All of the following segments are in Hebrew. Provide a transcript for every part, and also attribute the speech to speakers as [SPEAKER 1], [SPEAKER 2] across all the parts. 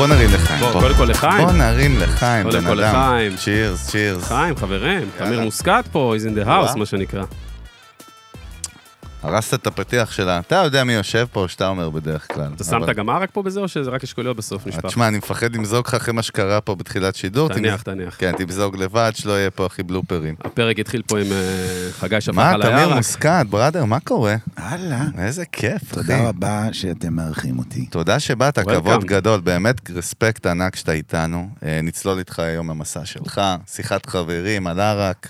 [SPEAKER 1] בוא נרים לחיים.
[SPEAKER 2] קודם כל לחיים.
[SPEAKER 1] בוא נרים לחיים,
[SPEAKER 2] קודם כל לחיים.
[SPEAKER 1] צ'ירס, צ'ירס.
[SPEAKER 2] חיים, חברים. תמיר מוסקת פה, is in the house, מה שנקרא.
[SPEAKER 1] הרסת את הפתיח שלה. אתה יודע מי יושב פה, או שאתה אומר בדרך כלל.
[SPEAKER 2] אתה שמת גם ערק פה בזה, או שזה רק אשכוליות בסוף נשפך?
[SPEAKER 1] תשמע, אני מפחד למזוג לך אחרי מה שקרה פה בתחילת שידור.
[SPEAKER 2] תניח.
[SPEAKER 1] כן, תמזוג לבד, שלא יהיה פה הכי בלופרים.
[SPEAKER 2] הפרק התחיל פה עם חגי שפך
[SPEAKER 1] מה,
[SPEAKER 2] על הירק.
[SPEAKER 1] תמיר מוסקת, בראדר, מה קורה?
[SPEAKER 3] הלאה.
[SPEAKER 1] איזה כיף, אחי.
[SPEAKER 3] תודה רבה שאתם מארחים אותי.
[SPEAKER 1] תודה שבאת, כבוד גדול, באמת רספקט ענק שאתה איתנו. נצלול איתך היום המסע שלך, שיחת חברים על ערק.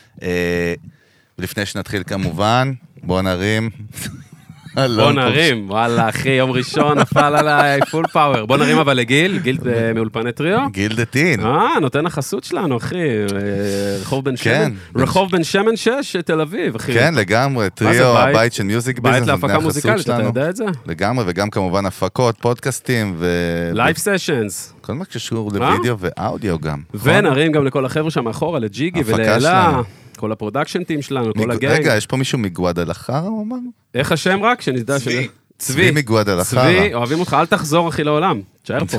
[SPEAKER 1] לפני שנתחיל כמובן, בוא נרים.
[SPEAKER 2] בוא נרים, וואלה אחי, יום ראשון נפל עליי פול פאוור. בוא נרים אבל לגיל, גיל מאולפני טריו.
[SPEAKER 1] גיל דתין.
[SPEAKER 2] נותן החסות שלנו, אחי. רחוב בן שמן 6, תל אביב, אחי.
[SPEAKER 1] כן, לגמרי, טריו, הבית של מיוזיק ביזנס.
[SPEAKER 2] בית להפקה מוזיקלית, אתה יודע את זה?
[SPEAKER 1] לגמרי, וגם כמובן הפקות, פודקאסטים
[SPEAKER 2] לייב סשנס.
[SPEAKER 1] כל מה שקשור לוידאו ואודיו גם.
[SPEAKER 2] ונרים גם לכל החבר'ה שם מאחורה, לג'יגי ולאלה. כל הפרודקשן טים שלנו, כל הגנג.
[SPEAKER 1] רגע, יש פה מישהו מגואד על אחר, הוא אמר?
[SPEAKER 2] איך השם רק? שנדע
[SPEAKER 1] צבי. צבי מגואד על אחר.
[SPEAKER 2] צבי, אוהבים אותך, אל תחזור אחי לעולם. תשאר פה.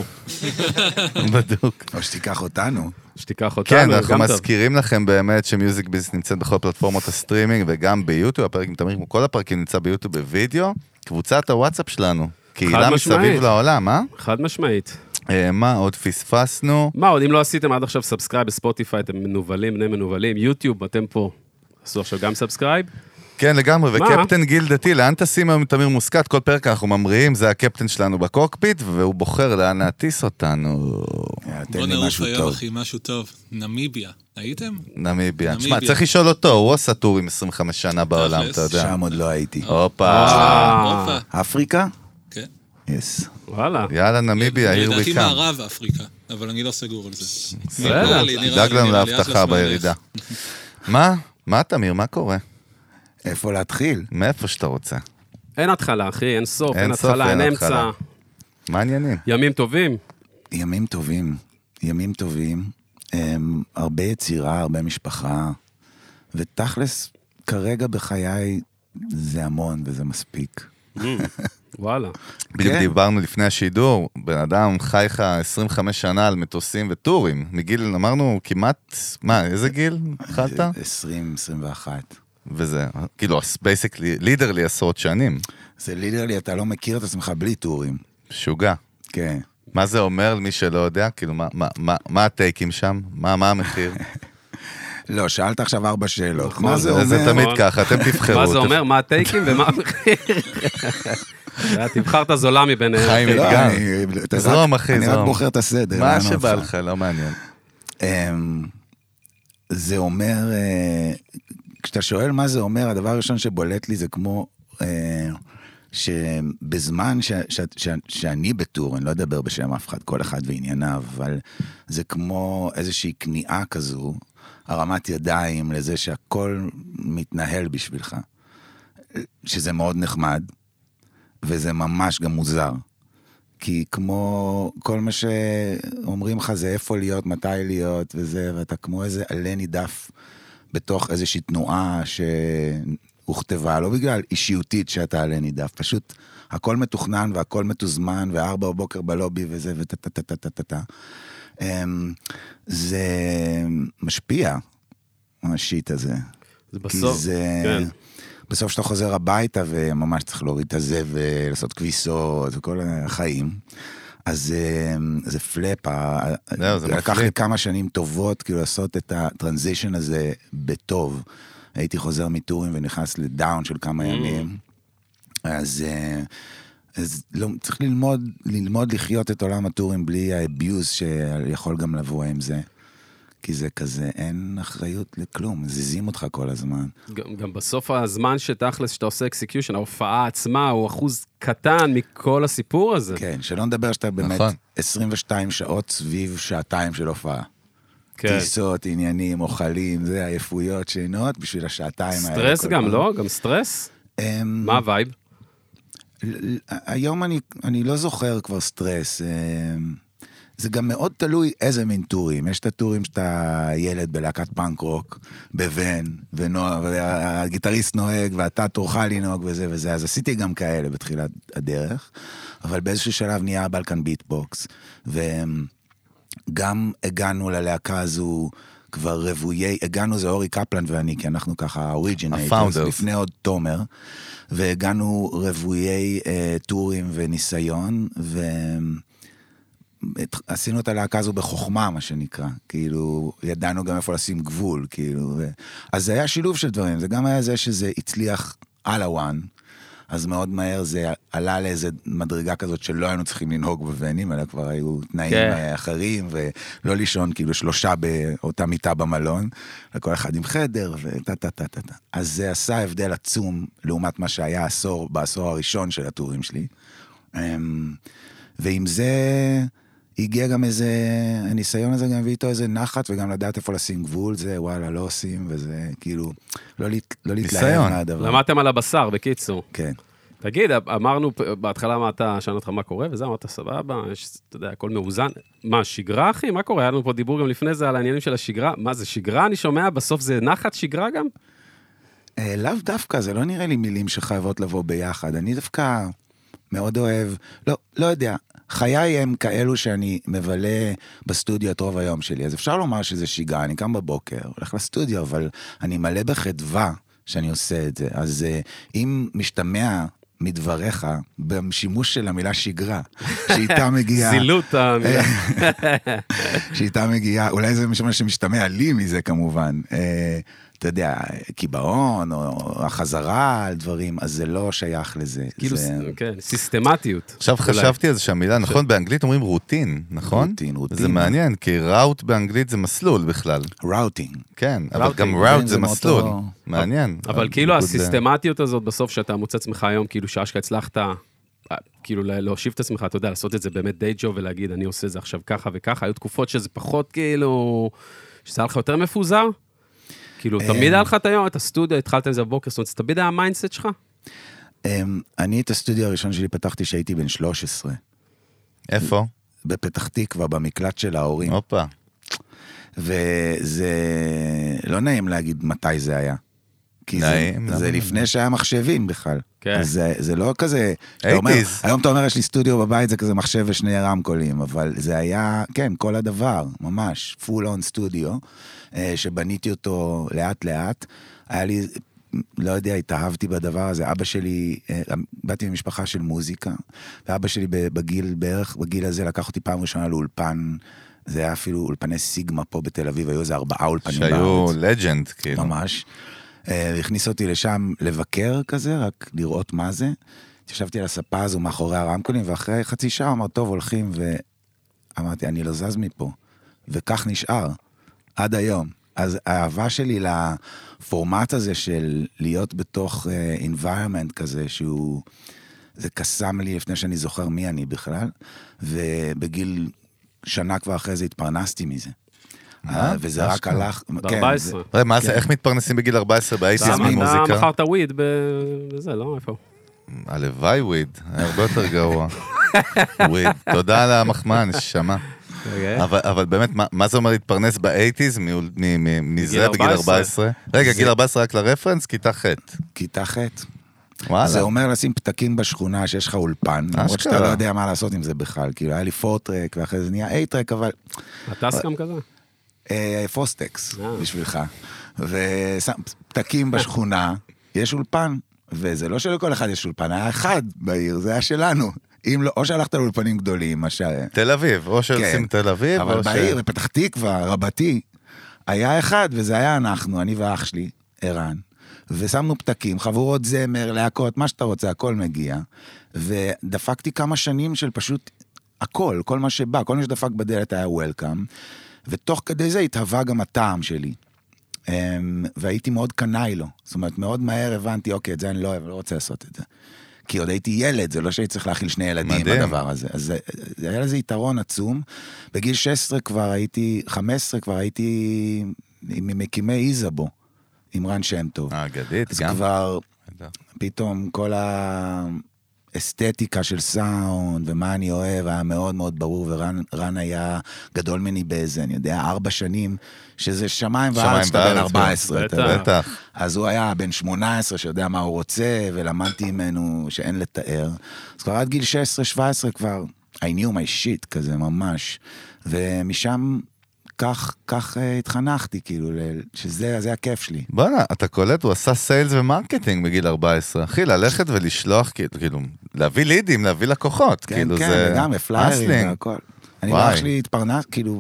[SPEAKER 1] בדוק.
[SPEAKER 3] או שתיקח אותנו.
[SPEAKER 2] שתיקח אותנו,
[SPEAKER 1] כן, אנחנו מזכירים לכם באמת שמיוזיק ביזנס נמצאת בכל פלטפורמות הסטרימינג, וגם ביוטיוב, הפרק עם תמיר, כל הפרקים נמצא ביוטיוב בווידאו, קבוצת הוואטסאפ שלנו, קהילה מסביב לעולם, אה?
[SPEAKER 2] חד משמעית.
[SPEAKER 1] מה עוד פספסנו?
[SPEAKER 2] מה עוד, אם לא עשיתם עד עכשיו סאבסקרייב בספוטיפיי, אתם מנובלים, בני מנובלים, יוטיוב, אתם פה, עשו עכשיו גם סאבסקרייב?
[SPEAKER 1] כן, לגמרי, וקפטן גיל דתי, לאן טסים היום תמיר מוסקת? כל פרק אנחנו ממריאים, זה הקפטן שלנו בקוקפיט, והוא בוחר לאן להטיס אותנו.
[SPEAKER 4] בוא נעוף היום, אחי, משהו טוב. נמיביה, הייתם?
[SPEAKER 1] נמיביה. תשמע, צריך לשאול אותו, הוא עושה טור עם 25 שנה בעולם, אתה יודע.
[SPEAKER 3] שם עוד לא הייתי.
[SPEAKER 1] הופה.
[SPEAKER 3] אפריקה?
[SPEAKER 4] כן.
[SPEAKER 3] יס.
[SPEAKER 2] וואלה.
[SPEAKER 1] יאללה, נמיביה, העיר
[SPEAKER 4] לדעתי
[SPEAKER 1] ויקם.
[SPEAKER 4] מערב אפריקה, אבל אני לא סגור על זה.
[SPEAKER 2] בסדר.
[SPEAKER 1] דאג לנו להבטחה בירידה. מה, תמיר, מה קורה?
[SPEAKER 3] איפה להתחיל?
[SPEAKER 1] מאיפה שאתה רוצה.
[SPEAKER 2] אין התחלה, אחי, אין סוף, אין התחלה, אין אמצע.
[SPEAKER 1] מה העניינים?
[SPEAKER 2] ימים טובים.
[SPEAKER 3] ימים טובים. ימים טובים. הרבה יצירה, הרבה משפחה. ותכלס, כרגע בחיי זה המון וזה מספיק.
[SPEAKER 2] וואלה.
[SPEAKER 1] בדיוק דיברנו לפני השידור, בן אדם חי לך 25 שנה על מטוסים וטורים. מגיל, אמרנו, כמעט, מה, איזה גיל התחלת?
[SPEAKER 3] 20, 21.
[SPEAKER 1] וזה, כאילו, basically, לידרלי עשרות שנים.
[SPEAKER 3] זה לידרלי, אתה לא מכיר את עצמך בלי טורים.
[SPEAKER 1] שוגע.
[SPEAKER 3] כן.
[SPEAKER 1] מה זה אומר למי שלא יודע? כאילו, מה הטייקים שם? מה המחיר?
[SPEAKER 3] לא, שאלת עכשיו 4 שאלות. מה זה אומר?
[SPEAKER 1] זה תמיד ככה, אתם תבחרו.
[SPEAKER 2] מה זה אומר? מה הטייקים ומה המחיר? תבחר את הזולה מביניהם.
[SPEAKER 1] חיים אתגר. זרום, אחי,
[SPEAKER 3] אני רק
[SPEAKER 1] זרום.
[SPEAKER 3] בוחר את הסדר.
[SPEAKER 1] מה שבא לך, לא מעניין.
[SPEAKER 3] זה אומר, כשאתה שואל מה זה אומר, הדבר הראשון שבולט לי זה כמו שבזמן שאני בטור, אני לא אדבר בשם אף אחד, כל אחד וענייניו, אבל זה כמו איזושהי כניעה כזו, הרמת ידיים לזה שהכל מתנהל בשבילך, שזה מאוד נחמד, וזה ממש גם מוזר. כי כמו כל מה שאומרים לך זה איפה להיות, מתי להיות וזה, ואתה כמו איזה עלה נידף בתוך איזושהי תנועה שהוכתבה, לא בגלל אישיותית שאתה עלה נידף, פשוט הכל מתוכנן והכל מתוזמן, ו4 בבוקר בלובי וזה, וטטטטטטטטטט. זה משפיע, השיט הזה.
[SPEAKER 2] זה בסוף,
[SPEAKER 3] כן. בסוף שאתה חוזר הביתה, וממש צריך להוריד את הזה, ולעשות כביסות, וכל החיים. אז זה פלאפ, לקח לי כמה שנים טובות, כאילו לעשות את הטרנזישן הזה בטוב. הייתי חוזר מטורים, ונכנס לדאון של כמה ימים. אז לא, צריך ללמוד לחיות את עולם הטורים, בלי האביוז שיכול גם לבוא עם זה. כי זה כזה, אין אחריות לכלום, זיזים אותך כל הזמן.
[SPEAKER 2] גם בסוף הזמן שתכלס, שאתה עושה אקסקיושן, ההופעה עצמה הוא אחוז קטן מכל הסיפור הזה.
[SPEAKER 3] כן, שלא נדבר שאתה באמת 22 שעות סביב שעתיים של הופעה. טיסות, עניינים, אוכלים, זה, עייפויות, שינות, בשביל השעתיים האלה.
[SPEAKER 2] סטרס גם, לא? גם סטרס? מה הווייב?
[SPEAKER 3] היום אני לא זוכר כבר סטרס. זה גם מאוד תלוי איזה מין טורים. יש את הטורים שאתה ילד בלהקת פאנק רוק, בבן, והגיטריסט נוהג, ואתה תורך לנהוג וזה וזה, אז עשיתי גם כאלה בתחילת הדרך, אבל באיזשהו שלב נהיה בלקן ביטבוקס, וגם הגענו ללהקה הזו, כבר רבויי, הגענו זה אורי קפלן ואני, כי אנחנו ככה אוריג'ינטורס, לפני עוד תומר, והגענו רבויי טורים וניסיון, עשינו את הלהקה הזו בחוכמה, מה שנקרא, כאילו, ידענו גם איפה לשים גבול, כאילו, אז זה היה שילוב של דברים, זה גם היה זה שזה הצליח על הוואן, אז מאוד מהר זה עלה לאיזה מדרגה כזאת שלא היינו צריכים לנהוג בבנים, אלא כבר היו תנאים אחרים, ולא לישון כאילו 3 באותה מיטה במלון, לכל אחד עם חדר, וטה-טה-טה-טה. אז זה עשה הבדל עצום, לעומת מה שהיה בעשור הראשון של הטורים שלי. ועם זה הגיע גם איזה, הניסיון הזה גם הביא איתו איזה נחת, וגם לדעת איפה לשים גבול, זה וואלה, לא עושים, וזה כאילו, לא להתלהב מהדבר.
[SPEAKER 2] למדתם על הבשר, בקיצור.
[SPEAKER 3] כן.
[SPEAKER 2] תגיד, אמרנו בהתחלה מה אתה, שאלנו אותך מה קורה, וזה אמרת סבבה, יש, אתה יודע, הכל מאוזן. מה, שגרה, אחי? מה קורה? היה לנו פה דיבור גם לפני זה על העניינים של השגרה. מה, זה שגרה? אני שומע, בסוף זה נחת שגרה גם?
[SPEAKER 3] לאו דווקא, זה לא נראה לי מילים שחייבות לבוא ביחד. אני דווקא מאוד אוהב, לא יודע, חיי הם כאלו שאני מבלה בסטודיו את רוב היום שלי, אז אפשר לומר שזה שגרה, אני קם בבוקר, הולך לסטודיו, אבל אני מלא בחדווה שאני עושה את זה, אז אם משתמע מדבריך, בשימוש של המילה שגרה, שאיתה מגיעה...
[SPEAKER 2] זילות המילה.
[SPEAKER 3] שאיתה מגיעה, אולי זה משמע שמשתמע לי מזה כמובן, אתה יודע, קיבעון, או החזרה על דברים, אז זה לא שייך לזה.
[SPEAKER 2] כאילו, כן, סיסטמטיות.
[SPEAKER 1] עכשיו חשבתי על זה שהמילה, נכון, באנגלית אומרים רוטין, נכון?
[SPEAKER 3] רוטין.
[SPEAKER 1] זה מעניין, כי ראוט באנגלית זה מסלול בכלל.
[SPEAKER 3] ראוטינג.
[SPEAKER 1] כן, אבל גם ראוט זה מסלול. מעניין.
[SPEAKER 2] אבל כאילו הסיסטמטיות הזאת בסוף שאתה מוצא עצמך היום, כאילו שאשכה הצלחת, כאילו להושיב את עצמך, אתה יודע, לעשות את זה באמת די ג'וב ולהגיד, אני עושה זה עכשיו ככה וככה, היו תקופות שזה פחות כאילו, שזה היה לך יותר מפוזר? כאילו, תמיד היה לך את היום, את הסטודיו, התחלת עם זה בבוקר, זאת אומרת, תמיד היה המיינדסט שלך?
[SPEAKER 3] אני את הסטודיו הראשון שלי פתחתי שהייתי בן 13.
[SPEAKER 1] איפה?
[SPEAKER 3] בפתח תקווה, במקלט של ההורים.
[SPEAKER 1] הופה.
[SPEAKER 3] וזה לא נעים להגיד מתי זה היה. כי זה לפני שהיה מחשבים בכלל. אז זה לא כזה, היום אתה אומר, יש לי סטודיו בבית, זה כזה מחשב ושני רמקולים, אבל זה היה, כן, כל הדבר, ממש, full on סטודיו, שבניתי אותו לאט לאט, היה לי, לא יודע, התאהבתי בדבר הזה, אבא שלי, באתי ממשפחה של מוזיקה, ואבא שלי בערך בגיל הזה לקח אותי פעם ראשונה לאולפן, זה היה אפילו אולפני סיגמה פה בתל אביב, היו איזה 4 אולפנים בארץ.
[SPEAKER 1] שהיו לג'נד, כאילו.
[SPEAKER 3] ממש. הכניס אותי לשם לבקר כזה, רק לראות מה זה. ישבתי על הספה הזו מאחורי הרמקולים, ואחרי חצי שעה אמר, טוב, הולכים, ואמרתי, אני לא זז מפה. וכך נשאר, עד היום. אז האהבה שלי לפורמט הזה של להיות בתוך environment כזה, שהוא, זה קסם לי לפני שאני זוכר מי אני בכלל, ובגיל שנה כבר אחרי זה התפרנסתי מזה. וזה רק הלך...
[SPEAKER 2] ב-14.
[SPEAKER 1] מה זה, איך מתפרנסים בגיל 14 באייטיז ממוזיקה?
[SPEAKER 2] אתה מכרת וויד בזה, לא? איפה?
[SPEAKER 1] הלוואי וויד, היה הרבה יותר גרוע. וויד, תודה על המחמאה, נשמה. אבל באמת, מה זה אומר להתפרנס באייטיז מזה בגיל 14? רגע, גיל 14 רק לרפרנס, כיתה ח'.
[SPEAKER 3] כיתה ח'. זה אומר לשים פתקים בשכונה שיש לך אולפן, למרות שאתה לא יודע מה לעשות עם זה בכלל, כאילו היה לי 4-טרק ואחרי זה נהיה 8-טרק, אבל...
[SPEAKER 2] אתה סכם כזה?
[SPEAKER 3] פוסטקס בשבילך, ופתקים בשכונה, יש אולפן, וזה לא שלכל אחד יש אולפן, היה אחד בעיר, זה היה שלנו, או שהלכת לאולפנים גדולים,
[SPEAKER 1] תל אביב, או שעושים תל אביב,
[SPEAKER 3] אבל בעיר, בפתח תקווה, רבתי, היה אחד, וזה היה אנחנו, אני ואח שלי, ערן, ושמנו פתקים, חבורות זמר, להקות, מה שאתה רוצה, הכל מגיע, ודפקתי כמה שנים של פשוט הכל, כל מה שבא, כל מה שדפק בדלת היה וולקאם, ותוך כדי זה התהווה גם הטעם שלי. והייתי מאוד קנאי לו. זאת אומרת, מאוד מהר הבנתי, אוקיי, את זה אני לא אוהב, לא רוצה לעשות את זה. כי עוד הייתי ילד, זה לא שהייתי צריך להכיל 2 ילדים בדבר הזה. אז זה היה לזה יתרון עצום. בגיל 16 כבר הייתי, 15 כבר הייתי ממקימי איזבו, עם רן שם טוב.
[SPEAKER 1] אגדית,
[SPEAKER 3] אז כבר פתאום כל אסתטיקה של סאונד, ומה אני אוהב, היה מאוד מאוד ברור, ורן היה גדול ממני באיזה, אני יודע, 4 שנים, שזה שמיים וארץ, אתה בן 14.
[SPEAKER 1] בטח.
[SPEAKER 3] אז הוא היה בן 18, שיודע מה הוא רוצה, ולמדתי ממנו שאין לתאר. אז כבר עד גיל 16-17 כבר, I knew my shit כזה ממש, ומשם כך התחנכתי, כאילו, שזה הכיף שלי.
[SPEAKER 1] בוא'נה, אתה קולט, הוא עשה סיילס ומרקטינג בגיל 14. אחי, ללכת ולשלוח, כאילו, להביא לידים, להביא לקוחות.
[SPEAKER 3] כן, כן, לגמרי, פליירים והכל. אני ואח שלי התפרנס, כאילו...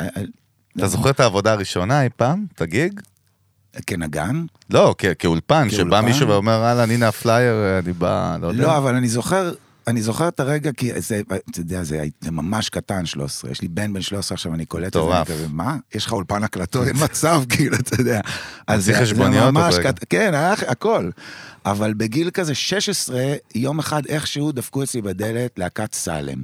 [SPEAKER 1] אתה זוכר את העבודה הראשונה אי פעם? את הגיג?
[SPEAKER 3] כנגן?
[SPEAKER 1] לא, כאולפן, שבא מישהו ואומר, הנה הפלייר, אני בא, לא יודע.
[SPEAKER 3] לא, אבל אני זוכר את הרגע, כי אתה יודע, זה ממש קטן, 13. יש לי בן 13, עכשיו אני קולט את זה, כזה, מה? יש לך אולפן הקלטות, אין מצב, כאילו, אתה יודע. אז זה ממש קטן, כן, היה הכל. אבל בגיל כזה 16, יום אחד איכשהו דפקו אצלי בדלת להקת סלם.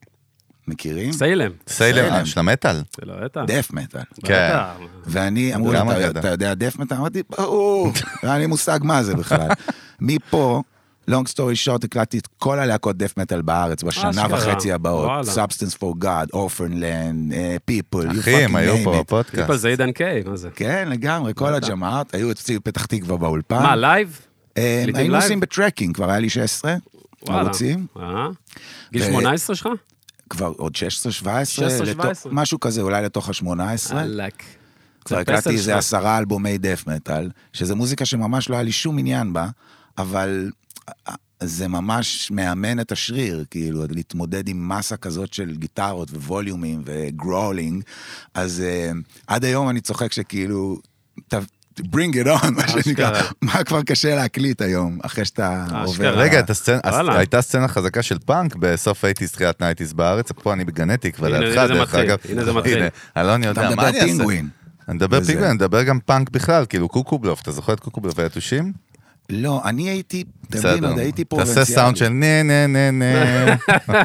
[SPEAKER 3] מכירים?
[SPEAKER 2] סיילם.
[SPEAKER 1] של המטל.
[SPEAKER 2] זה לא מטל.
[SPEAKER 3] דף מטל.
[SPEAKER 1] כן.
[SPEAKER 3] ואני, אמרו לי, אתה יודע דף מטל? אמרתי, ברור. היה לי מושג מה זה בכלל. מפה, long story short, הקלטתי את כל הלהקות דף מטל בארץ, בשנה וחצי הבאות. Substance for God, Orphanland, People,
[SPEAKER 1] אחי, הם היו פה בפודקאסט.
[SPEAKER 2] People זה עידן קיי, מה זה?
[SPEAKER 3] כן, לגמרי, כל הג'מאט, היו אצלי בפתח תקווה באולפן.
[SPEAKER 2] מה, לייב?
[SPEAKER 3] היינו עושים בטרקינג, כבר היה לי 16, ערוצים.
[SPEAKER 2] גיל 18 שלך?
[SPEAKER 3] כבר עוד 16-17, משהו כזה, אולי לתוך ה-18.
[SPEAKER 2] אלק.
[SPEAKER 3] כבר הקלטתי איזה 10 אלבומי דף מטל, שזה מוזיקה שממש לא היה לי שום עניין בה, אבל זה ממש מאמן את השריר, כאילו, להתמודד עם מסה כזאת של גיטרות וווליומים וגרולינג, אז עד היום אני צוחק שכאילו, bring it on, מה שנקרא, מה כבר קשה להקליט היום, אחרי שאתה עובר.
[SPEAKER 1] רגע, הייתה סצנה חזקה של פאנק בסוף 80's, תחילת 90's בארץ, פה אני בגנטיק, ולעדך, דרך אגב.
[SPEAKER 2] הנה זה מתחיל.
[SPEAKER 1] אלון יודע, מה אני אעשה?
[SPEAKER 3] פינגווין.
[SPEAKER 1] אני מדבר פינגווין, אני מדבר גם פאנק בכלל, כאילו קוקובלוף, אתה זוכר את קוקובלוף והיתושים?
[SPEAKER 3] לא, אני הייתי, תבין, עוד הייתי פרובינציאלי.
[SPEAKER 1] תעשה סאונד של נה.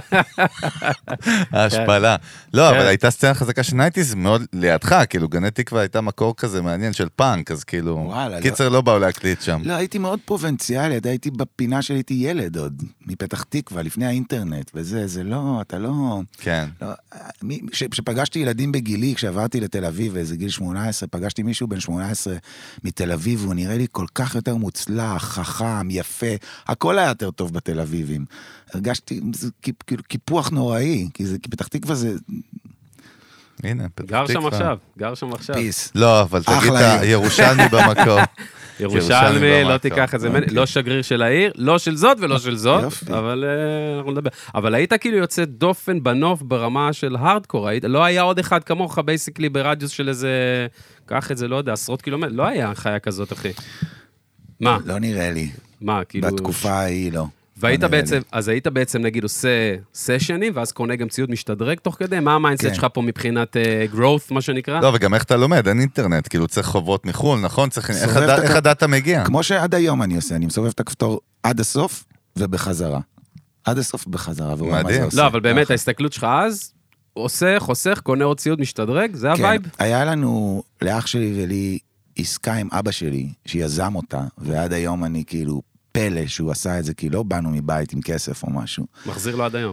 [SPEAKER 1] ההשפלה. לא, אבל הייתה סצנה חזקה של 90's מאוד לידך, כאילו גני תקווה הייתה מקור כזה מעניין של פאנק, אז כאילו, קיצר לא באו להקליט שם.
[SPEAKER 3] לא, הייתי מאוד פרובינציאלי, הייתי בפינה שלי, הייתי ילד עוד, מפתח תקווה, לפני האינטרנט, וזה, זה לא, אתה לא...
[SPEAKER 1] כן.
[SPEAKER 3] כשפגשתי ילדים בגילי, כשעברתי לתל אביב, ואיזה גיל 18, פגשתי מישהו בן 18 מתל אביב, והוא נראה לי כל כך יותר מוצלח, חכם, יפה, הכל היה יותר טוב בתל אביבים. הרגשתי, זה קיפוח נוראי, כי פתח תקווה זה...
[SPEAKER 1] הנה, פתח
[SPEAKER 2] תקווה. גר שם עכשיו.
[SPEAKER 3] פיס.
[SPEAKER 1] לא, אבל תגיד את הירושלמי במקום.
[SPEAKER 2] ירושלמי, לא תיקח את זה, לא שגריר של העיר, לא של זאת ולא של זאת, אבל אנחנו נדבר. אבל היית כאילו יוצא דופן בנוף ברמה של הארדקור, לא היה עוד אחד כמוך בייסיקלי ברדיוס של איזה, קח את זה, לא יודע, עשרות קילומטר, לא היה חיה כזאת, אחי. מה?
[SPEAKER 3] לא נראה לי.
[SPEAKER 2] מה, כאילו...
[SPEAKER 3] בתקופה ההיא לא.
[SPEAKER 2] והיית בעצם, אז היית בעצם נגיד עושה סשנים, ואז קונה גם ציוד משתדרג תוך כדי? מה המיינדסט שלך פה מבחינת growth, מה שנקרא?
[SPEAKER 1] לא, וגם איך אתה לומד, אין אינטרנט, כאילו צריך חובות מחול, נכון? איך הדאטה מגיע?
[SPEAKER 3] כמו שעד היום אני עושה, אני מסובב את הכפתור עד הסוף ובחזרה. עד הסוף ובחזרה,
[SPEAKER 1] מדהים.
[SPEAKER 2] לא, אבל באמת ההסתכלות שלך אז, עושה, חוסך, קונה עוד ציוד משתדרג, זה הווייב?
[SPEAKER 3] היה לנו, לאח שלי ולי, עסקה עם אבא שלי, שיזם אותה, ועד היום אני כאילו פלא שהוא עשה את זה, כי לא באנו מבית עם כסף או משהו.
[SPEAKER 2] מחזיר לו עד היום.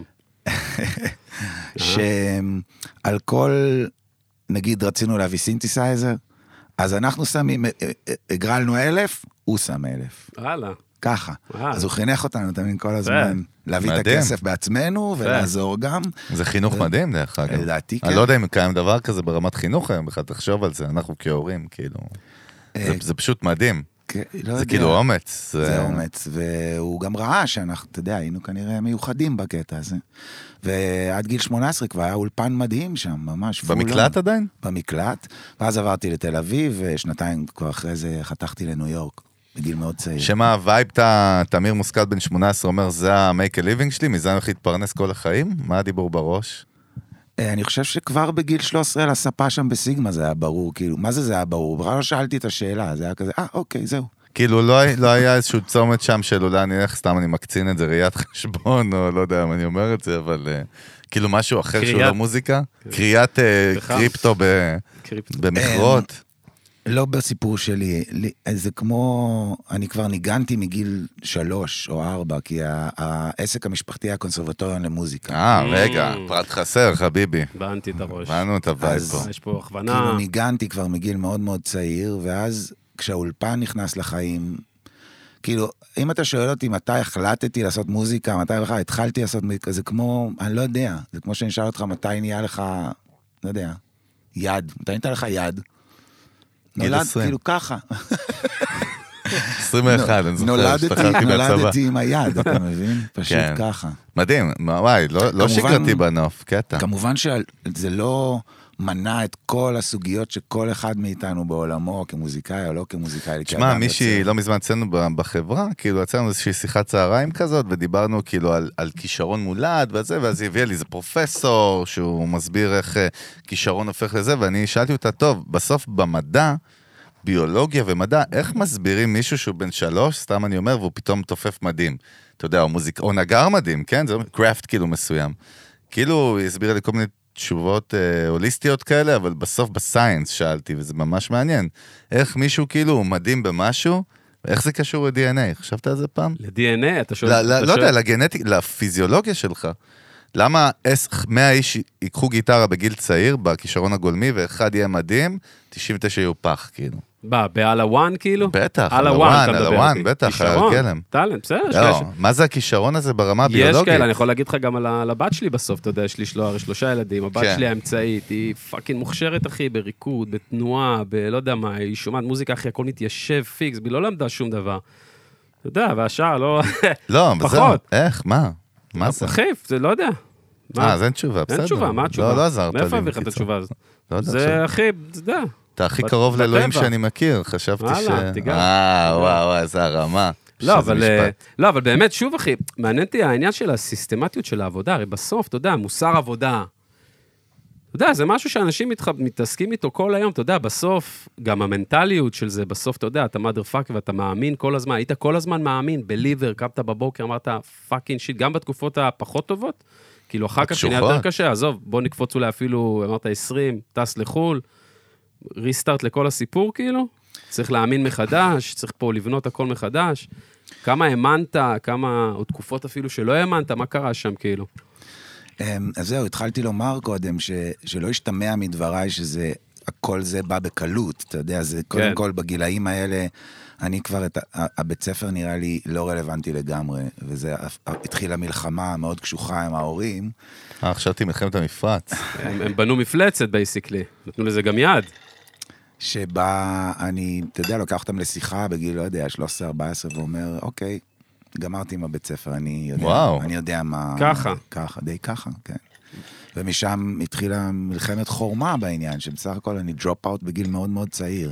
[SPEAKER 3] שעל כל, נגיד רצינו להביא סינתסייזר, אז אנחנו שמים, הגרלנו 1,000, הוא שם 1,000.
[SPEAKER 2] הלאה.
[SPEAKER 3] ככה. אז הוא חינך אותנו תמיד כל הזמן, להביא את הכסף בעצמנו ולעזור גם.
[SPEAKER 1] זה חינוך מדהים דרך אגב.
[SPEAKER 3] לדעתי כן.
[SPEAKER 1] אני לא יודע אם קיים דבר כזה ברמת חינוך היום, בכלל תחשוב על זה, אנחנו כהורים, כאילו, זה פשוט מדהים. זה כאילו אומץ.
[SPEAKER 3] זה אומץ, והוא גם ראה שאנחנו, אתה יודע, היינו כנראה מיוחדים בקטע הזה. ועד גיל 18 כבר היה אולפן מדהים שם, ממש.
[SPEAKER 1] במקלט עדיין?
[SPEAKER 3] במקלט, ואז עברתי לתל אביב, ושנתיים כבר אחרי זה חתכתי לניו יורק. בגיל מאוד צעיר.
[SPEAKER 1] שמה, הווייב, תמיר מושכל בן 18 אומר, זה ה-make a living שלי, מזה אני הולך להתפרנס כל החיים? מה הדיבור בראש?
[SPEAKER 3] אני חושב שכבר בגיל 13 על הספה שם בסיגמה זה היה ברור, כאילו, מה זה היה ברור? בכלל לא שאלתי את השאלה, זה היה כזה, אוקיי, זהו.
[SPEAKER 1] כאילו, לא היה איזשהו צומת שם של אולי אני אלך, סתם אני מקצין את זה, ראיית חשבון, או לא יודע אם אני אומר את זה, אבל כאילו משהו אחר שהוא לא מוזיקה? קריאת קריפטו במכרות?
[SPEAKER 3] לא בסיפור שלי, זה כמו, אני כבר ניגנתי מגיל 3 או 4, כי העסק המשפחתי היה קונסרבטוריון למוזיקה.
[SPEAKER 1] רגע, פרט חסר, חביבי.
[SPEAKER 2] הבנתי את הראש.
[SPEAKER 1] הבנו את הווייב פה.
[SPEAKER 2] יש פה הכוונה.
[SPEAKER 3] כאילו ניגנתי כבר מגיל מאוד מאוד צעיר, ואז כשהאולפן נכנס לחיים, כאילו, אם אתה שואל אותי מתי החלטתי לעשות מוזיקה, מתי בכלל התחלתי לעשות מוזיקה, זה כמו, אני לא יודע, זה כמו שאני אשאל אותך מתי נהיה לך, לא יודע, יד, מתי נהיה לך יד? נולד כאילו ככה.
[SPEAKER 1] 21, אני זוכר שתחלתי מהצבא.
[SPEAKER 3] נולדתי עם היד, אתה מבין? פשוט ככה.
[SPEAKER 1] מדהים, וואי, לא שגרתי בנוף, קטע.
[SPEAKER 3] כמובן שזה לא מנע את כל הסוגיות שכל אחד מאיתנו בעולמו, כמוזיקאי או לא כמוזיקאי.
[SPEAKER 1] תשמע, מישהי לא מזמן אצלנו בחברה, כאילו יצאנו איזושהי שיחת צהריים כזאת, ודיברנו כאילו על כישרון מולד וזה, ואז היא הביאה לי איזה פרופסור, שהוא מסביר איך כישרון הופך לזה, ואני שאלתי אותה, טוב, בסוף במדע, ביולוגיה ומדע, איך מסבירים מישהו שהוא בן 3, סתם אני אומר, והוא פתאום תופף מדהים. אתה יודע, או נגר מדהים, כן? זה קראפט כאילו מסוים. כאילו, היא הסבירה לי כל מיני תשובות הוליסטיות כאלה, אבל בסוף בסיינס שאלתי, וזה ממש מעניין. איך מישהו כאילו מדהים במשהו, איך זה קשור ל-DNA? חשבת על זה פעם?
[SPEAKER 2] ל-DNA? אתה שואל?
[SPEAKER 1] לא יודע, לגנטיקה, לפיזיולוגיה שלך. למה 100 איש ייקחו גיטרה בגיל צעיר, בכישרון הגולמי, ואחד יהיה מדהים, 99 יהיו פח, כאילו.
[SPEAKER 2] בעל הוואן, כאילו?
[SPEAKER 1] בטח, על הוואן, בטח, הגלם.
[SPEAKER 2] טלנט, בסדר.
[SPEAKER 1] לא, מה זה הכישרון הזה ברמה הביולוגית?
[SPEAKER 2] יש כאלה, אני יכול להגיד לך גם על הבת שלי בסוף, אתה יודע, יש לי 3 ילדים, הבת שלי האמצעית, היא פאקינג מוכשרת, אחי, בריקוד, בתנועה, לא יודע מה, היא שומעת מוזיקה, אחי, הכל מתיישב פיקס, היא לא למדה שום דבר. אתה יודע, והשאר לא...
[SPEAKER 1] לא, פחות. איך, מה? מה זה?
[SPEAKER 2] אחי, זה לא יודע.
[SPEAKER 1] אז אין תשובה, בסדר.
[SPEAKER 2] אין תשובה, מה התשובה?
[SPEAKER 1] לא עזרת לי.
[SPEAKER 2] מאיפה אביך את התשובה הזאת? זה, אחי, אתה יודע.
[SPEAKER 1] אתה הכי קרוב לאלוהים שאני מכיר, חשבתי ש... וואו, איזה הרמה.
[SPEAKER 2] לא, אבל באמת, שוב, אחי, מעניין אותי העניין של הסיסטמטיות של העבודה, הרי בסוף, אתה יודע, מוסר עבודה, אתה יודע, זה משהו שאנשים מתעסקים איתו כל היום, אתה יודע, בסוף, גם המנטליות של זה, בסוף, אתה יודע, אתה motherfucker ואתה מאמין כל הזמן, היית כל הזמן מאמין, בליבר, קמת בבוקר, אמרת, פאקינג שיט, גם בתקופות הפחות טובות, כאילו, אחר כך שנהיה יותר קשה, עזוב, בוא נקפוץ אולי אפילו, אמרת 20, טס לחול, ריסטארט לכל הסיפור, כאילו, צריך להאמין מחדש, צריך פה לבנות הכל מחדש, כמה האמנת, כמה, או תקופות אפילו שלא האמנת, מה קרה שם, כאילו?
[SPEAKER 3] אז זהו, התחלתי לומר קודם, שלא השתמע מדבריי שזה, הכל זה בא בקלות, אתה יודע, זה קודם כל בגילאים האלה, אני כבר, הבית ספר נראה לי לא רלוונטי לגמרי, וזה התחילה מלחמה מאוד קשוחה עם ההורים.
[SPEAKER 1] חשבתי מלחמת המפרץ.
[SPEAKER 2] הם בנו מפלצת, בייסיקלי, נתנו לזה גם יד.
[SPEAKER 3] שבה אני, אתה יודע, לוקח אותם לשיחה בגיל, לא יודע, 13-14, ואומר, אוקיי, גמרתי עם הבית ספר, אני יודע מה...
[SPEAKER 2] ככה.
[SPEAKER 3] ככה, די ככה, כן. ומשם התחילה מלחמת חורמה בעניין, שבסך הכל אני דרופ אאוט בגיל מאוד מאוד צעיר.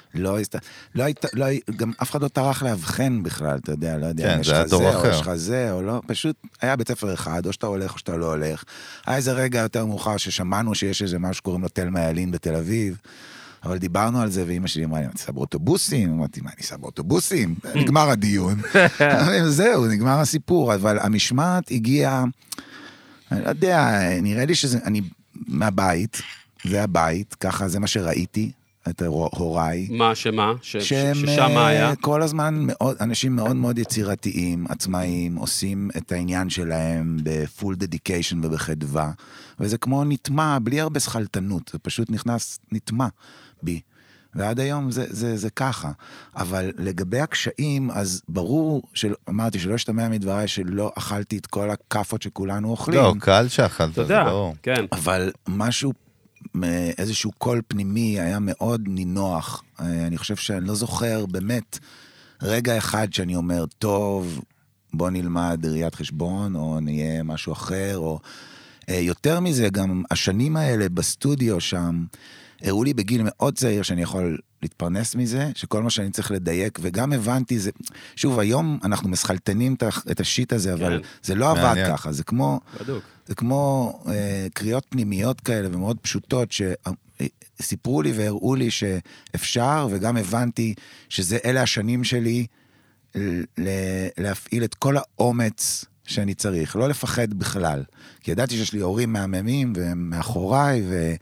[SPEAKER 3] גם אף אחד לא טרח להבחן בכלל, אתה יודע, לא יודע,
[SPEAKER 1] כן, זה היה דור אחר.
[SPEAKER 3] או יש לך זה, או לא, פשוט היה בית ספר אחד, או שאתה הולך או שאתה לא הולך. היה איזה רגע יותר מאוחר ששמענו שיש איזה משהו שקוראים לו תל מיילין בתל אביב, אבל דיברנו על זה, ואמא שלי אמרה לי, אני ניסה באוטובוסים, אמרתי, מה, אני ניסה באוטובוסים? נגמר הדיון. זהו, נגמר הסיפור, אבל המשמעת הגיעה, אני לא יודע, נראה לי שזה, אני מהבית, זה הבית, ככה, זה מה שראיתי, את הוריי.
[SPEAKER 2] מה, שמה? ששם מה היה?
[SPEAKER 3] כל הזמן אנשים מאוד מאוד יצירתיים, עצמאיים, עושים את העניין שלהם בפול דדיקיישן ובחדווה, וזה כמו נטמע, בלי הרבה שחלטנות, זה פשוט נכנס, נטמע בי. ועד היום זה ככה. אבל לגבי הקשיים, אז ברור, אמרתי שלא השתמע מדבריי שלא אכלתי את כל הכפות שכולנו אוכלים.
[SPEAKER 1] לא, קהל שאכלת, זה ברור.
[SPEAKER 2] כן.
[SPEAKER 3] אבל משהו, איזשהו קול פנימי היה מאוד נינוח. אני חושב שאני לא זוכר באמת רגע אחד שאני אומר, טוב, בוא נלמד ראיית חשבון, או נהיה משהו אחר, או יותר מזה, גם השנים האלה בסטודיו שם, הראו לי בגיל מאוד צעיר שאני יכול להתפרנס מזה, שכל מה שאני צריך לדייק, וגם הבנתי זה, שוב, היום אנחנו מסחלטנים את השיט הזה, אבל זה לא עבד ככה, זה כמו קריאות פנימיות כאלה ומאוד פשוטות, שסיפרו לי והראו לי שאפשר, וגם הבנתי אלה השנים שלי להפעיל את כל האומץ שאני צריך, לא לפחד בכלל, כי ידעתי שיש לי הורים מהממים והם מאחוריי,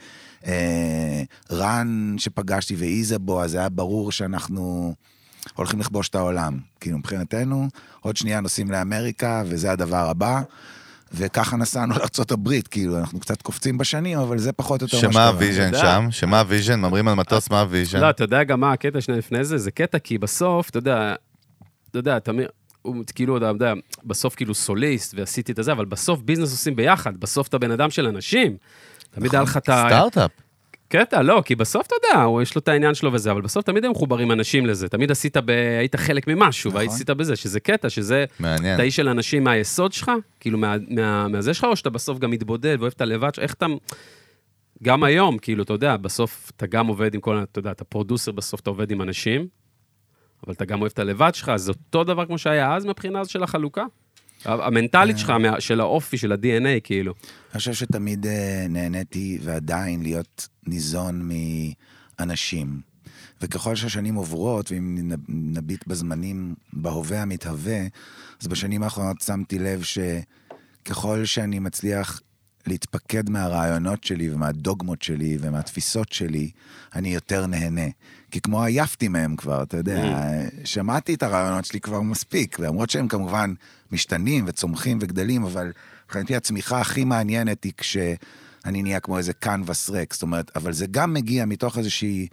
[SPEAKER 3] רן שפגשתי ואיזבו, אז היה ברור שאנחנו הולכים לכבוש את העולם. כאילו מבחינתנו, עוד שנייה נוסעים לאמריקה, וזה הדבר הבא, וככה נסענו לארצות הברית, כאילו אנחנו קצת קופצים בשנים, אבל זה פחות או יותר מה
[SPEAKER 1] שמה הוויז'ן שם? שמה הוויז'ן? ממרים על מטוס, מה הוויז'ן?
[SPEAKER 2] לא, אתה יודע גם מה הקטע שני לפני זה? זה קטע כי בסוף, אתה יודע, תמיר, הוא כאילו, אתה יודע, בסוף כאילו סוליסט, ועשיתי את זה, אבל בסוף ביזנס עושים ביחד, בסוף אתה בן אדם של אנשים. תמיד היה לך את ה...
[SPEAKER 1] סטארט-אפ.
[SPEAKER 2] קטע, לא, כי בסוף אתה יודע, יש לו את העניין שלו וזה, אבל בסוף תמיד הם מחוברים אנשים לזה, תמיד היית חלק ממשהו, והיית בזה, שזה קטע, שזה...
[SPEAKER 1] מעניין.
[SPEAKER 2] אתה איש של אנשים מהיסוד שלך, כאילו מהזה שלך, או שאתה בסוף גם מתבודד, ואוהב את הלבד, איך אתה... גם היום, כאילו, אתה יודע, בסוף אתה גם עובד עם כל... אתה יודע, אתה פרודוסר, בסוף אתה עובד עם אנשים, אבל אתה גם אוהב את הלבד שלך, אז זה אותו דבר כמו שהיה אז מבחינה של החלוקה. המנטלית שלך, של האופי, של ה-DNA, כאילו.
[SPEAKER 3] אני חושב שתמיד נהניתי ועדיין להיות ניזון מאנשים. וככל שהשנים עוברות, ואם נביט בזמנים בהווה המתהווה, אז בשנים האחרונות שמתי לב שככל שאני מצליח להתפקד מהרעיונות שלי ומהדוגמות שלי ומהתפיסות שלי, אני יותר נהנה. כי כמו עייפתי מהם כבר, אתה יודע, שמעתי את הרעיונות שלי כבר מספיק, למרות שהם כמובן משתנים וצומחים וגדלים, אבל מבחינתי הצמיחה הכי מעניינת היא כשאני נהיה כמו איזה קנבס ריק, זאת אומרת, אבל זה גם מגיע מתוך איזושהי...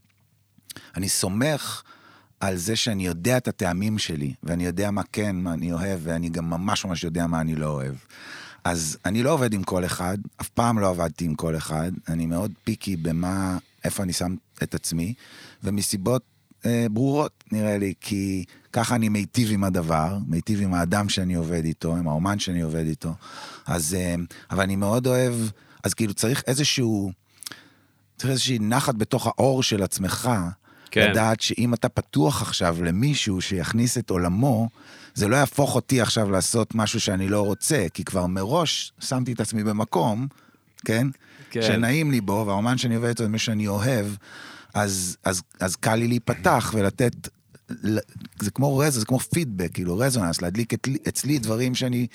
[SPEAKER 3] אני סומך על זה שאני יודע את הטעמים שלי, ואני יודע מה כן, מה אני אוהב, ואני גם ממש ממש יודע מה אני לא אוהב. אז אני לא עובד עם כל אחד, אף פעם לא עבדתי עם כל אחד, אני מאוד פיקי איפה אני שם את עצמי, ומסיבות ברורות נראה לי, כי ככה אני מיטיב עם הדבר, מיטיב עם האדם שאני עובד איתו, עם האומן שאני עובד איתו, אז, אבל אני מאוד אוהב, אז כאילו צריך איזושהי נחת בתוך האור של עצמך, כן. לדעת שאם אתה פתוח עכשיו למישהו שיכניס את עולמו, זה לא יהפוך אותי עכשיו לעשות משהו שאני לא רוצה, כי כבר מראש שמתי את עצמי במקום, כן? כן. שנעים לי בו, והאומן שאני עובד איתו זה מי שאני אוהב, אז קל לי להיפתח ולתת, זה כמו רז, זה כמו פידבק, כאילו רזוננס, להדליק אצלי דברים שאני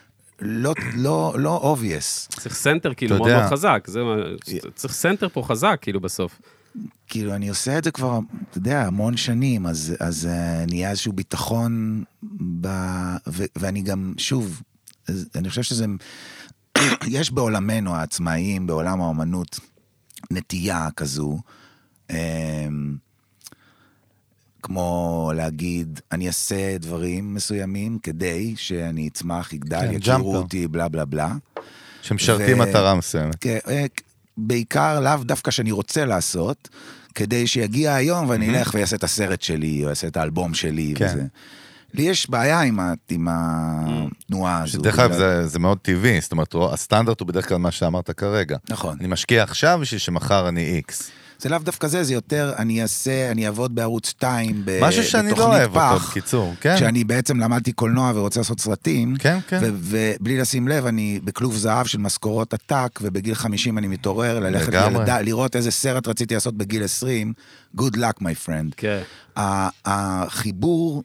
[SPEAKER 3] לא obvious.
[SPEAKER 2] צריך סנטר כאילו מאוד מאוד חזק, צריך סנטר פה חזק כאילו בסוף.
[SPEAKER 3] כאילו אני עושה את זה כבר, אתה יודע, המון שנים, אז נהיה איזשהו ביטחון, ואני גם, שוב, אני חושב שזה, יש בעולמנו העצמאיים, בעולם האומנות, נטייה כזו, כמו להגיד, אני אעשה דברים מסוימים, כדי שאני אצמח, יגדל, יכירו אותי, בלה בלה בלה.
[SPEAKER 1] שמשרתים מטרה מסוימת.
[SPEAKER 3] כן, בעיקר לאו דווקא שאני רוצה לעשות, כדי שיגיע היום ואני אלך ויעשה את הסרט שלי, או יעשה את האלבום שלי, וזה. לי יש בעיה עם התנועה הזו.
[SPEAKER 1] שדרך כלל זה מאוד טבעי, זאת אומרת, הסטנדרט הוא בדרך כלל מה שאמרת כרגע.
[SPEAKER 3] נכון.
[SPEAKER 1] אני משקיע עכשיו בשביל שמחר אני איקס.
[SPEAKER 3] זה לאו דווקא זה יותר, אני אעבוד בערוץ 2,
[SPEAKER 1] משהו שאני לא אוהב אותו, בקיצור, כן.
[SPEAKER 3] כשאני בעצם למדתי קולנוע ורוצה לעשות סרטים,
[SPEAKER 1] כן, כן.
[SPEAKER 3] ובלי לשים לב, אני בכלוב זהב של משכורות עתק, ובגיל 50 אני מתעורר, ללכת לראות איזה סרט רציתי לעשות בגיל 20, good luck my friend.
[SPEAKER 2] כן.
[SPEAKER 3] החיבור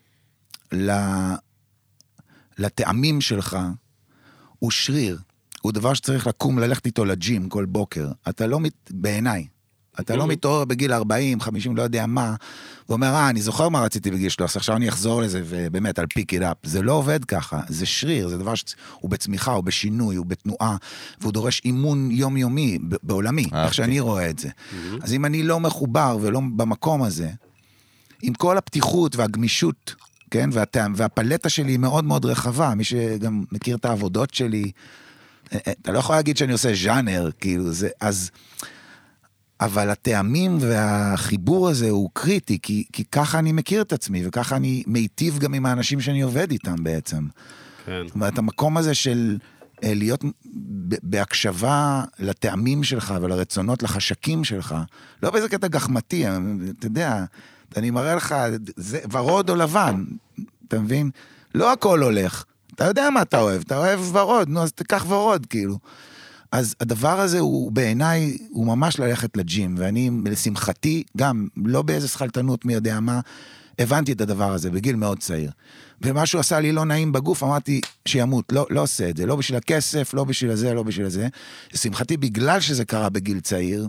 [SPEAKER 3] לטעמים שלך, הוא שריר, הוא דבר שצריך לקום, ללכת איתו לג'ים כל בוקר, אתה לא, בעיניי, אתה לא מתעורר בגיל 40, 50, לא יודע מה, ואומר, אני זוכר מה רציתי בגיל 13, עכשיו אני אחזור לזה, ובאמת, על pick it up, זה לא עובד ככה, זה שריר, זה דבר שהוא בצמיחה, הוא בשינוי, הוא בתנועה, והוא דורש אימון יומיומי, בעולמי, איך שאני רואה את זה. אז אם אני לא מחובר ולא במקום הזה, עם כל הפתיחות והגמישות, כן, והפלטה שלי היא מאוד מאוד רחבה, מי שגם מכיר את העבודות שלי, אתה לא יכול להגיד שאני עושה ז'אנר, כאילו זה, אז... אבל הטעמים והחיבור הזה הוא קריטי, כי ככה אני מכיר את עצמי, וככה אני מיטיב גם עם האנשים שאני עובד איתם בעצם.
[SPEAKER 2] כן.
[SPEAKER 3] זאת אומרת, המקום הזה של להיות בהקשבה לטעמים שלך ולרצונות, לחשקים שלך, לא באיזה קטע גחמתי, אתה יודע, אני מראה לך, זה ורוד או לבן, אתה מבין? לא הכל הולך, אתה יודע מה אתה אוהב, אתה אוהב ורוד, נו אז תיקח ורוד, כאילו. אז הדבר הזה הוא בעיניי, הוא ממש ללכת לג'ים, ואני לשמחתי, גם לא באיזה שחלטנות מי יודע מה, הבנתי את הדבר הזה בגיל מאוד צעיר. ומשהו עשה לי לא נעים בגוף, אמרתי שימות, לא עושה את זה, לא בשביל הכסף, לא בשביל זה, לא בשביל זה. שמחתי, בגלל שזה קרה בגיל צעיר,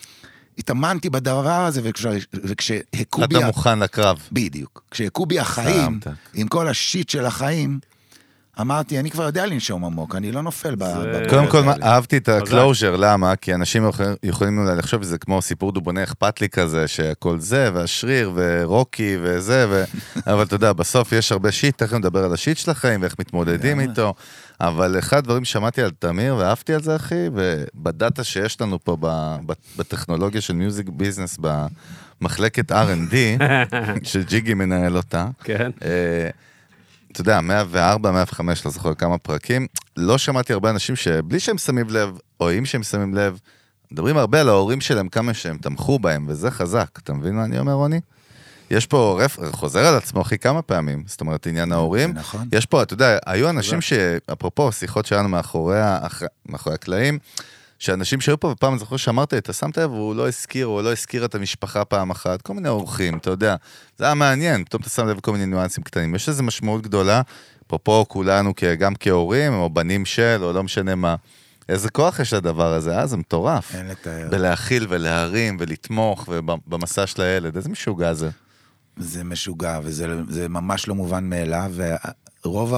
[SPEAKER 3] התאמנתי בדבר הזה, וכשהקו בי...
[SPEAKER 1] אתה מוכן לקרב.
[SPEAKER 3] בדיוק. כשהקו בי החיים, עם כל השיט של החיים, אמרתי, אני כבר יודע לנשום עמוק, אני לא נופל
[SPEAKER 1] קודם כל, אהבתי את הקלוז'ר, למה? כי אנשים יכולים אולי לחשוב שזה כמו סיפור דובונה אכפת לי כזה, שהכל זה, והשריר, ורוקי, וזה, אבל אתה יודע, בסוף יש הרבה שיט, תכף נדבר על השיט שלכם, ואיך מתמודדים איתו, אבל אחד הדברים שמעתי על תמיר, ואהבתי על זה, אחי, ובדאטה שיש לנו פה, בטכנולוגיה של מיוזיק ביזנס, במחלקת R&D, שג'יגי מנהל אותה,
[SPEAKER 2] כן.
[SPEAKER 1] אתה יודע, 104, 105, לא זוכר כמה פרקים, לא שמעתי הרבה אנשים שבלי שהם שמים לב, או אם שהם שמים לב, מדברים הרבה על ההורים שלהם, כמה שהם תמכו בהם, וזה חזק. אתה מבין מה אני אומר, רוני? יש פה חוזר על עצמו הכי כמה פעמים, זאת אומרת, עניין ההורים.
[SPEAKER 3] נכון.
[SPEAKER 1] יש פה, אתה יודע, היו אנשים שאפרופו, שיחות שלנו מאחורי הקלעים, שאנשים שהיו פה, ופעם אני זוכר שאמרת, אתה שמת לב, הוא לא הזכיר את המשפחה פעם אחת, כל מיני אורחים, אתה יודע, זה היה מעניין, פתאום אתה שם לב כל מיני ניואנסים קטנים, יש איזו משמעות גדולה, פה כולנו גם כהורים, או בנים של, או לא משנה מה, איזה כוח יש לדבר הזה, זה מטורף,
[SPEAKER 3] אין לתאר.
[SPEAKER 1] בלהכיל ולהרים ולתמוך, ובמסע של הילד, איזה משוגע זה.
[SPEAKER 3] זה משוגע, וזה ממש לא מובן מאליו, ורוב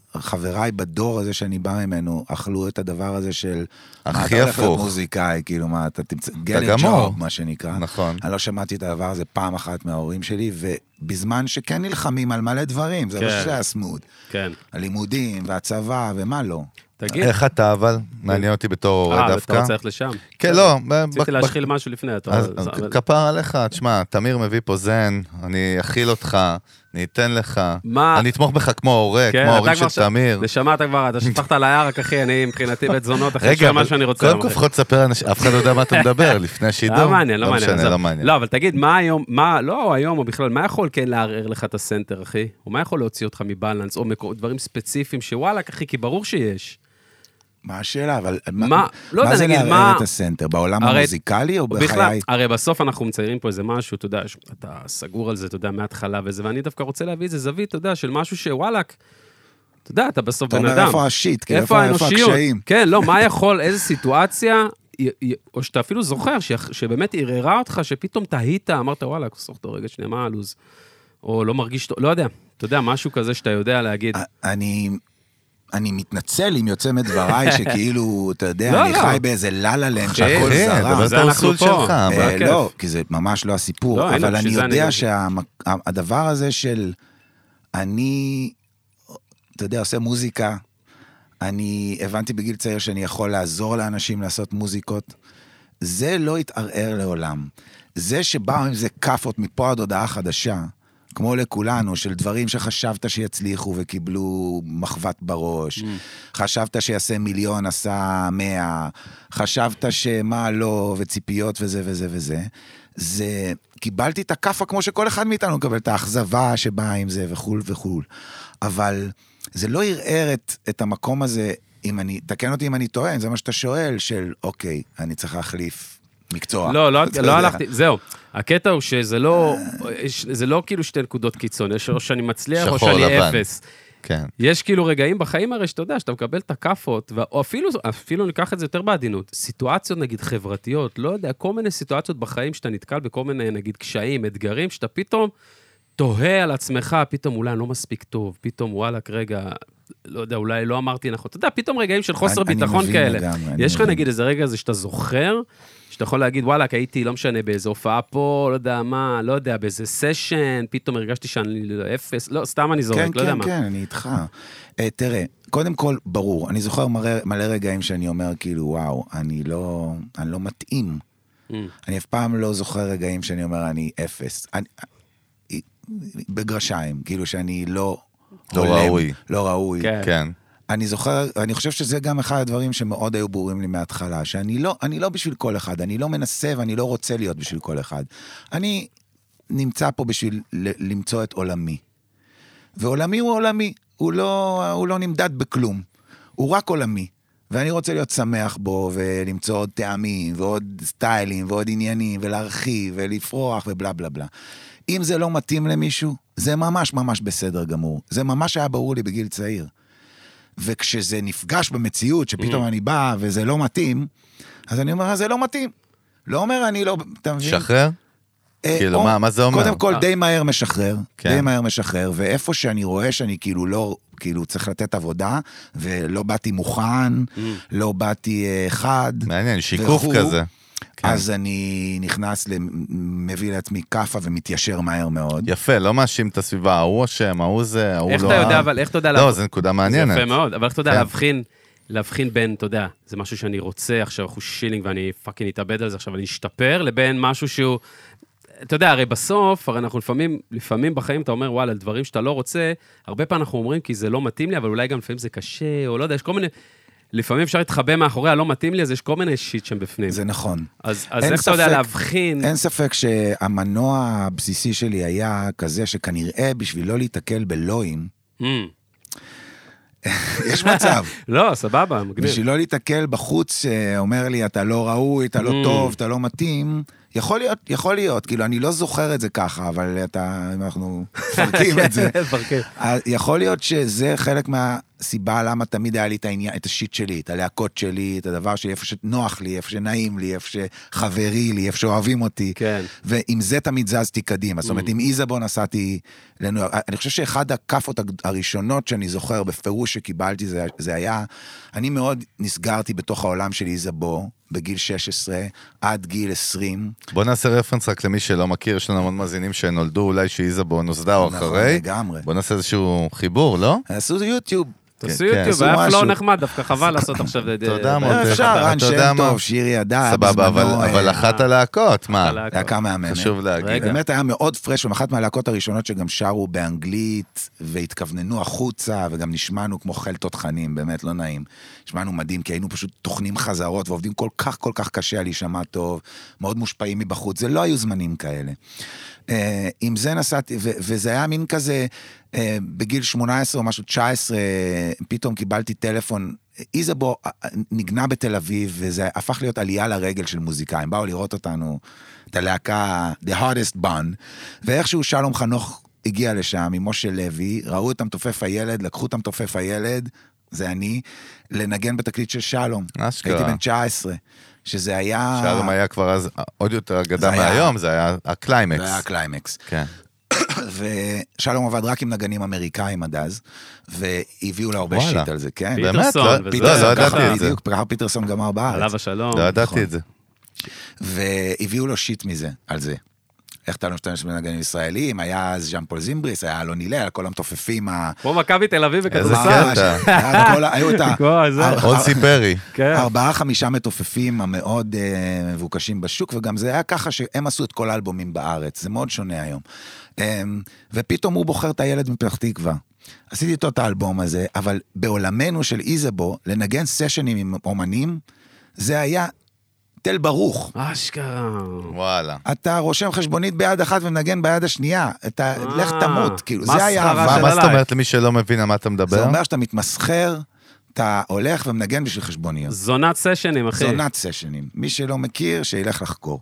[SPEAKER 3] חבריי בדור הזה שאני בא ממנו, אכלו את הדבר הזה של...
[SPEAKER 1] הכי הפוך.
[SPEAKER 3] מוזיקאי, כאילו מה, אתה תמצא...
[SPEAKER 1] אתה גמור.
[SPEAKER 3] מה שנקרא.
[SPEAKER 1] נכון.
[SPEAKER 3] אני לא שמעתי את הדבר הזה פעם אחת מההורים שלי, ובזמן שכן נלחמים על מלא דברים, זה לא שזה היה סמוד.
[SPEAKER 2] כן.
[SPEAKER 3] הלימודים והצבא ומה לא.
[SPEAKER 2] תגיד.
[SPEAKER 1] איך אתה אבל? מעניין אותי בתור הורה דווקא.
[SPEAKER 2] אתה רוצה ללכת לשם?
[SPEAKER 1] כן, לא.
[SPEAKER 2] רציתי להשחיל משהו לפני.
[SPEAKER 1] כפר עליך, תשמע, תמיר מביא פה זן, אני אכיל אותך, אני אתן לך, אני אתמוך בך כמו הורה, כמו ההורים של תמיר.
[SPEAKER 2] נשמע אתה כבר, אתה שפכת על הירק, אחי, אני מבחינתי בית זונות, אחרי שמה שאני רוצה.
[SPEAKER 1] קודם כל לפחות תספר, אף אחד לא יודע מה אתה מדבר, לפני השידור.
[SPEAKER 2] לא מעניין, לא
[SPEAKER 1] מעניין.
[SPEAKER 2] לא, אבל תגיד, מה היום, לא היום או בכלל, מה יכול כן לערער לך את הסנטר, אחי? או מה יכול להוציא אותך מבלנס, או דברים ספציפיים שוואלה, אחי, כי ברור שיש.
[SPEAKER 3] מה השאלה? אבל
[SPEAKER 2] מה
[SPEAKER 3] זה לערער את הסנטר? בעולם המוזיקלי או בחיי?
[SPEAKER 2] הרי בסוף אנחנו מציירים פה איזה משהו, אתה יודע, אתה סגור על זה, אתה יודע, מההתחלה וזה, ואני דווקא רוצה להביא איזה זווית, אתה יודע, של משהו שוואלק, אתה יודע, אתה בסוף בן אדם.
[SPEAKER 3] אתה אומר איפה השיט, איפה הקשיים?
[SPEAKER 2] כן, לא, מה יכול, איזה סיטואציה, או שאתה אפילו זוכר, שבאמת ערערה אותך, שפתאום תהית, אמרת, וואלה, סוף אותו רגע שנייה, מה הלוז? או לא מרגיש, לא יודע, אתה יודע, משהו כזה שאתה יודע להגיד.
[SPEAKER 3] אני מתנצל אם יוצא מדבריי, שכאילו, אתה יודע, אני חי באיזה ללה-לנד שהכל זרה.
[SPEAKER 1] זה אנחנו פה.
[SPEAKER 3] לא, כי זה ממש לא הסיפור, אבל אני יודע שהדבר הזה של, אני, אתה יודע, עושה מוזיקה, אני הבנתי בגיל צעיר שאני יכול לעזור לאנשים לעשות מוזיקות, זה לא יתערער לעולם. זה שבאו עם זה כפות מפה עד הודעה חדשה, כמו לכולנו, של דברים שחשבת שיצליחו וקיבלו מחוות בראש, חשבת שיעשה 1,000,000, עשה 100, חשבת שמה לא, וציפיות וזה וזה וזה, זה, קיבלתי את הכפה כמו שכל אחד מאיתנו מקבל, את האכזבה שבאה עם זה וכול וכול, אבל זה לא ערער את המקום הזה, תקן אותי אם אני טוען, זה מה שאתה שואל, של אוקיי, אני צריך להחליף מקצוע.
[SPEAKER 2] לא הלכתי, זהו. הקטע הוא שזה לא כאילו שתי נקודות קיצון, יש או שאני מצליח או שאני אפס.
[SPEAKER 1] כן.
[SPEAKER 2] יש כאילו רגעים בחיים הרי שאתה יודע, שאתה מקבל את הכפות, או אפילו ניקח את זה יותר בעדינות, סיטואציות נגיד חברתיות, לא יודע, כל מיני סיטואציות בחיים שאתה נתקל בכל מיני נגיד קשיים, אתגרים, שאתה פתאום תוהה על עצמך, פתאום אולי לא מספיק טוב, פתאום וואלה, רגע, לא יודע, אולי לא אמרתי נכון, אתה יודע, פתאום רגעים של חוסר ביטחון כאלה. יש לך נגיד איזה רגע הזה שאתה זוכר, שאתה יכול להגיד, וואלה, הייתי, לא משנה, באיזו הופעה פה, לא יודע מה, לא יודע, באיזה סשן, פתאום הרגשתי שאני אפס, לא, סתם אני זורק, לא יודע מה.
[SPEAKER 3] כן, אני איתך. תראה, קודם כל, ברור, אני זוכר מלא רגעים שאני אומר, כאילו, וואו, אני לא מתאים. אני אף פעם לא זוכר רגעים שאני אומר, אני אפס. בגרשיים, כאילו שאני לא
[SPEAKER 1] ראוי.
[SPEAKER 3] לא ראוי.
[SPEAKER 1] כן.
[SPEAKER 3] אני חושב שזה גם אחד הדברים שמאוד היו ברורים לי מההתחלה, שאני לא בשביל כל אחד, אני לא מנסה ואני לא רוצה להיות בשביל כל אחד. אני נמצא פה בשביל למצוא את עולמי. ועולמי הוא עולמי, הוא לא נמדד בכלום. הוא רק עולמי. ואני רוצה להיות שמח בו, ולמצוא עוד טעמים, ועוד סטיילים, ועוד עניינים, ולהרחיב, ולפרוח, ובלה בלה בלה. אם זה לא מתאים למישהו, זה ממש ממש בסדר גמור. זה ממש היה ברור לי בגיל צעיר. וכשזה נפגש במציאות, שפתאום אני בא וזה לא מתאים, אז אני אומר, זה לא מתאים. לא אומר, אני לא, אתה מבין?
[SPEAKER 1] שחרר? כאילו, מה זה אומר?
[SPEAKER 3] קודם כל, די מהר משחרר, די מהר משחרר, ואיפה שאני רואה שאני כאילו לא, כאילו צריך לתת עבודה, ולא באתי מוכן, לא באתי חד.
[SPEAKER 1] מעניין, שיקוף כזה.
[SPEAKER 3] אז אני נכנס, מביא לעצמי קפה ומתיישר מהר מאוד.
[SPEAKER 1] יפה, לא מאשים את הסביבה, ההוא השם, ההוא זה, ההוא לא...
[SPEAKER 2] איך אתה יודע, אבל איך אתה יודע...
[SPEAKER 1] לא, זו נקודה מעניינת.
[SPEAKER 2] זה יפה מאוד, אבל איך אתה יודע להבחין בין, אתה יודע, זה משהו שאני רוצה, עכשיו אנחנו שילינג ואני פאקינג אתאבד על זה, עכשיו אני אשתפר, לבין משהו שהוא... אתה יודע, הרי בסוף, הרי אנחנו לפעמים בחיים, אתה אומר, וואלה, דברים שאתה לא רוצה, הרבה פעמים אנחנו אומרים, כי זה לא מתאים לי, אבל אולי גם לפעמים זה קשה, או לא יודע, יש כל מיני... לפעמים אפשר להתחבא מאחוריה, לא מתאים לי, אז יש כל מיני שיט שם בפנים.
[SPEAKER 3] זה נכון.
[SPEAKER 2] אז איך אתה יודע להבחין?
[SPEAKER 3] אין ספק שהמנוע הבסיסי שלי היה כזה, שכנראה בשביל לא להתקל בלואים, יש מצב.
[SPEAKER 2] לא, סבבה, מגניב.
[SPEAKER 3] בשביל לא להתקל בחוץ, אומר לי, אתה לא ראוי, אתה לא טוב, אתה לא מתאים, יכול להיות, כאילו, אני לא זוכר את זה ככה, אבל אנחנו פרקים את זה. יכול להיות שזה חלק מהסיבה למה תמיד היה לי את השיט שלי, את הלהקות שלי, את הדבר שלי, איפה שנוח לי, איפה שנעים לי, איפה שחברי לי, איפה שאוהבים אותי. ועם זה תמיד זזתי קדימה. זאת אומרת, עם איזבו נסעתי לנו, אני חושב שאחד הכפות הראשונות שאני זוכר בפירוש שקיבלתי, זה היה, אני מאוד נסגרתי בתוך העולם של איזבו, בגיל 16 עד גיל 20.
[SPEAKER 1] בוא נעשה רפרנס רק למי שלא מכיר, יש לנו המון מאזינים שנולדו אולי שאיזבו נוסדה או אחרי. בוא נעשה איזשהו חיבור, לא?
[SPEAKER 3] עשו יוטיוב.
[SPEAKER 2] תעשו יוטיוב, היה פלו נחמד, דווקא חבל לעשות עכשיו...
[SPEAKER 1] תודה מאוד.
[SPEAKER 3] אפשר, רן שם טוב, שירי ידע.
[SPEAKER 1] סבבה, אבל אחת הלהקות, מה?
[SPEAKER 3] להקה מהממת.
[SPEAKER 1] חשוב להגיד.
[SPEAKER 3] באמת היה מאוד פרש, ואחת מהלהקות הראשונות שגם שרו באנגלית, והתכווננו החוצה, וגם נשמענו כמו חיל תותחנים, באמת לא נעים. נשמענו מדהים, כי היינו פשוט תוכנים חזרות, ועובדים כל כך קשה על להישמע טוב, מאוד מושפעים מבחוץ, זה לא היו זמנים כאלה. עם זה נסעתי, וזה היה מין כזה, בגיל 18 או משהו 19, פתאום קיבלתי טלפון, איזבו נגנה בתל אביב, וזה הפך להיות עלייה לרגל של מוזיקאים, באו לראות אותנו, את הלהקה, The Hardest Bun, ואיכשהו שלום חנוך הגיע לשם, עם משה לוי, ראו את המתופף הילד, לקחו את המתופף הילד, זה אני, לנגן בתקליט של שלום.
[SPEAKER 1] אשכרה.
[SPEAKER 3] הייתי בן 19. שזה היה...
[SPEAKER 1] שלום היה כבר אז עוד יותר אגדה מהיום, זה היה הקליימקס.
[SPEAKER 3] זה היה הקליימקס.
[SPEAKER 1] כן.
[SPEAKER 3] ושלום עבד רק עם נגנים אמריקאים עד אז, והביאו לה הרבה שיט על זה, כן?
[SPEAKER 1] באמת? לא ידעתי את זה.
[SPEAKER 3] בדיוק, פיטרסון גמר בארץ.
[SPEAKER 2] עליו השלום.
[SPEAKER 1] לא ידעתי את זה.
[SPEAKER 3] והביאו לו שיט מזה, על זה. איך אתה לא משתמש בנגנים ישראלים, היה אז ז'אן פול זימבריס, היה אלון הלל, כל המתופפים
[SPEAKER 2] כמו מכבי תל אביב
[SPEAKER 1] איזה
[SPEAKER 2] וכדורסל.
[SPEAKER 1] קטע.
[SPEAKER 3] היו את
[SPEAKER 1] אולסי פרי.
[SPEAKER 3] 4-5 מתופפים המאוד מבוקשים בשוק, וגם זה היה ככה שהם עשו את כל האלבומים בארץ, זה מאוד שונה היום. ופתאום הוא בוחר את הילד מפתח תקווה. עשיתי איתו את האלבום הזה, אבל בעולמנו של איזבו, לנגן סשנים עם אומנים, זה היה תל ברוך.
[SPEAKER 2] אשכרה.
[SPEAKER 1] וואלה.
[SPEAKER 3] אתה רושם חשבונית ביד אחת ומנגן ביד השנייה. אתה לך תמות, כאילו, זה היה אהבה.
[SPEAKER 1] מה זאת אומרת למי שלא מבין על מה אתה מדבר?
[SPEAKER 3] זה אומר שאתה מתמסחר, אתה הולך ומנגן בשביל חשבוניות.
[SPEAKER 2] זונת סשנים, אחי.
[SPEAKER 3] זונת סשנים. מי שלא מכיר, שילך לחקור.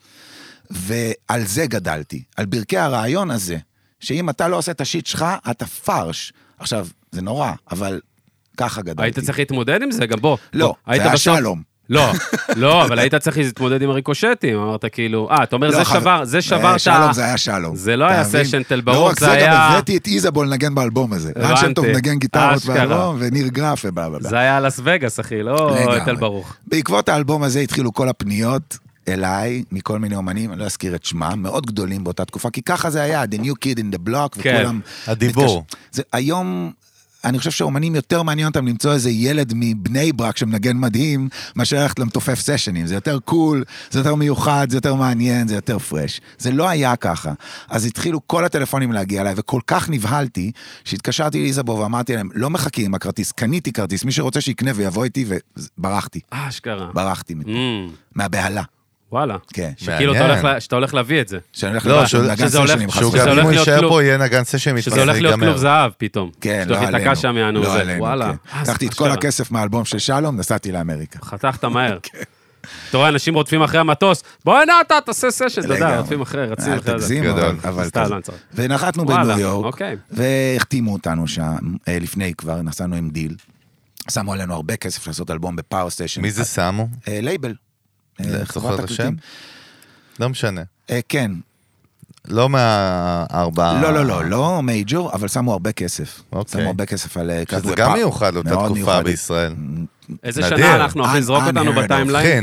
[SPEAKER 3] ועל זה גדלתי, על ברכי הרעיון הזה, שאם אתה לא עושה את השיט שלך, אתה פרש. עכשיו, זה נורא, אבל ככה גדלתי.
[SPEAKER 2] היית צריך להתמודד עם זה, גם בוא.
[SPEAKER 3] לא, זה היה שלום.
[SPEAKER 2] לא, אבל היית צריך להתמודד עם הריקושטים, אמרת כאילו, אתה אומר, זה שבר
[SPEAKER 3] שלום, זה היה שלום.
[SPEAKER 2] זה לא היה סשן תל ברוך,
[SPEAKER 3] זה היה... לא רק זה, גם הבאתי את איזבו לנגן באלבום הזה. רן שם טוב נגן גיטרות באלבום, וניר גרף ובלה.
[SPEAKER 2] זה היה לס וגאס, אחי, לא תל ברוך.
[SPEAKER 3] בעקבות האלבום הזה התחילו כל הפניות אליי, מכל מיני אומנים, אני לא אזכיר את שמם, מאוד גדולים באותה תקופה, כי ככה זה היה, the new kid in the block, וכולם...
[SPEAKER 1] הדיבור.
[SPEAKER 3] היום... אני חושב שהאומנים יותר מעניין אותם למצוא איזה ילד מבני ברק שמנגן מדהים, מאשר ללכת למתופף סשנים. זה יותר קול, זה יותר מיוחד, זה יותר מעניין, זה יותר פרש. זה לא היה ככה. אז התחילו כל הטלפונים להגיע אליי, וכל כך נבהלתי, שהתקשרתי לאיזבו ואמרתי להם, לא מחכים עם הכרטיס, קניתי כרטיס, מי שרוצה שיקנה ויבוא איתי, וברחתי.
[SPEAKER 2] אשכרה.
[SPEAKER 3] ברחתי מהבהלה.
[SPEAKER 2] וואלה.
[SPEAKER 3] כן.
[SPEAKER 2] שכאילו שאתה הולך להביא את זה.
[SPEAKER 1] לא, שהוא גם אם הוא יישאר פה, יהיה נגן סשן
[SPEAKER 2] שזה הולך להיות כלוב זהב פתאום.
[SPEAKER 3] כן, לא עלינו.
[SPEAKER 2] שתתקע שם יענו.
[SPEAKER 3] לא עלינו, כן. לקחתי את כל הכסף מהאלבום של שלום, נסעתי לאמריקה.
[SPEAKER 2] חתכת מהר. אתה רואה, אנשים רודפים אחרי המטוס, בוא הנה אתה, תעשה סשן, אתה יודע, רודפים אחרי, רצים אחרי זה.
[SPEAKER 3] אבל ונחתנו בניו יורק, והחתימו אותנו שם, לפני כבר, נסענו עם דיל, שמו עלינו הרבה כסף לעשות אלבום בפאוור סטיישן.
[SPEAKER 1] מי זה שמו?
[SPEAKER 3] לייבל.
[SPEAKER 1] זוכר את השם? לא משנה.
[SPEAKER 3] כן.
[SPEAKER 1] לא מהארבעה...
[SPEAKER 3] לא מייג'ור, אבל שמו הרבה כסף. שמו הרבה כסף על...
[SPEAKER 1] שזה גם מיוחד לאותה תקופה בישראל.
[SPEAKER 2] איזה שנה אנחנו, אחי, זרוק אותנו בטיימליין.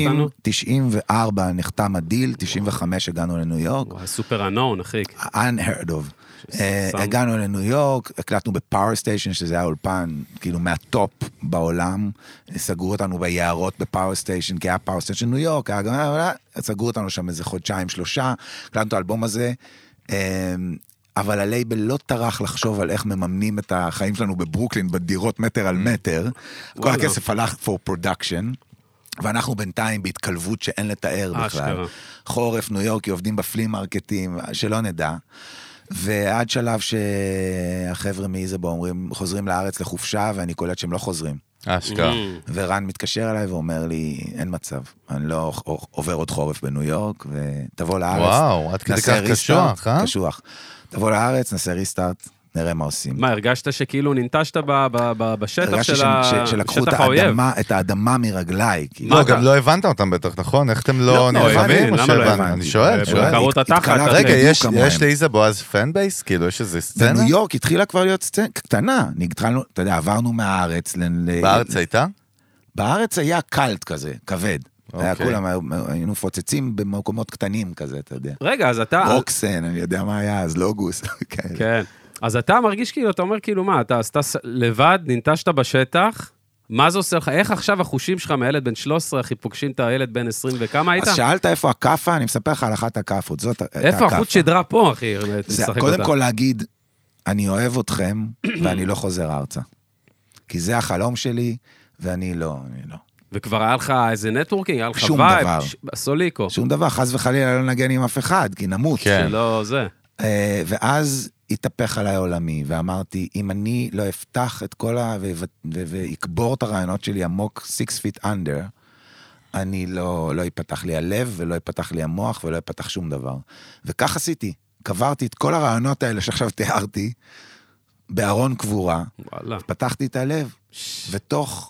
[SPEAKER 3] 94 נחתם הדיל, 95 הגענו לניו יורק.
[SPEAKER 2] סופר אנון, אחי.
[SPEAKER 3] Unheard of. הגענו לניו יורק, הקלטנו בפאוור סטיישן, שזה היה אולפן, כאילו מהטופ בעולם, סגרו אותנו ביערות בפאוור סטיישן, כי היה פאוור סטיישן ניו יורק, סגרו אותנו שם איזה חודשיים, 3, הקלטנו את האלבום הזה, אבל הלייבל לא טרח לחשוב על איך מממנים את החיים שלנו בברוקלין, בדירות מטר על מטר, כל הכסף הלך for production, ואנחנו בינתיים בהתקלבות שאין לתאר בכלל. חורף, ניו יורקי, עובדים בפלי מרקטים, שלא נדע. ועד שלב שהחבר'ה מאיזבו אומרים, חוזרים לארץ לחופשה, ואני קולט שהם לא חוזרים.
[SPEAKER 1] אשכרה.
[SPEAKER 3] ורן מתקשר אליי ואומר לי, אין מצב, אני לא עובר עוד חורף בניו יורק, ותבוא לארץ.
[SPEAKER 1] וואו, עד כדי כך קשוח, אה?
[SPEAKER 3] קשוח. תבוא לארץ, נעשה ריסטארט, נראה מה עושים.
[SPEAKER 2] מה, הרגשת שכאילו ננטשת בשטח שלקחו
[SPEAKER 3] את האדמה מרגליי.
[SPEAKER 1] לא, גם לא הבנת אותם בטח, נכון? איך אתם לא נלחמים?
[SPEAKER 2] למה לא הבנתי?
[SPEAKER 1] אני שואל.
[SPEAKER 2] קראו את התחת.
[SPEAKER 1] רגע, יש לאיזבו אז פן בייס? כאילו, יש איזה סצנה?
[SPEAKER 3] בניו יורק התחילה כבר להיות סצנה קטנה. נגתרנו, אתה יודע, עברנו מהארץ.
[SPEAKER 1] בארץ הייתה?
[SPEAKER 3] בארץ היה קלט כזה, כבד. היה כולם, היינו מפוצצים במקומות קטנים כזה, אתה יודע.
[SPEAKER 2] רגע, אז אתה...
[SPEAKER 3] רוקסן, אני יודע מה היה, אז לוגוס.
[SPEAKER 2] כן. אז אתה מרגיש כאילו, אתה אומר כאילו מה, אתה עשתה לבד, ננטשת בשטח, מה זה עושה לך? איך עכשיו החושים שלך מהילד בן 13, אחי פוגשים את הילד בן 20 וכמה היית?
[SPEAKER 3] אז שאלת איפה הקפה, אני מספר לך על אחת הקפות, זאת הקפה.
[SPEAKER 2] איפה החוט שדרה פה, אחי?
[SPEAKER 3] קודם כל להגיד, אני אוהב אתכם, ואני לא חוזר ארצה. כי זה החלום שלי, ואני לא.
[SPEAKER 2] וכבר היה לך איזה נטוורקינג, היה לך
[SPEAKER 3] שום
[SPEAKER 2] וייב,
[SPEAKER 3] דבר.
[SPEAKER 2] סוליקו.
[SPEAKER 3] שום דבר, חס וחלילה לא נגן עם אף אחד, כי נמות.
[SPEAKER 1] כן.
[SPEAKER 2] שלא זה.
[SPEAKER 3] ואז התהפך עליי עולמי, ואמרתי, אם אני לא אפתח את כל ויקבור את הרעיונות שלי עמוק 6 feet under, אני לא יפתח לי הלב, ולא יפתח לי המוח, ולא יפתח שום דבר. וכך עשיתי, קברתי את כל הרעיונות האלה שעכשיו תיארתי, בארון קבורה, פתחתי את הלב, ותוך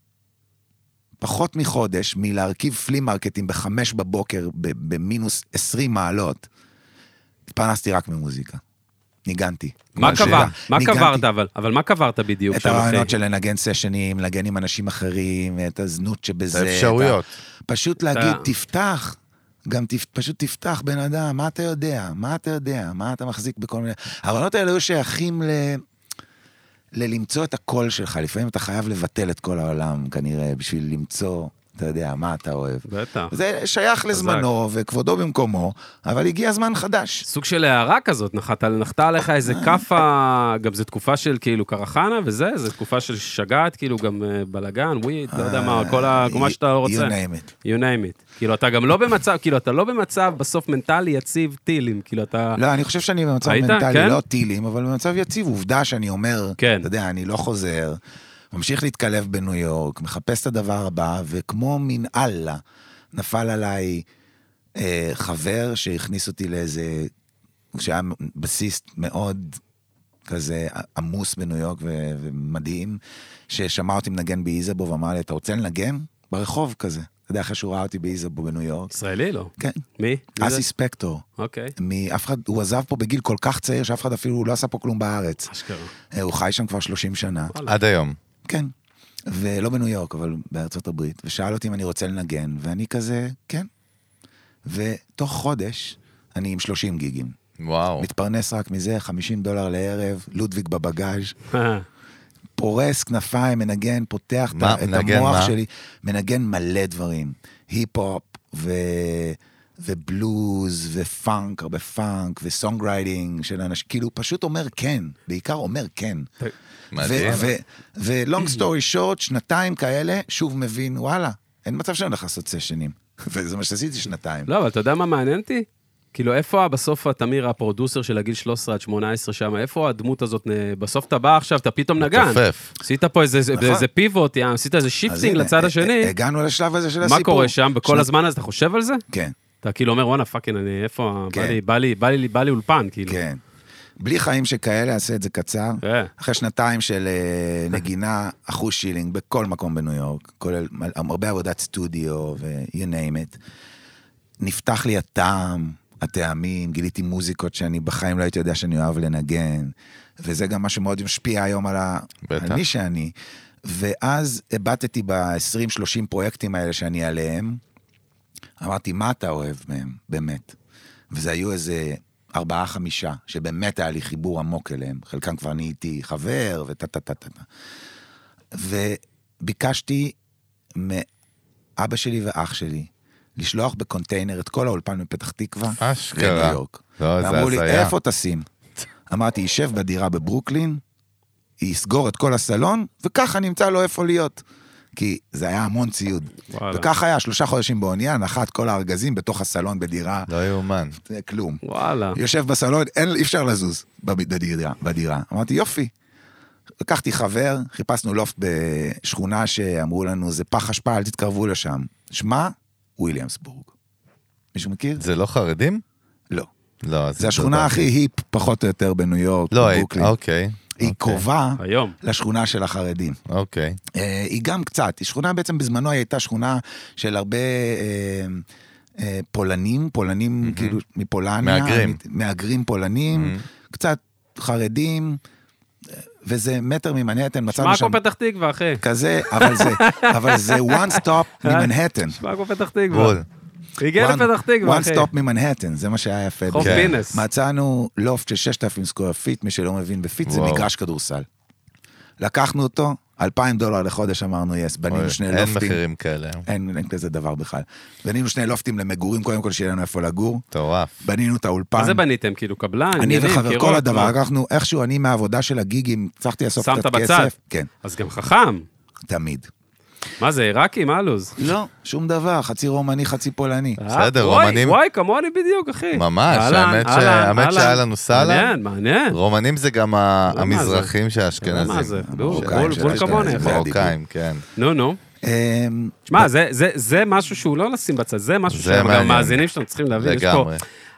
[SPEAKER 3] פחות מחודש, מלהרכיב פלי מרקטים ב5 בבוקר, במינוס 20 מעלות, התפרנסתי רק ממוזיקה. ניגנתי.
[SPEAKER 2] מה קברת אבל מה קברת בדיוק?
[SPEAKER 3] את הרעיונות של לנגן סשנים, לנגן עם אנשים אחרים, את הזנות שבזה.
[SPEAKER 1] האפשרויות.
[SPEAKER 3] פשוט להגיד, תפתח, גם פשוט תפתח בן אדם, מה אתה יודע? מה אתה יודע? מה אתה מחזיק בכל מיני... הרעיונות האלה היו שייכים למצוא את הקול שלך, לפעמים אתה חייב לבטל את כל העולם, כנראה, בשביל למצוא, אתה יודע, מה אתה אוהב.
[SPEAKER 2] בטח.
[SPEAKER 3] זה שייך לזמנו, וכבודו במקומו, אבל הגיע זמן חדש.
[SPEAKER 2] סוג של הערה כזאת, נחתה עליך איזה קאפה, גם זו תקופה של כאילו קרחנה, וזה, זו תקופה של שגעת, כאילו גם בלגן, וויד, אתה יודע מה, כל מה שאתה רוצה.
[SPEAKER 3] You name it.
[SPEAKER 2] You name it. כאילו, אתה גם לא במצב, כאילו, אתה לא במצב בסוף מנטלי יציב טילים, כאילו, אתה...
[SPEAKER 3] לא, אני חושב שאני במצב מנטלי, לא טילים, אבל במצב יציב, עובדה שאני אומר, אתה יודע, אני לא חוזר, ממשיך להתקלב בניו יורק, מחפש את הדבר הבא, וכמו מין אללה, נפל עליי חבר שהכניס אותי לאיזה, שהיה בסיס מאוד כזה עמוס בניו יורק ומדהים, ששמע אותי מנגן באיזבו, ואמר לי, אתה רוצה לנגן? ברחוב כזה. אתה יודע, אחרי שהוא ראה אותי באיזבו בניו יורק.
[SPEAKER 2] ישראלי לא?
[SPEAKER 3] כן.
[SPEAKER 2] מי?
[SPEAKER 3] אסי ספקטור.
[SPEAKER 2] אוקיי.
[SPEAKER 3] אף אחד, הוא עזב פה בגיל כל כך צעיר, שאף אחד אפילו לא עשה פה כלום בארץ.
[SPEAKER 2] אשכרה.
[SPEAKER 3] הוא חי שם כבר 30 שנה.
[SPEAKER 1] עד היום.
[SPEAKER 3] כן. ולא בניו יורק, אבל בארצות הברית. ושאל אותי אם אני רוצה לנגן, ואני כזה, כן. ותוך חודש, אני עם 30 גיגים.
[SPEAKER 1] וואו.
[SPEAKER 3] מתפרנס רק מזה, $50 לערב, לודוויג בבגאז'. פורס כנפיים, מנגן, פותח את המוח שלי, מנגן מלא דברים. היפ-הופ ובלוז ופאנק, הרבה פאנק וסונגרייטינג של אנשים, כאילו פשוט אומר כן, בעיקר אומר כן. ולונג סטורי שורט, 2 כאלה, שוב מבין, וואלה, אין מצב שאני הולך לעשות סשנים. וזה מה שעשיתי 2.
[SPEAKER 2] לא, אבל אתה יודע מה מעניין אותי? כאילו, איפה בסוף תמיר, הפרודוסר של הגיל 13 עד 18 שם, איפה הדמות הזאת, בסוף אתה בא עכשיו, אתה פתאום נגן.
[SPEAKER 1] תופף.
[SPEAKER 2] עשית פה איזה פיבוט, עשית איזה שיפטינג לצד השני.
[SPEAKER 3] הגענו לשלב הזה של הסיפור.
[SPEAKER 2] מה קורה שם? בכל הזמן הזה אתה חושב על זה?
[SPEAKER 3] כן.
[SPEAKER 2] אתה כאילו אומר, וואנה, פאקינג, אני איפה, בא לי אולפן, כאילו.
[SPEAKER 3] כן. בלי חיים שכאלה, אעשה את זה קצר. אחרי 2 של נגינה, 1% שילינג בכל מקום בניו יורק, כולל הרבה עבודת סטודיו ו-you name it. נפתח לי הטעמים, גיליתי מוזיקות שאני בחיים לא הייתי יודע שאני אוהב לנגן, וזה גם מה שמאוד משפיע היום על מי שאני. ואז הבטתי ב-20-30 פרויקטים האלה שאני עליהם, אמרתי, מה אתה אוהב מהם, באמת? וזה היו איזה 4-5, שבאמת היה לי חיבור עמוק אליהם, חלקם כבר נהייתי חבר, וביקשתי מאבא שלי ואח שלי, לשלוח בקונטיינר את כל האולפן מפתח תקווה, לניו יורק. ואמרו לי, איפה תשים? אמרתי, יישב בדירה בברוקלין, יסגור את כל הסלון, וככה נמצא לו איפה להיות. כי זה היה המון ציוד. וכך היה, 3 חודשים באונייה, נחת כל הארגזים בתוך הסלון בדירה.
[SPEAKER 1] לא יאומן.
[SPEAKER 3] זה כלום.
[SPEAKER 2] וואלה.
[SPEAKER 3] יושב בסלון, אי אפשר לזוז בדירה. אמרתי, יופי. לקחתי חבר, חיפשנו לופט בשכונה שאמרו לנו, זה פח אשפה, אל תתקרבו לשם. שמה? וויליאמסבורג. מישהו מכיר?
[SPEAKER 1] זה לא חרדים?
[SPEAKER 3] לא.
[SPEAKER 1] לא.
[SPEAKER 3] זה השכונה הכי היפ, פחות או יותר בניו יורק.
[SPEAKER 1] לא, אוקיי.
[SPEAKER 3] היא קרובה לשכונה של החרדים.
[SPEAKER 1] אוקיי.
[SPEAKER 3] היא גם קצת, היא שכונה בעצם בזמנו, היא הייתה שכונה של הרבה פולנים כאילו מפולניה. מהגרים פולנים, קצת חרדים, וזה מטר ממנהטן, מצאנו שם...
[SPEAKER 2] שמע כמו פתח תקווה, אחי.
[SPEAKER 3] כזה, אבל זה one stop ממנהטן.
[SPEAKER 2] שמע כמו פתח תקווה. הגיע לפתח תקווה, אחי.
[SPEAKER 3] one stop ממנהטן, זה מה שהיה יפה.
[SPEAKER 2] חוף פינס.
[SPEAKER 3] מצאנו לופט של 6,000 סקוואר פיט, מי שלא מבין בפיט, זה מגרש כדורסל. לקחנו אותו, $2,000 לחודש, אמרנו, יס, בנינו 2 לופטים.
[SPEAKER 1] אין מחירים כאלה.
[SPEAKER 3] אין כזה דבר בכלל. בנינו 2 לופטים למגורים, קודם כל שיהיה לנו איפה לגור.
[SPEAKER 1] טורף.
[SPEAKER 3] בנינו את האולפן.
[SPEAKER 2] מה זה בניתם? כאילו קבלן?
[SPEAKER 3] אני וחבר, כל הדבר. לקחנו, איכשהו אני מהעבודה של הגיגים, צריכתי לאסוף קצת כסף. כן.
[SPEAKER 2] אז גם חכם.
[SPEAKER 3] תמיד.
[SPEAKER 2] מה זה, עיראקי? מה הלוז?
[SPEAKER 3] לא, שום דבר, חצי רומני, חצי פולני.
[SPEAKER 1] בסדר, רומנים...
[SPEAKER 2] וואי, כמוני בדיוק, אחי.
[SPEAKER 1] ממש, האמת שהיה לנו סלאם.
[SPEAKER 2] מעניין.
[SPEAKER 1] רומנים זה גם המזרחים שהאשכנזים.
[SPEAKER 2] מה זה? בול כמוני.
[SPEAKER 1] מרוקאים, כן.
[SPEAKER 2] נו. תשמע, זה משהו שהוא לא לשים בצד, זה משהו שגם מאזינים שאתם צריכים להבין, יש פה...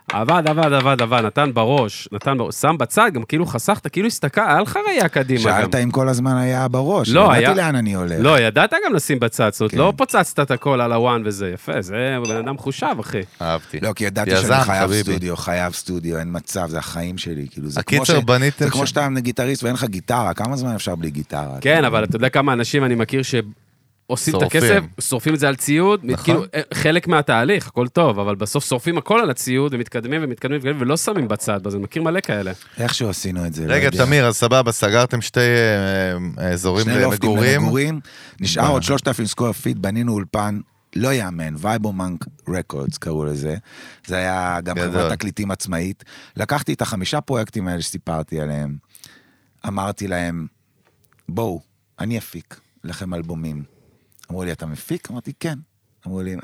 [SPEAKER 2] עבד, נתן בראש, שם בצד, גם כאילו חסכת, כאילו הסתכל, היה לך ראייה קדימה.
[SPEAKER 3] שאלת אם כל הזמן היה בראש, ידעתי לאן אני הולך.
[SPEAKER 2] לא, ידעת גם לשים בצד, זאת אומרת, לא פוצצת את הכל על הוואן וזה, יפה, זה בן אדם חושב, אחי.
[SPEAKER 1] אהבתי.
[SPEAKER 3] לא, כי ידעתי שאני חייב סטודיו, אין מצב, זה החיים שלי, כאילו, זה כמו שאתה גיטריסט ואין לך גיטרה, כמה זמן אפשר בלי גיטרה?
[SPEAKER 2] כן, אבל אתה יודע כמה אנשים אני מכיר עושים את הכסף, שורפים את זה על ציוד, כאילו, חלק מהתהליך, הכל טוב, אבל בסוף שורפים הכל על הציוד, ומתקדמים, ולא שמים בצד, אז אני מכיר מלא כאלה.
[SPEAKER 3] איכשהו עשינו את זה.
[SPEAKER 1] רגע, תמיר, אז סבבה, סגרתם 2 אזורים למגורים.
[SPEAKER 3] נשאר עוד 3,000 סקוואר פיט, בנינו אולפן, לא יאמן, וייבומנק רקורדס קראו לזה, זה היה גם חברת תקליטים עצמאית, לקחתי את 5 פרויקטים האלה שסיפרתי עליהם, אמרתי להם, בואו, אני אפיק לכם אלבומים. אמרו לי, אתה מפיק? אמרתי, כן. אמרו לי,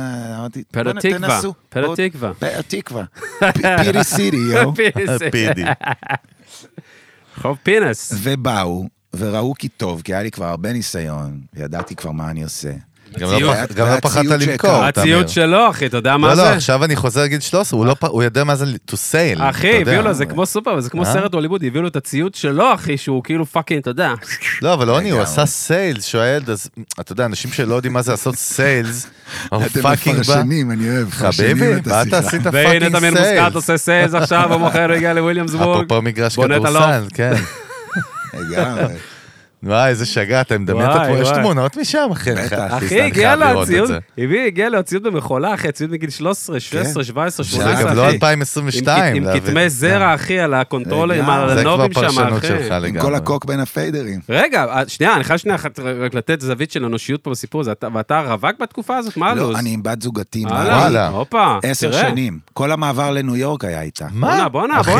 [SPEAKER 3] תנסו. פתח תקווה. פידי סיטי, יו.
[SPEAKER 1] פידי.
[SPEAKER 2] חוף פינס.
[SPEAKER 3] ובאו, וראו כי טוב, כי היה לי כבר הרבה ניסיון, וידעתי כבר מה אני עושה.
[SPEAKER 1] גם לא פחדת למכור.
[SPEAKER 2] הציוד שלו, אחי, אתה יודע מה זה?
[SPEAKER 1] לא, עכשיו אני חוזר לגיל 13, הוא יודע מה זה to sell.
[SPEAKER 2] אחי, הביאו לו, זה כמו סופר, זה כמו סרט הוליווד, הביאו לו את הציוד שלו, אחי, שהוא כאילו פאקינג, אתה יודע.
[SPEAKER 1] לא, אבל לא, הוא עשה סיילס, שואל, אתה יודע, אנשים שלא יודעים מה זה לעשות סיילס,
[SPEAKER 3] אתם מפרשנים, אני אוהב,
[SPEAKER 1] חביבי, מה אתה עשית פאקינג סיילס?
[SPEAKER 2] והנה תמיר מוסקאט עושה סיילס עכשיו, הוא מוכר, הגיע לוויליאמסבורג.
[SPEAKER 1] אפרופו מגרש כדורסל, כן. וואי, איזה שגע, אתם מדמיין את התמונות, יש תמונות משם, אחי.
[SPEAKER 2] אחי, הגיע לו הציוד, הגיע לו הציוד במחולה, אחי, הציוד מגיל 13, 16, 17, 18, אחי.
[SPEAKER 1] זה גם לא 2022.
[SPEAKER 2] עם כתמי זרע, אחי, על הקונטרולר, עם הנובים שם, אחי.
[SPEAKER 3] עם כל הקוק בין הפיידרים.
[SPEAKER 2] רגע, שנייה, אני חייב שנייה רק לתת זווית של אנושיות פה בסיפור הזה, ואתה רווק בתקופה הזאת, מה הלו"ז?
[SPEAKER 3] לא, אני עם בת זוגתי, 10 שנים. כל המעבר לניו יורק היה איתה.
[SPEAKER 1] מה?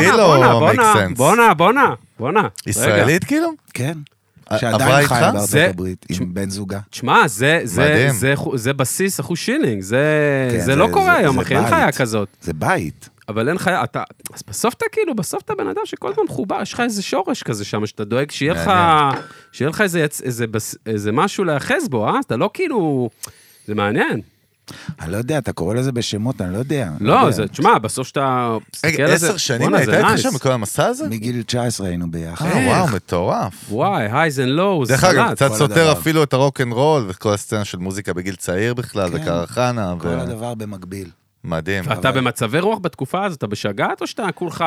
[SPEAKER 2] בונה.
[SPEAKER 1] ישראלית כאילו?
[SPEAKER 3] כן. שעדיין חי בארצות הברית, עם בן זוגה.
[SPEAKER 2] תשמע, זה בסיס אחוז שילינג, זה לא קורה היום, אחי, אין חיה כזאת.
[SPEAKER 3] זה בית.
[SPEAKER 2] אבל אין לך, אז בסוף אתה כאילו, בסוף אתה בן אדם שכל הזמן מחובר, יש לך איזה שורש כזה שם, שאתה דואג שיהיה לך איזה משהו להאחז בו, אתה לא כאילו, זה מעניין.
[SPEAKER 3] אני לא יודע, אתה קורא לזה בשמות, אני לא יודע.
[SPEAKER 2] לא, זה, תשמע, בסוף שאתה...
[SPEAKER 1] רגע, 10 שנים הייתה איתך שם בכל המסע הזה?
[SPEAKER 3] מגיל 19 היינו ביחד.
[SPEAKER 1] וואו, מטורף.
[SPEAKER 2] וואי, הייז אנד לואוז.
[SPEAKER 1] דרך אגב, קצת סותר אפילו את הרוק אנד רול, וכל הסצנה של מוזיקה בגיל צעיר בכלל, וקרחנה.
[SPEAKER 3] כל הדבר במקביל.
[SPEAKER 1] מדהים.
[SPEAKER 2] ואתה במצבי רוח בתקופה הזאת, אתה בשגעת, או שאתה כולך,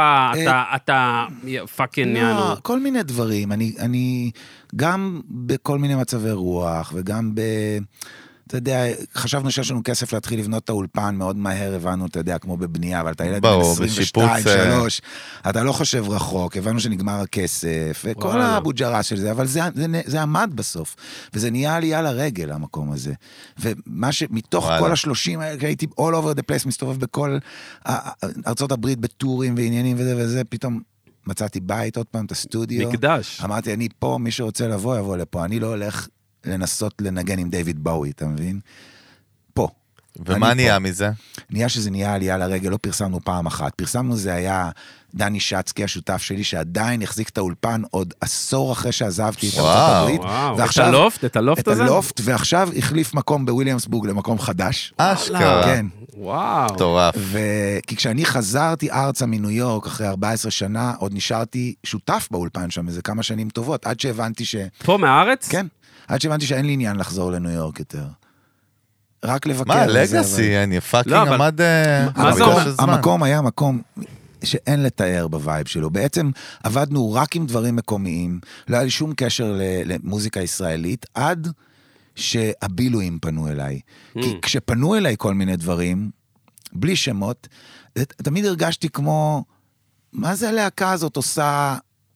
[SPEAKER 2] אתה פאקינג ניאנו?
[SPEAKER 3] לא, כל מיני דברים. אני גם בכל מיני מצבי רוח, וגם אתה יודע, חשבנו שיש לנו כסף להתחיל לבנות את האולפן, מאוד מהר הבנו, אתה יודע, כמו בבנייה, אבל אתה ילד בן 22, 3, אתה לא חושב רחוק, הבנו שנגמר הכסף, וכל הבוג'רה של זה, אבל זה עמד בסוף, וזה נהיה עלייה לרגל, המקום הזה. ומה שמתוך כל ה-30, הייתי all over the place, מסתובב בכל ארצות הברית, בטורים ועניינים וזה, פתאום מצאתי בית, עוד פעם, את הסטודיו.
[SPEAKER 2] מקדש.
[SPEAKER 3] אמרתי, אני פה, מי שרוצה לבוא, יבוא לפה, אני לא הולך לנסות לנגן עם דיוויד באוי, אתה מבין? פה.
[SPEAKER 1] ומה נהיה מזה?
[SPEAKER 3] נהיה שזה נהיה עלייה לרגל, לא פרסמנו פעם אחת. פרסמנו זה היה דני שצקי, השותף שלי, שעדיין החזיק את האולפן עוד עשור אחרי שעזבתי את ארצות הברית.
[SPEAKER 2] וואו, את הלופט הזה?
[SPEAKER 3] את הלופט, ועכשיו החליף מקום בוויליאמסבורג למקום חדש.
[SPEAKER 1] אשכרה.
[SPEAKER 3] כן.
[SPEAKER 2] וואו.
[SPEAKER 1] מטורף.
[SPEAKER 3] כי כשאני חזרתי ארצה מניו יורק אחרי 14 שנה, עוד נשארתי שותף באולפן שם, איזה כמה שנים טובות, עד שהבנתי
[SPEAKER 2] פה מהארץ?
[SPEAKER 3] כן. עד שהבנתי שאין לי עניין לחזור לניו יורק יותר. רק לבקר.
[SPEAKER 1] מה, לגאסי, אני פאקינג עמד...
[SPEAKER 3] המקום היה מקום שאין לתאר בווייב שלו. בעצם עבדנו רק עם דברים מקומיים, לא היה לי שום קשר למוזיקה ישראלית, עד שהבילויים פנו אליי. כי כשפנו אליי כל מיני דברים, בלי שמות, תמיד הרגשתי כמו, מה זה הלהקה הזאת עושה...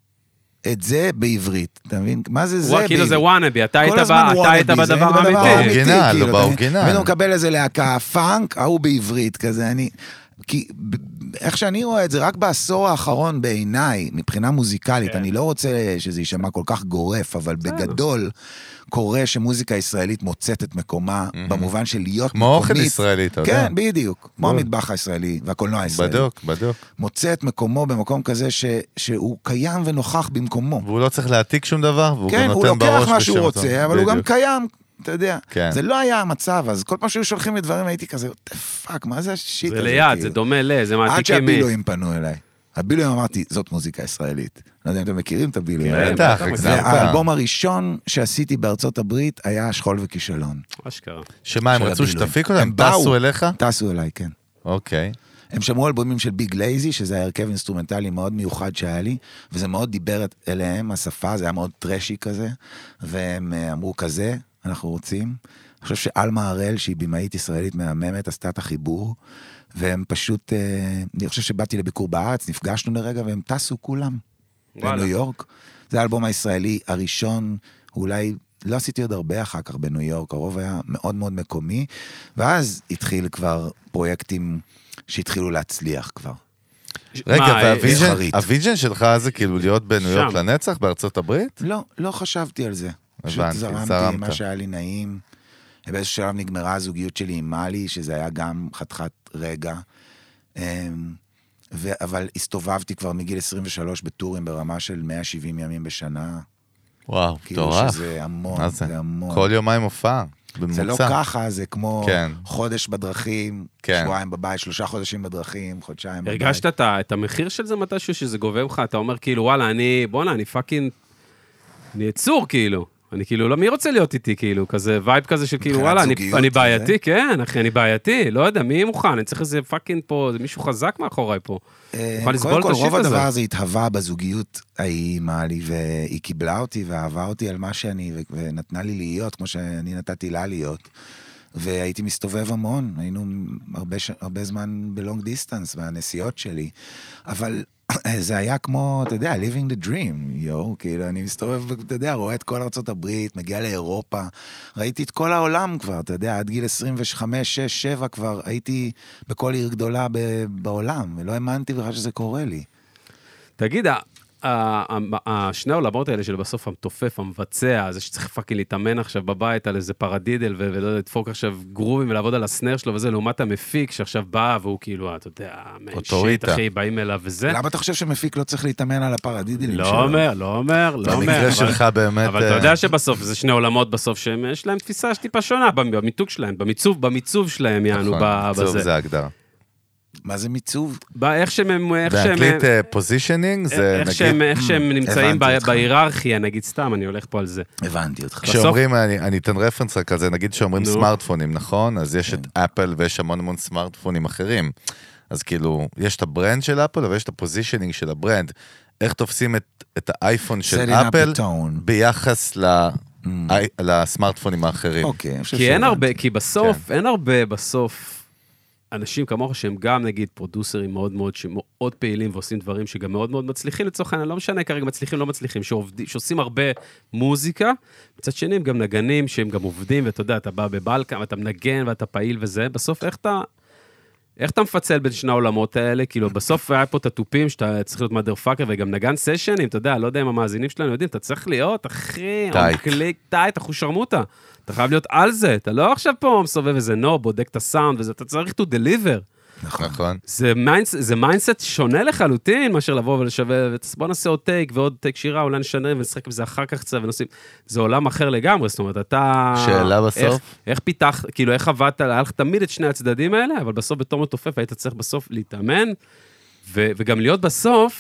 [SPEAKER 3] את זה בעברית, אתה מבין? מה זה זה בעברית?
[SPEAKER 2] כאילו זה וואנאבי, אתה היית בדבר האמיתי.
[SPEAKER 1] באורגינל, לא באורגינל.
[SPEAKER 3] ואני מקבל איזה להקה, פאנק, ההוא בעברית כזה, כי איך שאני רואה את זה, רק בעשור האחרון בעיניי, מבחינה מוזיקלית, אני לא רוצה שזה יישמע כל כך גורף, אבל בגדול, קורה שמוזיקה ישראלית מוצאת את מקומה, במובן של להיות
[SPEAKER 1] כמו אוכל ישראלי, אתה יודע.
[SPEAKER 3] כן, בדיוק. כמו המטבח הישראלי, והקולנוע הישראלי.
[SPEAKER 1] בדיוק.
[SPEAKER 3] מוצא את מקומו במקום כזה שהוא קיים ונוכח במקומו.
[SPEAKER 1] והוא לא צריך להעתיק שום דבר, והוא גם נותן בראש.
[SPEAKER 3] כן, הוא לוקח מה שהוא רוצה, אבל הוא גם קיים, אתה יודע. זה לא היה המצב, אז כל פעם שהיו שולחים לי דברים, הייתי כזה, פאק, מה זה השיט הזה?
[SPEAKER 2] זה ליד, זה דומה זה מעתיקים.
[SPEAKER 3] עד שהבילויים פנו אליי. הבילויים אמרתי, זאת מוזיקה ישראלית. לא יודע אם אתם מכירים את הבילויים.
[SPEAKER 1] בטח,
[SPEAKER 3] האלבום הראשון שעשיתי בארצות הברית היה שכול וכישלון.
[SPEAKER 2] אשכרה.
[SPEAKER 1] שמה, הם רצו שתפיק אותם? הם טסו אליך?
[SPEAKER 3] טסו אליי, כן.
[SPEAKER 1] אוקיי.
[SPEAKER 3] הם שמעו אלבומים של ביג לייזי, שזה היה הרכב אינסטרומנטלי מאוד מיוחד שהיה לי, וזה מאוד דיבר אליהם, השפה, זה היה מאוד טרשי כזה, והם אמרו כזה, אנחנו רוצים. אני חושב שאלמה הראל, שהיא בימאית ישראלית מהממת, עשתה את החיבור, והם פשוט, אני חושב שבאתי לביקור בארץ, נפגשנו לרגע, והם טסו כולם בניו יורק. זה האלבום הישראלי הראשון, אולי לא עשיתי עוד הרבה אחר כך בניו יורק, הרוב היה מאוד מאוד מקומי, ואז התחיל כבר פרויקטים שהתחילו להצליח כבר.
[SPEAKER 1] רגע, והוויז'ן שלך זה כאילו להיות בניו יורק לנצח בארצות הברית?
[SPEAKER 3] לא חשבתי על זה. פשוט זרמתי מה שהיה לי נעים. באיזשהו שלב נגמרה הזוגיות שלי עם מאלי, שזה היה גם חתיכת רגע. אבל הסתובבתי כבר מגיל 23 בטורים ברמה של 170 ימים בשנה.
[SPEAKER 1] וואו,
[SPEAKER 3] כאילו שזה המון, זה המון.
[SPEAKER 1] כל יומיים הופעה, בממוצע.
[SPEAKER 3] זה לא ככה, זה כמו חודש בדרכים, שבועיים בבית, 3 חודשים בדרכים, חודשיים בבית.
[SPEAKER 2] הרגשת את המחיר של זה מתישהו שזה גובה ממך? אתה אומר כאילו, וואלה, אני פאקינג, אני יצור כאילו. אני כאילו, לא, מי רוצה להיות איתי, כאילו, כזה וייב כזה של כאילו, וואלה, אני בעייתי, כן, אחי, אני בעייתי, לא יודע, מי מוכן, אני צריך איזה פאקינג פה, זה מישהו חזק מאחוריי פה.
[SPEAKER 3] קודם כל, רוב הדבר הזה התהווה בזוגיות ההיא מעלי, והיא קיבלה אותי ואהבה אותי על מה שאני, ונתנה לי להיות, כמו שאני נתתי לה להיות, והייתי מסתובב המון, היינו הרבה זמן בלונג דיסטנס, והנסיעות שלי, אבל זה היה כמו, אתה יודע, living the dream, כאילו, אני מסתובב, אתה יודע, רואה את כל ארצות הברית, מגיע לאירופה, ראיתי את כל העולם כבר, אתה יודע, עד גיל 25, 6, 7 כבר, הייתי בכל עיר גדולה בעולם, ולא האמנתי בכלל שזה קורה לי.
[SPEAKER 2] תגיד, השני העולמות האלה של בסוף המתופף, המבצע, זה שצריך פאקינג להתאמן עכשיו בבית על איזה פרדידל, ולא לדפוק עכשיו גרובים ולעבוד על הסנר שלו וזה, לעומת המפיק שעכשיו בא, והוא כאילו, אתה יודע, שיט, אחי, באים אליו וזה.
[SPEAKER 3] למה אתה חושב שמפיק לא צריך להתאמן על הפרדידלים שלו?
[SPEAKER 2] לא אומר.
[SPEAKER 1] במקרה שלך באמת...
[SPEAKER 2] אבל אתה יודע שבסוף, זה שני עולמות בסוף, שיש להם תפיסה שטיפה שונה, במיתוג שלהם, במיצוב שלהם, יענו, בזה.
[SPEAKER 1] מיצוב זה הגדרה.
[SPEAKER 3] מה זה מיצוב?
[SPEAKER 2] איך שהם...
[SPEAKER 1] באנגלית פוזישנינג זה נגיד...
[SPEAKER 2] איך שהם נמצאים בהיררכיה, נגיד סתם, אני הולך פה על זה.
[SPEAKER 3] הבנתי אותך.
[SPEAKER 1] כשאומרים, אני אתן רפרנס רק על זה, נגיד שאומרים סמארטפונים, נכון? אז יש את אפל ויש המון סמארטפונים אחרים. אז כאילו, יש את הברנד של אפל, אבל יש את הפוזישנינג של הברנד. איך תופסים את האייפון של אפל ביחס לסמארטפונים האחרים.
[SPEAKER 2] כי אין הרבה, כי בסוף, אין הרבה בסוף, אנשים כמוך שהם גם נגיד פרודוסרים מאוד מאוד פעילים ועושים דברים שגם מאוד מאוד מצליחים לצורך העניין, לא משנה כרגע מצליחים לא מצליחים, שעושים הרבה מוזיקה, מצד שני הם גם נגנים שהם גם עובדים, ואתה יודע, אתה בא בבלקה ואתה מנגן ואתה פעיל וזה, בסוף איך אתה מפצל בין שני העולמות האלה? כאילו בסוף היה פה את הטופים שאתה צריך להיות מדר-פאקר וגם נגן סשנים, אתה יודע, לא יודע אם המאזינים שלנו יודעים, אתה צריך להיות, אחי, טייט, אחו שרמוטה. אתה חייב להיות על זה, אתה לא עכשיו פה מסובב איזה נו, בודק את הסאונד וזה, אתה צריך to deliver.
[SPEAKER 1] נכון.
[SPEAKER 2] זה מיינדסט שונה לחלוטין, מאשר לבוא ולשווה, בוא נעשה עוד טייק ועוד טייק שירה, אולי נשנרים ונשחק בזה אחר כך קצת ונושאים. זה עולם אחר לגמרי, זאת אומרת, אתה...
[SPEAKER 1] שאלה בסוף?
[SPEAKER 2] איך פיתח, כאילו, איך עבדת, היה לך תמיד את שני הצדדים האלה, אבל בסוף בתור מתופף היית צריך בסוף להתאמן, וגם להיות בסוף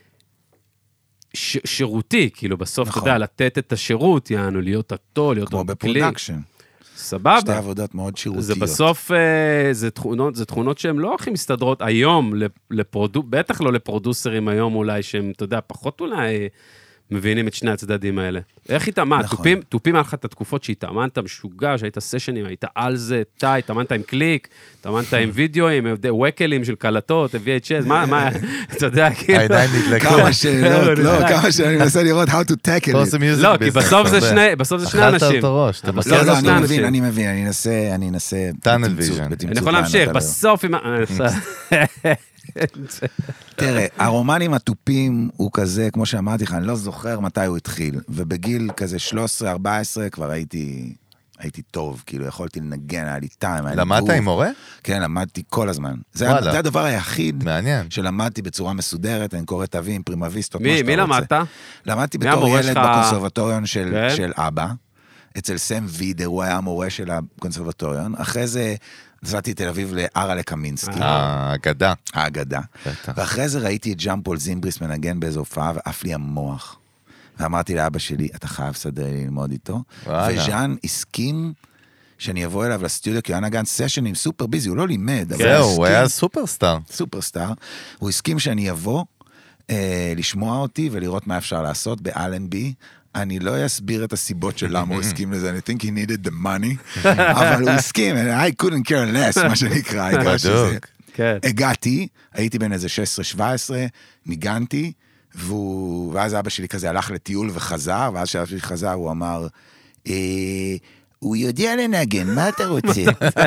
[SPEAKER 2] שירותי, כאילו, בסוף, אתה יודע, לתת את השירות, יענו, להיות אותו, להיות
[SPEAKER 3] כמו בפרודקשן.
[SPEAKER 2] סבבה.
[SPEAKER 3] שתי עבודות מאוד שירותיות.
[SPEAKER 2] זה בסוף, זה תכונות שהן לא הכי מסתדרות היום, בטח לא לפרודוסרים היום אולי, שהם, אתה יודע, פחות אולי מבינים את שני הצדדים האלה. איך התאמנת? טופים היה לך את התקופות שהתאמנת משוגע, שהיית סשנים, היית על זה, התאמנת עם קליק, התאמנת עם וידאוים, ווקלים של קלטות, VHS, מה, אתה יודע, כאילו...
[SPEAKER 1] העיניים נדלקו.
[SPEAKER 3] כמה שאלות, לא, כמה שאני מנסה לראות how to tackle it.
[SPEAKER 2] לא, כי בסוף זה שני אנשים.
[SPEAKER 1] אכלת את הראש.
[SPEAKER 3] לא, אני מבין, אני אנסה...
[SPEAKER 1] טאנל ויז'ן.
[SPEAKER 2] אני יכול להמשיך, בסוף...
[SPEAKER 3] תראה, הרומן עם הטופים הוא כזה, כמו שאמרתי לך, אני לא זוכר מתי הוא התחיל, ובגיל כזה 13-14 כבר הייתי טוב, כאילו יכולתי לנגן, היה לי טעם.
[SPEAKER 1] למדת עם מורה?
[SPEAKER 3] כן, למדתי כל הזמן. זה הדבר היחיד שלמדתי בצורה מסודרת, אני קורא תווים, פרימביסטות, מה שאתה רוצה.
[SPEAKER 2] מי למדת?
[SPEAKER 3] למדתי בתור ילד בקונסרבטוריון של אבא, אצל סם וידר, הוא היה המורה של הקונסרבטוריון, אחרי זה... נסעתי תל אביב לארלה קמינסקי. האגדה. ואחרי זה ראיתי את ז'אן פול זימבריס מנגן באיזו הופעה, ואף לי המוח. ואמרתי לאבא שלי, אתה חייב סדר ללמוד איתו. וז'אן הסכים שאני אבוא אליו לסטודיו, כי הוא היה נגן סשנים סופר ביזי, הוא לא לימד.
[SPEAKER 1] זהו, הוא היה סופרסטאר.
[SPEAKER 3] סופרסטאר. הוא הסכים שאני אבוא לשמוע אותי ולראות מה אפשר לעשות באלנבי. אני לא אסביר את הסיבות של למה הוא הסכים לזה, I think he needed the money, אבל הוא הסכים, I couldn't care less, מה שנקרא, הגעתי, הייתי בין איזה 16-17, ניגנתי, ואז אבא שלי כזה הלך לטיול וחזר, ואז שאבא שלי חזר, הוא אמר, הוא יודע לנגן, מה אתה רוצה?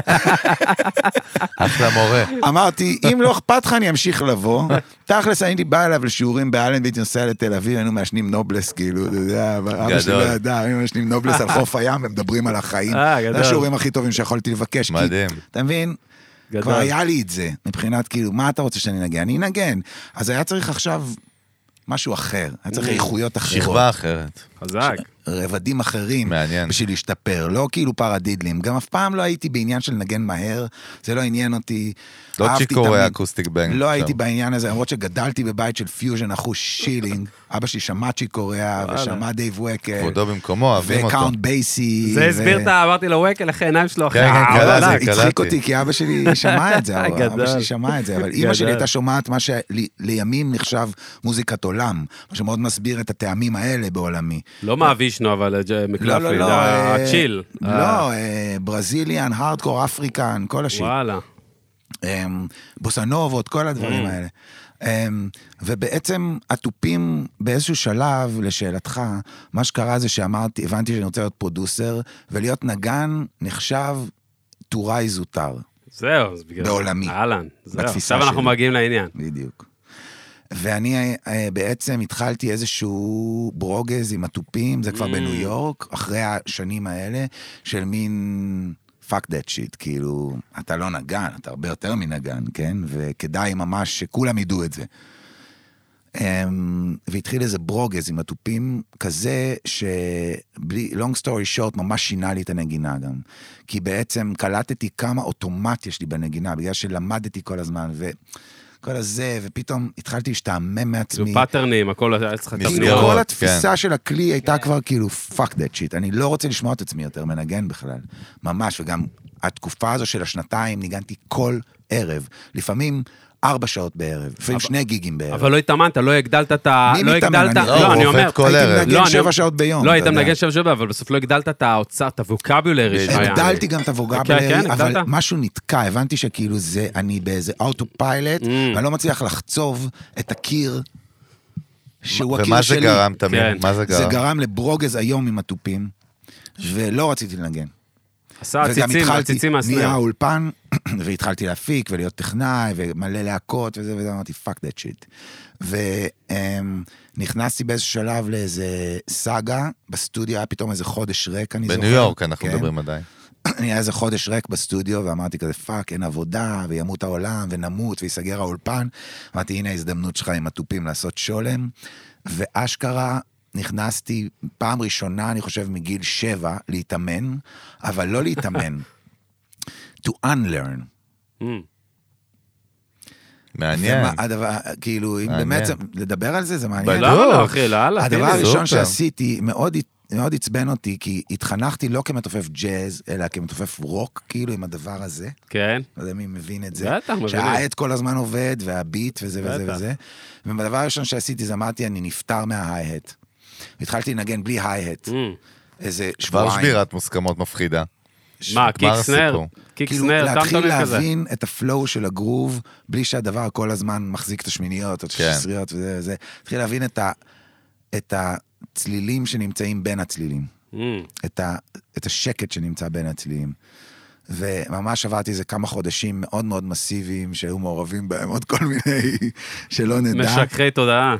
[SPEAKER 1] אחלה מורה.
[SPEAKER 3] אמרתי, אם לא אכפת לך, אני אמשיך לבוא. תכלס, הייתי בא אליו לשיעורים באלנבי, הייתי נוסע לתל אביב, היינו מעשנים נובלס, כאילו, אתה יודע, אבא שלי לא ידע, היינו מעשנים נובלס על חוף הים, ומדברים על החיים. זה השיעורים הכי טובים שיכולתי לבקש.
[SPEAKER 1] מדהים.
[SPEAKER 3] אתה מבין? כבר היה לי את זה, מבחינת, כאילו, מה אתה רוצה שאני נגן? אני נגן. אז היה צריך עכשיו משהו אחר, היה צריך איכויות אחרות.
[SPEAKER 1] שכבה אחרת.
[SPEAKER 2] חזק.
[SPEAKER 3] רבדים אחרים.
[SPEAKER 1] מעניין.
[SPEAKER 3] בשביל להשתפר, לא כאילו פרדידלים. גם אף פעם לא הייתי בעניין של נגן מהר, זה לא עניין אותי.
[SPEAKER 1] לא צ'יקורי אקוסטיק בנג.
[SPEAKER 3] לא הייתי בעניין הזה, למרות שגדלתי בבית של פיוז'ן אחוז שילינג, אבא שלי שמע צ'יקוריה, ושמע דייב וקל.
[SPEAKER 1] כבודו במקומו, אוהבים אותו.
[SPEAKER 3] וקאונט בייסי.
[SPEAKER 2] זה הסביר את אמרתי לו וקל, אחרי עיניים שלו, אחרי
[SPEAKER 3] הצחיק אותי, כי אבא שלי שמע את זה, אבא שלי שמע את זה, אבל אמא שלי הייתה שומעת מה שלימים נחשב מוזיקת עולם, מה שמאוד מסביר את הטעמים האלה בעולמי.
[SPEAKER 2] לא מאבישנו, אבל מקלפי, הצ'יל.
[SPEAKER 3] לא, ברזיליאן, הארדקור, אפריקן, כל השיט.
[SPEAKER 2] וואלה.
[SPEAKER 3] בוסנובות, כל הדברים האלה. ובעצם הטופים באיזשהו שלב, לשאלתך, מה שקרה זה שאמרתי, הבנתי שאני רוצה להיות פרודוסר, ולהיות נגן נחשב טוראי זוטר.
[SPEAKER 2] זהו.
[SPEAKER 3] בעולמי.
[SPEAKER 2] אהלן. עכשיו אנחנו מגיעים לעניין.
[SPEAKER 3] בדיוק. ואני בעצם התחלתי איזשהו ברוגז עם הטופים, זה כבר בניו יורק, אחרי השנים האלה, של מין fuck that shit, כאילו, אתה לא נגן, אתה הרבה יותר מנגן, כן? וכדאי ממש שכולם ידעו את זה. והתחיל איזה ברוגז עם הטופים כזה, שבלי, long story short, ממש שינה לי את הנגינה גם. כי בעצם קלטתי כמה אוטומט יש לי בנגינה, בגלל שלמדתי כל הזמן, כל הזה, ופתאום התחלתי להשתעמם מעצמי.
[SPEAKER 2] זו פאטרנים, הכל היה צריך
[SPEAKER 3] תבניות. כל התפיסה של הכלי הייתה כבר כאילו, fuck that shit, אני לא רוצה לשמוע את עצמי יותר מנגן בכלל, ממש, וגם התקופה הזו של השנתיים, ניגנתי כל ערב, לפעמים 4 שעות בערב, לפעמים 2 גיגים בערב.
[SPEAKER 2] אבל לא התאמנת, לא הגדלת את ה...
[SPEAKER 3] מי מתאמן?
[SPEAKER 1] אני עובד כל ערב.
[SPEAKER 3] הייתי מנגן 7 שעות ביום.
[SPEAKER 2] לא, היית מנגן 7 שעות, אבל בסוף לא הגדלת את האוצר, את הווקבולרי.
[SPEAKER 3] הגדלתי גם את הווקבולרי, אבל משהו נתקע, הבנתי שכאילו זה, אני באיזה אוטופיילוט, ואני לא מצליח לחצוב את הקיר, שהוא הקיר שלי.
[SPEAKER 1] ומה זה גרם תמיד? מה זה גרם?
[SPEAKER 3] זה גרם לברוגז היום עם הטופים, ולא רציתי לנגן.
[SPEAKER 2] וגם התחלתי,
[SPEAKER 3] נהיה האולפן, והתחלתי להפיק ולהיות טכנאי, ומלא להקות וזה, ואמרתי, fuck that shit. ונכנסתי באיזה שלב לאיזה סאגה, בסטודיו היה פתאום איזה חודש ריק, אני זוכר.
[SPEAKER 1] בניו יורק אנחנו מדברים עדיין.
[SPEAKER 3] היה איזה חודש ריק בסטודיו, ואמרתי כזה, פאק, אין עבודה, וימות העולם, ונמות, ויסגר האולפן. אמרתי, הנה ההזדמנות שלך עם הטופים לעשות שולם, ואשכרה, נכנסתי פעם ראשונה, אני חושב, מגיל 7, להתאמן, אבל לא להתאמן. to unlearn.
[SPEAKER 1] מעניין.
[SPEAKER 3] כאילו, אם באמת לדבר על זה, זה מעניין.
[SPEAKER 2] לא, אחי, לא.
[SPEAKER 3] הדבר הראשון שעשיתי, מאוד עצבן אותי, כי התחנכתי לא כמתופף ג'אז, אלא כמתופף רוק, כאילו, עם הדבר הזה.
[SPEAKER 2] כן.
[SPEAKER 3] לא יודע מי מבין את זה.
[SPEAKER 2] בטח, מבין.
[SPEAKER 3] שהעט כל הזמן עובד, והביט וזה וזה וזה. ובדבר הראשון שעשיתי, זה אמרתי, אני נפטר מההי-הט. התחלתי לנגן בלי היי-הט. איזה שבועיים.
[SPEAKER 1] כבר שבירת מוסכמות מפחידה.
[SPEAKER 2] מה, קיקסנר?
[SPEAKER 3] כאילו, להתחיל להבין את הפלואו של הגרוב, בלי שהדבר כל הזמן מחזיק את השמיניות, את השסריות וזה. התחיל להבין את הצלילים שנמצאים בין הצלילים. את השקט שנמצא בין הצלילים. וממש עברתי איזה כמה חודשים מאוד מאוד מסיביים, שהיו מעורבים בהם עוד כל מיני שלא נדע.
[SPEAKER 2] משקרי תודעה.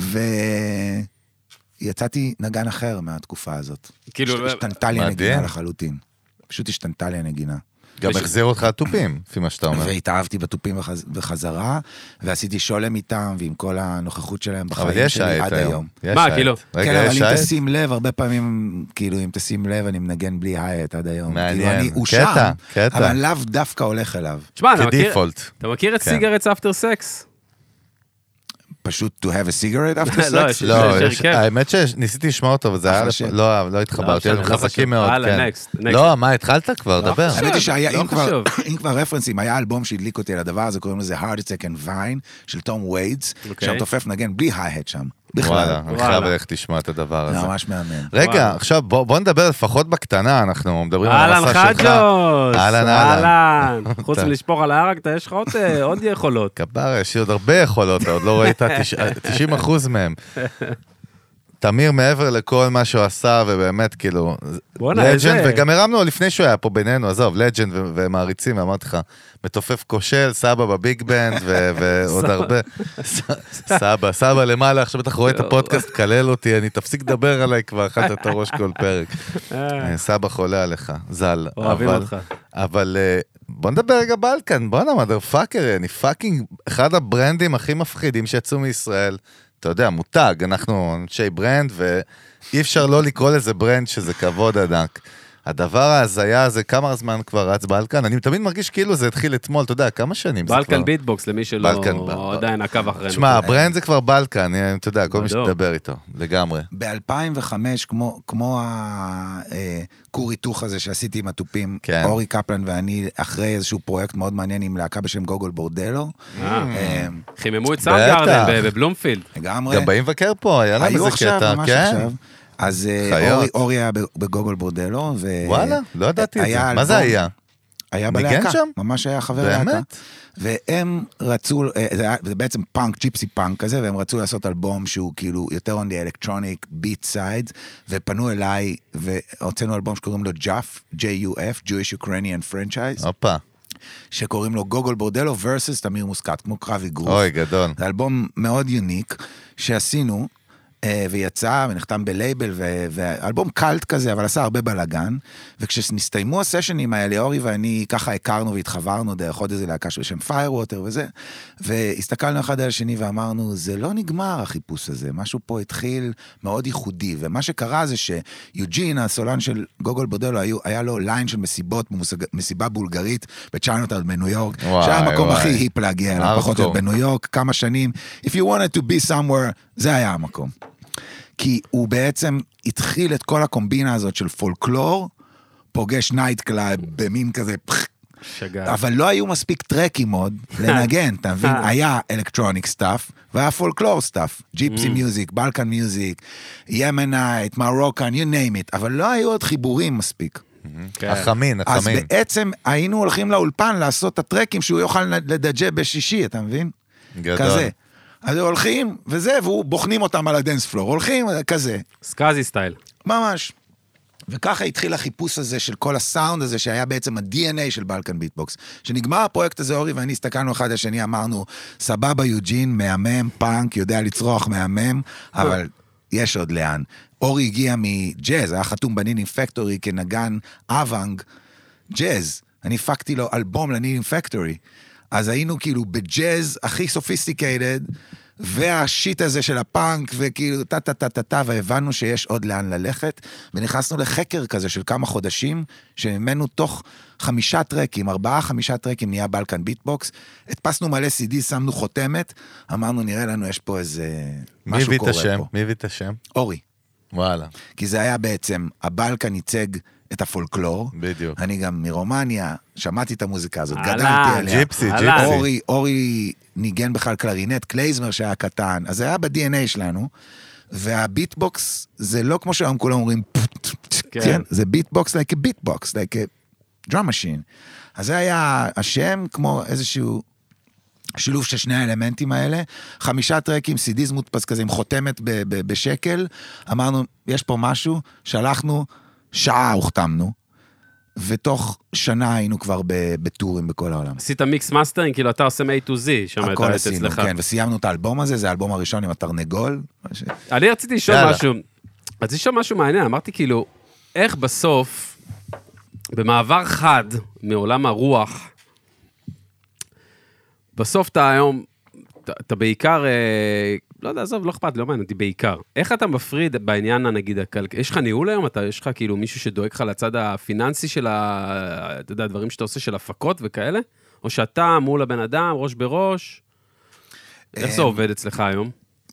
[SPEAKER 3] יצאתי נגן אחר מהתקופה הזאת.
[SPEAKER 2] כאילו...
[SPEAKER 3] השתנתה לי הנגינה לחלוטין. פשוט השתנתה לי הנגינה.
[SPEAKER 1] גם החזיר אותך הטופים, לפי מה שאתה אומר.
[SPEAKER 3] והתאהבתי בטופים בחזרה, ועשיתי שולם איתם, ועם כל הנוכחות שלהם בחיים שלי עד היום.
[SPEAKER 2] מה, כאילו?
[SPEAKER 3] כן, אבל אם תשים לב, הרבה פעמים, כאילו, אם תשים לב, אני מנגן בלי היית עד היום.
[SPEAKER 1] מעניין,
[SPEAKER 3] קטע. אבל לאו דווקא הולך אליו.
[SPEAKER 2] תשמע, אתה מכיר את סיגרטס אפטר סקס?
[SPEAKER 3] פשוט to have a cigarette after sex?
[SPEAKER 1] לא, האמת שניסיתי לשמוע אותו, וזה היה, לא התחברתי, הם חזקים מאוד, כן. לא, מה, התחלת כבר, דבר.
[SPEAKER 3] האמת היא שהיה, אם כבר רפרנסים, היה אלבום שהדליק אותי על הדבר הזה, קוראים לזה Heart Attack and Vine, של תום ויידס, שם תופף נגן בלי היי-הט שם.
[SPEAKER 1] וואלה, אני חייב איך תשמע את הדבר הזה.
[SPEAKER 3] ממש מאמן.
[SPEAKER 1] רגע, עכשיו בוא נדבר לפחות בקטנה, אנחנו מדברים על המסע שלך.
[SPEAKER 2] אהלן. חוץ מלשפוך על הערק, יש לך עוד יכולות.
[SPEAKER 1] כבר, יש לי עוד הרבה יכולות, עוד לא ראית 90% מהם. תמיר מעבר לכל מה שהוא עשה, ובאמת כאילו, לג'נד, וגם הרמנו לפני שהוא היה פה בינינו, עזוב, לג'נד ומעריצים, ואמרתי לך, מתופף כושל, סבא בביג בנד, ועוד הרבה, סבא למעלה, עכשיו בטח רואה את הפודקאסט, כלל אותי, אני תפסיק לדבר עליי כבר, אכלת את הראש כל פרק. סבא חולה עליך, זל.
[SPEAKER 2] אוהבים אותך.
[SPEAKER 1] אבל בוא נדבר רגע בלקן, בוא נמדר פאקר, אני פאקינג, אחד הברנדים הכי מפחידים שיצאו מישראל, אתה יודע, מותג, אנחנו אנשי ברנד, ואי אפשר לא לקרוא לזה ברנד שזה כבוד ענק. הדבר ההזיה הזה, כמה זמן כבר רץ בלקן? אני תמיד מרגיש כאילו זה התחיל אתמול, אתה יודע, כמה שנים זה כבר...
[SPEAKER 2] בלקן ביטבוקס, למי שלא עדיין עקב אחרינו.
[SPEAKER 1] תשמע, הברנד זה כבר בלקן, אתה יודע, כל מי שתדבר איתו, לגמרי.
[SPEAKER 3] ב-2005, כמו הכור היתוך הזה שעשיתי עם הטופים, אורי קפלן ואני, אחרי איזשהו פרויקט מאוד מעניין עם להקה בשם גוגול בורדלו.
[SPEAKER 2] חיממו את סאונדגארדן בבלומפילד.
[SPEAKER 3] לגמרי.
[SPEAKER 1] גם באים לבקר פה, היה להם איזה קטע, כן?
[SPEAKER 3] אז אורי היה בגוגול בורדלו.
[SPEAKER 1] וואלה, לא ידעתי את זה. מה זה היה?
[SPEAKER 3] היה בלהקה, ממש היה חבר להקה. והם רצו, זה בעצם פאנק, ג'יפסי פאנק כזה, והם רצו לעשות אלבום שהוא כאילו יותר on the electronic beat side, ופנו אליי, והוצאנו אלבום שקוראים לו JUF, J-U-F, Jewish Ukrainian Franchise.
[SPEAKER 1] אופה.
[SPEAKER 3] שקוראים לו גוגול בורדלו versus תמיר מוסקת, כמו קרב אגרוף.
[SPEAKER 1] אוי, גדול.
[SPEAKER 3] זה אלבום מאוד יוניק שעשינו, ויצא ונחתם בלייבל, ואלבום קלט כזה, אבל עשה הרבה בלגן, וכשנסתיימו הסשנים האלה, אורי ואני ככה הכרנו והתחברנו דרך עוד איזה להקה בשם פיירווטר וזה, והסתכלנו אחד על השני ואמרנו, זה לא נגמר החיפוש הזה, משהו פה התחיל מאוד ייחודי, ומה שקרה זה שיוג'ין, הסולן של גוגול בורדלו, היה לו ליין של מסיבות, מסיבה בולגרית בצ'יינאטאון בניו יורק, שהיה המקום הכי היפ להגיע אליו, פחות או יותר בניו יורק, כמה שנים, if you wanted to be somewhere, זה היה המקום. כי הוא בעצם התחיל את כל הקומבינה הזאת של פולקלור, פוגש נייט קלאב במין כזה, אבל לא היו מספיק טרקים עוד לנגן, אתה מבין? היה אלקטרוניק סטאפ, והיה פולקלור סטאפ, ג'יפסי מיוזיק, בלקן מיוזיק, ימנייט, מרוקן, you name it, אבל לא היו עוד חיבורים מספיק.
[SPEAKER 1] החמין.
[SPEAKER 3] אז בעצם היינו הולכים לאולפן לעשות את הטרקים שהוא יוכל לדג'ה בשישי, אתה מבין?
[SPEAKER 1] גדול.
[SPEAKER 3] כזה. אז הולכים, וזה, והוא בוחנים אותם על הדנס פלור, הולכים, כזה.
[SPEAKER 2] סקאזי סטייל.
[SPEAKER 3] ממש. וככה התחיל החיפוש הזה של כל הסאונד הזה, שהיה בעצם ה-DNA של בלקן ביטבוקס. שנגמר הפרויקט הזה, אורי ואני הסתכלנו אחד השני, אמרנו, סבבה יוג'ין, מהמם, פאנק, יודע לצרוח מהמם, אבל יש עוד לאן. אורי הגיע מג'אז, היה חתום בנינים פקטורי כנגן אבנג, ג'אז. אני הפקתי לו אלבום לנינים פקטורי. אז היינו כאילו בג'אז הכי סופיסטיקייטד, והשיט הזה של הפאנק, וכאילו טה, והבנו שיש עוד לאן ללכת, ונכנסנו לחקר כזה של כמה חודשים, שממנו תוך 5 טרקים, 4-5 טרקים נהיה בלקן ביטבוקס, הדפסנו מלא CD, שמנו חותמת, אמרנו נראה לנו יש פה איזה משהו קורה פה.
[SPEAKER 1] מי הביא את השם?
[SPEAKER 3] אורי.
[SPEAKER 1] וואלה.
[SPEAKER 3] כי זה היה בעצם, הבלקן ייצג את הפולקלור.
[SPEAKER 1] בדיוק.
[SPEAKER 3] אני גם מרומניה, שמעתי את המוזיקה הזאת, גדלתי עליה.
[SPEAKER 1] ג'יפסי.
[SPEAKER 3] אורי ניגן בכלל קלרינט, קלייזמר שהיה קטן, אז זה היה ב-DNA שלנו, והביטבוקס זה לא כמו שהיום כולם אומרים, כן, זה ביטבוקס like a beatbox, like a drum machine. אז זה היה השם כמו איזשהו שילוב של שני האלמנטים האלה, 5 טרקים, סידיז מודפס כזה, עם חותמת בשקל, אמרנו, יש פה משהו, שלחנו, שעה הוחתמנו, ותוך שנה היינו כבר בטורים בכל העולם.
[SPEAKER 2] עשית מיקס מאסטרינג, כאילו אתה עושה מ-A to Z, שם
[SPEAKER 3] הכל עשינו, כן, וסיימנו את האלבום הזה, זה האלבום הראשון עם התרנגול.
[SPEAKER 2] אני רציתי לשאול משהו, רציתי לשאול משהו מעניין, אמרתי כאילו, איך בסוף, במעבר חד מעולם הרוח, בסוף אתה היום, אתה בעיקר, לא יודע, עזוב, לא אכפת, לא מעניין אותי בעיקר. איך אתה מפריד בעניין, נגיד, יש לך ניהול היום? יש לך כאילו מישהו שדואג לך לצד הפיננסי של אתה יודע, הדברים שאתה עושה של הפקות וכאלה? או שאתה מול הבן אדם, ראש בראש? איך זה עובד אצלך היום?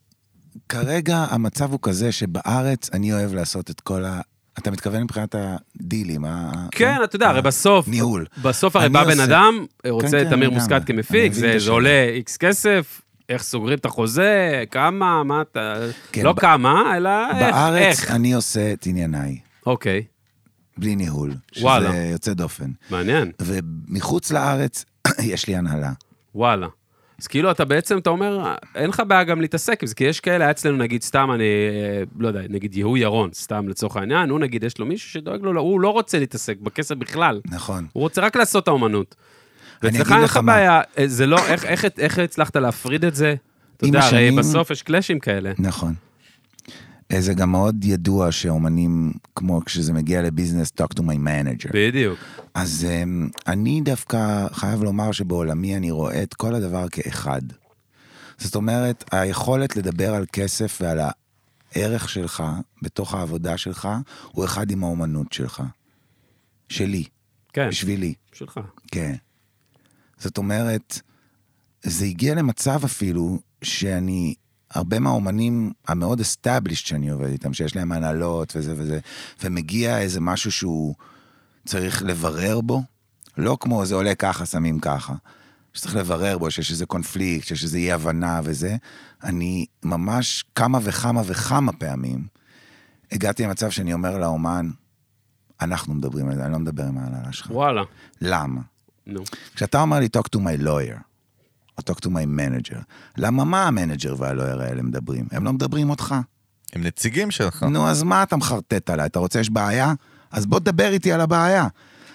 [SPEAKER 3] כרגע המצב הוא כזה שבארץ אני אוהב לעשות את כל אתה מתכוון מבחינת הדילים,
[SPEAKER 2] כן, אתה יודע, הרי בסוף,
[SPEAKER 3] ניהול.
[SPEAKER 2] בסוף הרי בא בן אדם, רוצה תמיר מוסקת כמפיק, זה עולה איקס כסף, איך סוגרים את החוזה, כמה, מה אתה, לא כמה, אלא איך.
[SPEAKER 3] בארץ אני עושה את ענייניי.
[SPEAKER 2] אוקיי.
[SPEAKER 3] בלי ניהול, שזה יוצא דופן.
[SPEAKER 2] מעניין.
[SPEAKER 3] ומחוץ לארץ יש לי הנהלה.
[SPEAKER 2] וואלה. אז כאילו אתה בעצם, אתה אומר, אין לך בעיה גם להתעסק עם זה, כי יש כאלה, היה אצלנו נגיד סתם, אני לא יודע, נגיד יהוא ירון, סתם לצורך העניין, הוא נגיד, יש לו מישהו שדואג לו, הוא לא רוצה להתעסק בכסף בכלל.
[SPEAKER 3] נכון.
[SPEAKER 2] הוא רוצה רק לעשות את האומנות. ואצלך אין לך בעיה, זה לא, איך הצלחת להפריד את זה? אתה יודע, הרי בסוף יש קלאשים כאלה.
[SPEAKER 3] נכון. זה גם מאוד ידוע שאומנים, כמו כשזה מגיע לביזנס, talk to my manager.
[SPEAKER 2] בדיוק.
[SPEAKER 3] אז אני דווקא חייב לומר שבעולמי אני רואה את כל הדבר כאחד. זאת אומרת, היכולת לדבר על כסף ועל הערך שלך, בתוך העבודה שלך, הוא אחד עם האומנות שלך. שלי.
[SPEAKER 2] כן.
[SPEAKER 3] בשבילי.
[SPEAKER 2] שלך.
[SPEAKER 3] כן. זאת אומרת, זה הגיע למצב אפילו שאני הרבה מהאומנים המאוד established שאני עובד איתם, שיש להם הנהלות וזה וזה, ומגיע איזה משהו שהוא צריך לברר בו, לא כמו זה עולה ככה, שמים ככה, שצריך לברר בו, שיש איזה קונפליקט, שיש איזה אי הבנה וזה, אני ממש כמה וכמה פעמים, הגעתי למצב שאני אומר לאומן, אנחנו מדברים על זה, אני לא מדבר עם ההנהלה שלך.
[SPEAKER 2] וואלה.
[SPEAKER 3] למה?
[SPEAKER 2] נו.
[SPEAKER 3] כשאתה אומר לי, talk to my lawyer, או talk to my manager. למה מה המנג'ר והלויר האלה מדברים? הם לא מדברים אותך.
[SPEAKER 1] הם נציגים שלך.
[SPEAKER 3] נו, אז מה אתה מחרטט עליי? אתה רוצה יש בעיה? אז בוא תדבר איתי על הבעיה.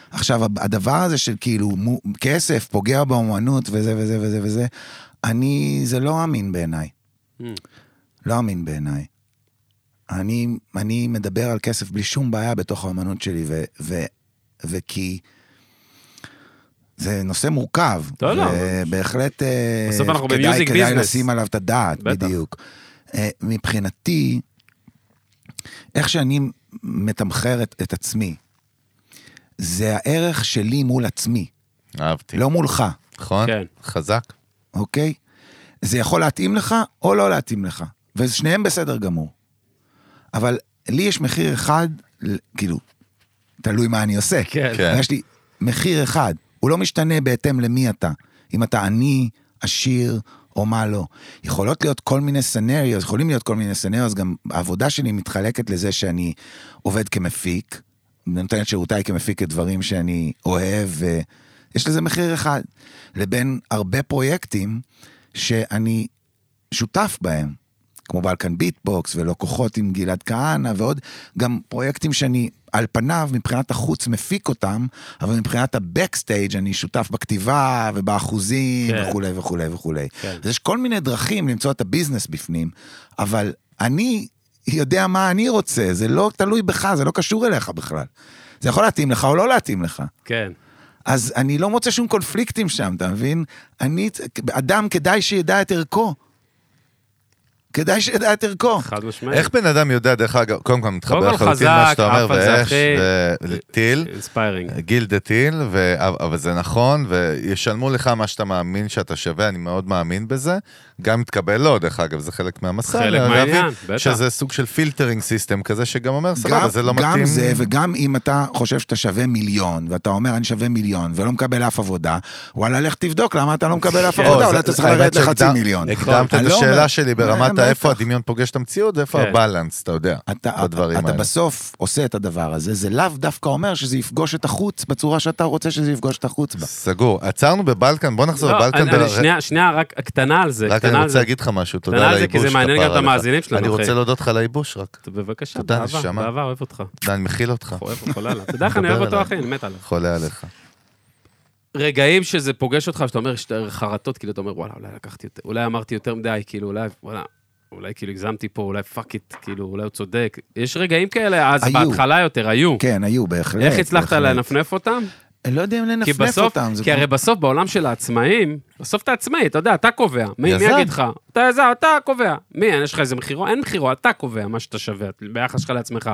[SPEAKER 3] עכשיו, הדבר הזה של כאילו, כסף פוגע באומנות וזה וזה וזה וזה, זה לא אמין בעיניי. לא אמין בעיניי. אני מדבר על כסף בלי שום בעיה בתוך האומנות שלי, וכי זה נושא מורכב. ובהחלט כדאי לשים עליו את הדעת, בדיוק. מבחינתי, איך שאני מתמחר את עצמי, זה הערך שלי מול עצמי.
[SPEAKER 1] אהבתי.
[SPEAKER 3] לא מולך.
[SPEAKER 1] נכון? כן. חזק.
[SPEAKER 3] אוקיי? זה יכול להתאים לך או לא להתאים לך. ושניהם בסדר גמור. אבל לי יש מחיר אחד, כאילו, תלוי מה אני עושה.
[SPEAKER 2] כן.
[SPEAKER 3] יש לי מחיר אחד. הוא לא משתנה בהתאם למי אתה. אם אתה עני, עשיר, או מה לא. יכולים להיות כל מיני סנריוס, גם העבודה שלי מתחלקת לזה שאני עובד כמפיק, נותן את שירותיי כמפיק את דברים שאני אוהב, ויש לזה מחיר אחד, לבין הרבה פרויקטים שאני שותף בהם, כמו בלקן ביטבוקס, ולא כוחות עם גלעד כהנא, ועוד גם פרויקטים שאני על פניו, מבחינת החוץ מפיק אותם, אבל מבחינת הבקסטייג' אני שותף בכתיבה, ובאחוזים, וכו' וכו' וכו'. אז יש כל מיני דרכים למצוא את הביזנס בפנים, אבל אני יודע מה אני רוצה, זה לא תלוי בך, זה לא קשור אליך בכלל. זה יכול להתאים לך או לא להתאים לך.
[SPEAKER 2] כן.
[SPEAKER 3] אז אני לא מוצא שום קונפליקטים שם, אתה מבין? אדם כדאי שידע את ערכו. כדאי שידע את ערכו.
[SPEAKER 2] חד משמעית.
[SPEAKER 1] איך בן אדם יודע, דרך אגב, קודם כל מתחבר לחלוטין מה שאתה אומר, ואיך, טיל, גיל דה טיל, אבל זה נכון, וישלמו לך מה שאתה מאמין שאתה שווה, אני מאוד מאמין בזה, גם מתקבל לו, דרך אגב, זה חלק מהמסע,
[SPEAKER 2] חלק מהעניין, בטח.
[SPEAKER 1] שזה סוג של פילטרינג סיסטם כזה, שגם אומר, סבבה, זה לא מתאים.
[SPEAKER 3] גם זה, וגם אם אתה חושב שאתה שווה מיליון, ואתה אומר, אני שווה מיליון, ולא מקבל אף עבודה, וואלה, לך תבדוק למה אתה לא מקבל אף עבודה, אולי אתה צריך לרדת לחצי מיליון.
[SPEAKER 1] הקדמת את השאלה שלי ברמת איפה הדמיון פוגש את המציאות, ואיפה הבלנס, אתה יודע, בדברים האלה.
[SPEAKER 3] אתה בסוף עושה את הדבר הזה, זה לאו דווקא אומר שזה יפגוש את החוץ, בצורה שאתה רוצה שזה יפגוש את החוץ בה.
[SPEAKER 1] סגור. עצרנו בבלקן, בוא נחזור לבלקן.
[SPEAKER 2] שנייה, רק הקטנה על זה.
[SPEAKER 1] רק אני רוצה להגיד לך משהו, תודה על האיבוש.
[SPEAKER 2] כי זה מעניין גם את המאזינים שלנו.
[SPEAKER 1] אני רוצה להודות לך על האיבוש רק.
[SPEAKER 2] בבקשה,
[SPEAKER 1] באהבה,
[SPEAKER 2] אוהב אותך.
[SPEAKER 1] אני מכיל אותך.
[SPEAKER 2] חולה עליו. אתה יודע איך אני אוהב אותו, אחי, אני מת עליו.
[SPEAKER 1] חולה עליך.
[SPEAKER 2] רגעים שזה פוגש אותך, שאתה אומר שאתה חרטות, כאילו אתה אומר, וואלה, אולי לקחתי יותר, אולי אמרתי יותר מדי, כאילו, אולי כאילו הגזמתי פה, אולי פאק איט, כאילו, אולי הוא צודק. יש רגעים כאלה, אז בהתחלה יותר, היו.
[SPEAKER 3] כן, היו, בהחלט.
[SPEAKER 2] איך הצלחת לנפנף אותם?
[SPEAKER 3] אני לא יודע אם לנפנף אותם.
[SPEAKER 2] כי הרי בסוף, בעולם של העצמאים, בסוף אתה עצמאי, אתה יודע, אתה קובע. מי יגיד לך? אתה קובע. מי, יש לך איזה מחירו? אין מחירו, אתה קובע מה שאתה שווה, ביחס שלך לעצמך.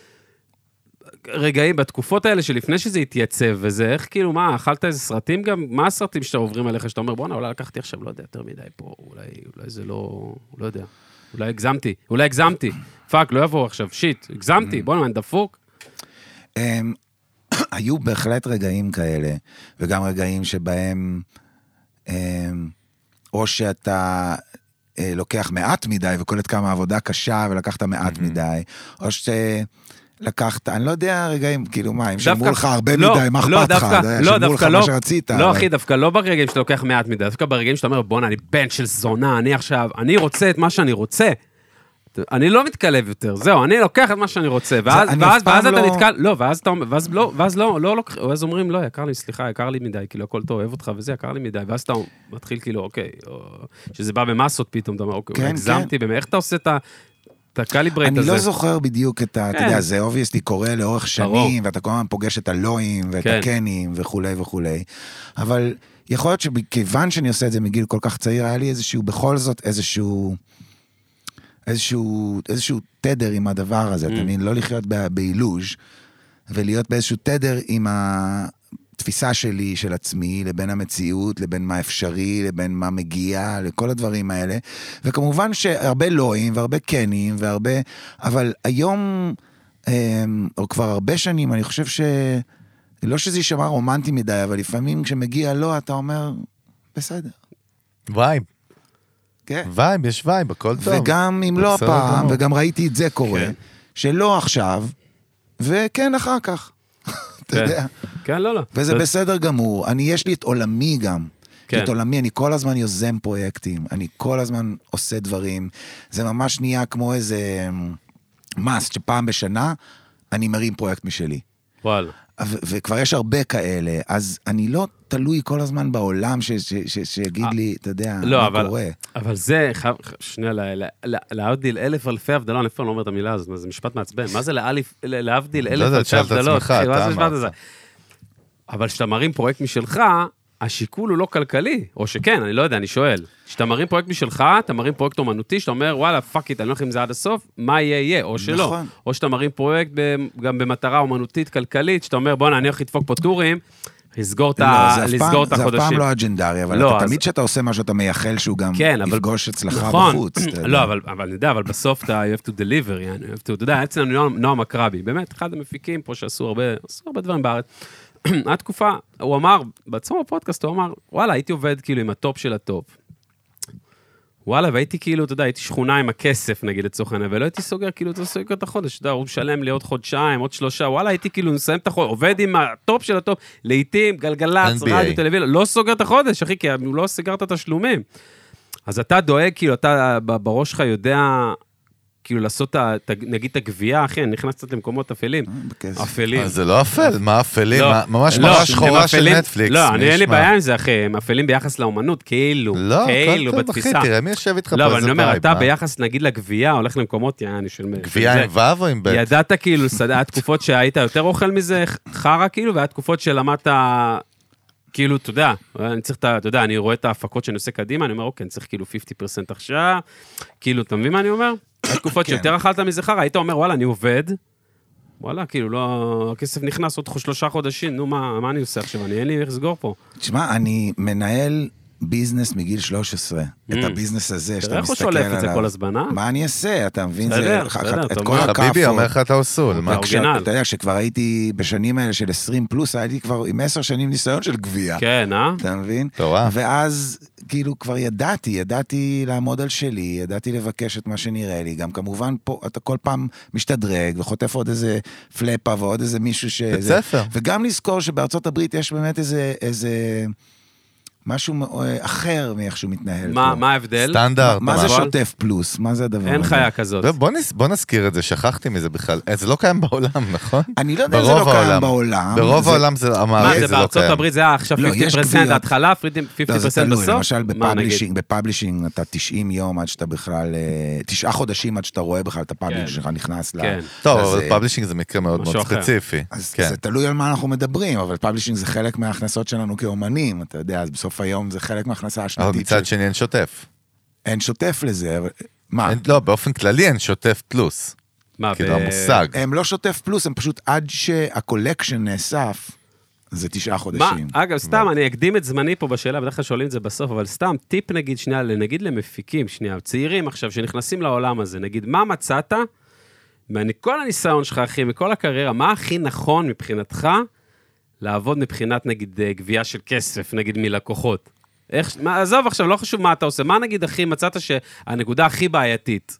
[SPEAKER 2] רגעים, בתקופות האלה שלפני שזה התייצב, וזה איך כאילו, מה, אכלת איזה סרטים גם? מה הסרטים שאתה עוברים עליך, שאתה אומר, בוא'נה, אולי לקחתי עכשיו, לא יודע, יותר מדי פה, אולי זה לא יודע. אולי הגזמתי. פאק, לא יבוא עכשיו, שיט, הגזמתי, בוא'נה, אני דפוק.
[SPEAKER 3] היו בהחלט רגעים כאלה, וגם רגעים שבהם, או שאתה לוקח מעט מדי, וקולט כמה עבודה קשה, ולקחת מעט מדי, או לקחת, אני לא יודע רגעים, כאילו מה, אם שמרו לך הרבה מדי, מה אכפת לך? שמרו לך מה שרצית.
[SPEAKER 2] לא, אחי, דווקא לא ברגעים שאתה לוקח מעט מדי, דווקא ברגעים שאתה אומר, בוא'נה, אני בן של זונה, אני רוצה את מה שאני רוצה. אני לא מתקלב יותר, זהו, אני לוקח את מה שאני רוצה, ואז אתה נתקל, לא, ואז אומרים, לא, יקר לי, סליחה, יקר לי מדי, כאילו, הכל טוב, אוהב אותך וזה, יקר לי מדי, ואז אתה מתחיל כאילו, אוקיי, שזה בא במסות פתאום, אתה אומר, אוקיי, הגזמתי, איך אתה עושה את הקליברייט הזה?
[SPEAKER 3] אני לא זוכר בדיוק את ה... אתה יודע, זה obviously קורה לאורך שנים, ואתה כל הזמן פוגש את הלואים, ואת הקנים, וכולי וכולי, אבל יכול להיות שכיוון שאני עושה את זה מגיל כל כך צעיר, היה לי איזשהו, בכל זאת, איזשהו תדר עם הדבר הזה, אתה מבין? לא לחיות באילוז' ולהיות באיזשהו תדר עם התפיסה שלי, של עצמי, לבין המציאות, לבין מה אפשרי, לבין מה מגיע, לכל הדברים האלה. וכמובן שהרבה לואים והרבה קנים והרבה, אבל היום, או כבר הרבה שנים, אני חושב לא שזה יישמע רומנטי מדי, אבל לפעמים כשמגיע לא, אתה אומר, בסדר.
[SPEAKER 1] וייב. וייב, יש וייב, הכל טוב.
[SPEAKER 3] וגם אם לא הפעם, וגם ראיתי את זה קורה, שלא עכשיו, וכן אחר כך. אתה יודע?
[SPEAKER 2] כן, לא.
[SPEAKER 3] וזה בסדר גמור. יש לי את עולמי גם. את עולמי, אני כל הזמן יוזם פרויקטים, אני כל הזמן עושה דברים. זה ממש נהיה כמו איזה מאסט, שפעם בשנה אני מרים פרויקט משלי.
[SPEAKER 2] וואלה.
[SPEAKER 3] וכבר יש הרבה כאלה, אז אני לא תלוי כל הזמן בעולם שיגיד לי, אתה יודע, מה קורה.
[SPEAKER 2] אבל זה, שנייה, להבדיל אלף אלפי הבדלות, אני לא אומר את המילה הזאת, זה משפט מעצבן, מה זה להבדיל אלף אלפי הבדלות? אבל כשאתה מרים פרויקט משלך, השיקול הוא לא כלכלי, או שכן, אני לא יודע, אני שואל. כשאתה מרים פרויקט משלך, אתה מרים פרויקט אומנותי, שאתה אומר, וואלה, פאק איט, אני לא הולך עם זה עד הסוף, מה יהיה, או שלא. נכון. או שאתה מרים פרויקט גם במטרה אומנותית, כלכלית, שאתה אומר, בוא, אני הולך לדפוק פה טורים, לסגור את החודשים.
[SPEAKER 3] זה אף פעם לא אג'נדרי, אבל תמיד שאתה עושה מה שאתה מייחל, שהוא גם יפגוש אצלך בחוץ.
[SPEAKER 2] לא, אבל אני יודע, אבל בסוף אתה you have to deliver, אתה יודע, אצלנו נועם אקרבי, באמת, אחד המפיקים פה שעשו הרבה דברים בארץ. התקופה, הוא אמר, בעצמו בפודקאסט, הוא אמר, וואלה, הייתי עובד כאילו עם הטופ של הטופ. וואלה, והייתי כאילו, אתה יודע, הייתי שכונה עם הכסף, נגיד, לצורך העניין, ולא הייתי סוגר, כאילו, אתה סוגר את החודש, אתה יודע, הוא משלם לי עוד חודשיים, עוד 3, וואלה, הייתי כאילו, נסיים את החודש, עובד עם הטופ של הטופ, לעתים, גלגלצ, רדיו, טלוויזיה, לא סוגר את החודש, אחי, כי הוא לא סגר את התשלומים. אז אתה דואג, כאילו, אתה בראש שלך יודע, כאילו לעשות, נגיד, את הגבייה, אחי, אני נכנס קצת למקומות אפלים. אפלים.
[SPEAKER 1] זה לא אפל, מה אפלים? ממש מראה שחורה של נטפליקס.
[SPEAKER 2] לא, אין לי בעיה עם זה, אחי, הם אפלים ביחס לאומנות, כאילו בתפיסה.
[SPEAKER 1] אחי, תראה, מי יושבת איתך פה
[SPEAKER 2] לא,
[SPEAKER 1] איזה
[SPEAKER 2] אבל אני אומר, אתה ביחס, נגיד, לגבייה, הולך למקומות, יעני של...
[SPEAKER 1] גבייה עם וו או עם בית?
[SPEAKER 2] ידעת, כאילו, התקופות שהיית יותר אוכל מזה, חרה, כאילו, והתקופות שלמדת... כאילו, אתה יודע, אני צריך, אתה יודע, אני רואה את ההפקות שאני עושה קדימה, אני אומר, אוקיי, אני צריך כאילו 50% עכשיו, כאילו, אתה מבין מה אני אומר? התקופות שיותר אכלת מזה חרה, היית אומר, וואלה, אני עובד, וואלה, כאילו, לא, הכסף נכנס עוד 3 חודשים, נו, מה אני עושה עכשיו? אין לי איך לסגור פה.
[SPEAKER 3] תשמע, אני מנהל ביזנס מגיל 13, את הביזנס הזה, שאתה מסתכל עליו.
[SPEAKER 2] איך הוא שולף את זה כל הזמן,
[SPEAKER 3] מה אני אעשה? אתה מבין?
[SPEAKER 2] את
[SPEAKER 3] כל הכאפות.
[SPEAKER 1] חביבי, אומר לך אתה אוסול.
[SPEAKER 3] אתה יודע, כשכבר הייתי בשנים האלה של 20 פלוס, הייתי כבר עם 10 שנים ניסיון של גבייה.
[SPEAKER 2] כן,
[SPEAKER 3] אתה מבין?
[SPEAKER 1] טוב.
[SPEAKER 3] ואז, כאילו, כבר ידעתי לעמוד על שלי, ידעתי לבקש את מה שנראה לי. גם כמובן, פה אתה כל פעם משתדרג, וחוטף עוד איזה פלאפה, ועוד איזה מישהו ש...
[SPEAKER 1] בית ספר.
[SPEAKER 3] וגם לזכור שבארצות הברית יש באמת איזה משהו אחר מאיך שהוא מתנהל.
[SPEAKER 2] מה ההבדל?
[SPEAKER 1] סטנדרט.
[SPEAKER 3] מה זה שוטף פלוס? מה זה הדבר?
[SPEAKER 2] אין חיה כזאת.
[SPEAKER 1] בוא נזכיר את זה, שכחתי מזה בכלל. זה לא קיים בעולם, נכון?
[SPEAKER 3] אני לא יודע אם זה לא קיים בעולם.
[SPEAKER 1] ברוב העולם זה אמר,
[SPEAKER 2] מה זה בארצות הברית? זה היה עכשיו 50% ההתחלה, 50% בסוף?
[SPEAKER 3] למשל בפאבלישינג אתה 90 יום עד שאתה בכלל, 9 חודשים עד שאתה רואה בכלל את הפאבלישינג שלך נכנס ל...
[SPEAKER 1] טוב, אבל פאבלישינג זה מקרה מאוד מאוד ספציפי.
[SPEAKER 3] זה תלוי על מה אנחנו מדברים, אבל פאבלישינג זה חלק מההכנסות שלנו כאומנים, אתה יודע, אז בסוף היום זה חלק מההכנסה השנתית.
[SPEAKER 1] אבל מצד שני אין שוטף.
[SPEAKER 3] אין שוטף לזה, אבל... מה?
[SPEAKER 1] לא, באופן כללי אין שוטף פלוס.
[SPEAKER 2] מה?
[SPEAKER 1] כאילו המושג.
[SPEAKER 3] הם לא שוטף פלוס, הם פשוט עד שהקולקשן נאסף, זה 9 חודשים.
[SPEAKER 2] אגב, סתם, אני אקדים את זמני פה בשאלה, בדרך כלל שואלים את זה בסוף, אבל סתם, טיפ נגיד, שנייה, נגיד למפיקים, שנייה, צעירים עכשיו, שנכנסים לעולם הזה, נגיד, מה מצאת, מכל הניסיון שלך, אחי, מכל הקריירה, מה הכי נכון מבחינתך, לעבוד מבחינת, נגיד, גבייה של כסף, נגיד, מלקוחות? עזוב עכשיו, לא חשוב מה אתה עושה, מה נגיד, אחי, מצאת שהנקודה הכי בעייתית?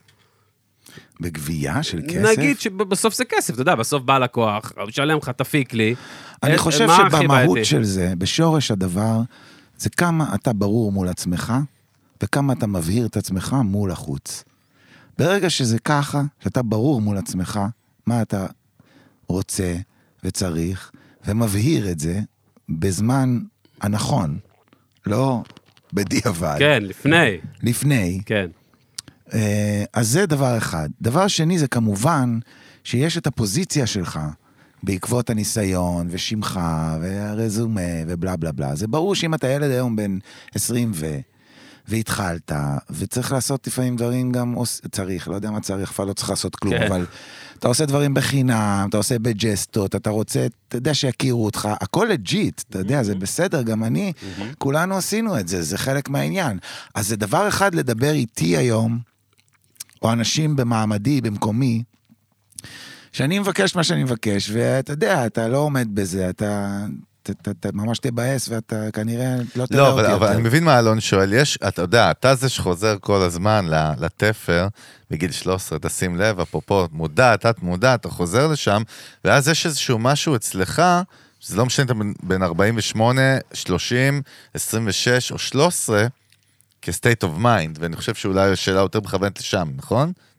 [SPEAKER 3] בגבייה של כסף?
[SPEAKER 2] נגיד שבסוף זה כסף, אתה יודע, בסוף בא לקוח, הוא משלם לך, תפיק לי.
[SPEAKER 3] אני חושב שבמהות של זה, בשורש הדבר, זה כמה אתה ברור מול עצמך, וכמה אתה מבהיר את עצמך מול החוץ. ברגע שזה ככה, שאתה ברור מול עצמך, מה אתה רוצה וצריך, ומבהיר את זה בזמן הנכון, לא בדיעבד.
[SPEAKER 2] כן, לפני.
[SPEAKER 3] לפני.
[SPEAKER 2] כן.
[SPEAKER 3] אז זה דבר אחד. דבר שני זה כמובן שיש את הפוזיציה שלך בעקבות הניסיון ושמך והרזומה ובלה בלה בלה. זה ברור שאם אתה ילד היום בן 20 והתחלת, וצריך לעשות לפעמים דברים גם, צריך, לא יודע מה צריך, אפילו לא צריך לעשות כלום, אבל אתה עושה דברים בחינם, אתה עושה בג'סטות, אתה רוצה, אתה יודע שיכירו אותך, הכל לג'יט, אתה יודע, זה בסדר, גם אני, כולנו עשינו את זה, זה חלק מהעניין. אז זה דבר אחד לדבר איתי היום, או אנשים במעמדי, במקומי, שאני מבקש מה שאני מבקש, ואתה יודע, אתה לא עומד בזה, אתה ממש תבאס, ואתה כנראה לא תראה אותי.
[SPEAKER 1] לא, אבל אני מבין מה אלון שואל, אתה יודע, אתה זה שחוזר כל הזמן לתפר, בגיל 13, תשים לב, אפרופו, מודע, תת מודע, אתה חוזר לשם, ואז יש איזשהו משהו אצלך, שזה לא משנה, אתה בין 48, 30, 26 או 13, כ-state of mind, ואני חושב שאולי השאלה יותר מכוונת לשם, נכון?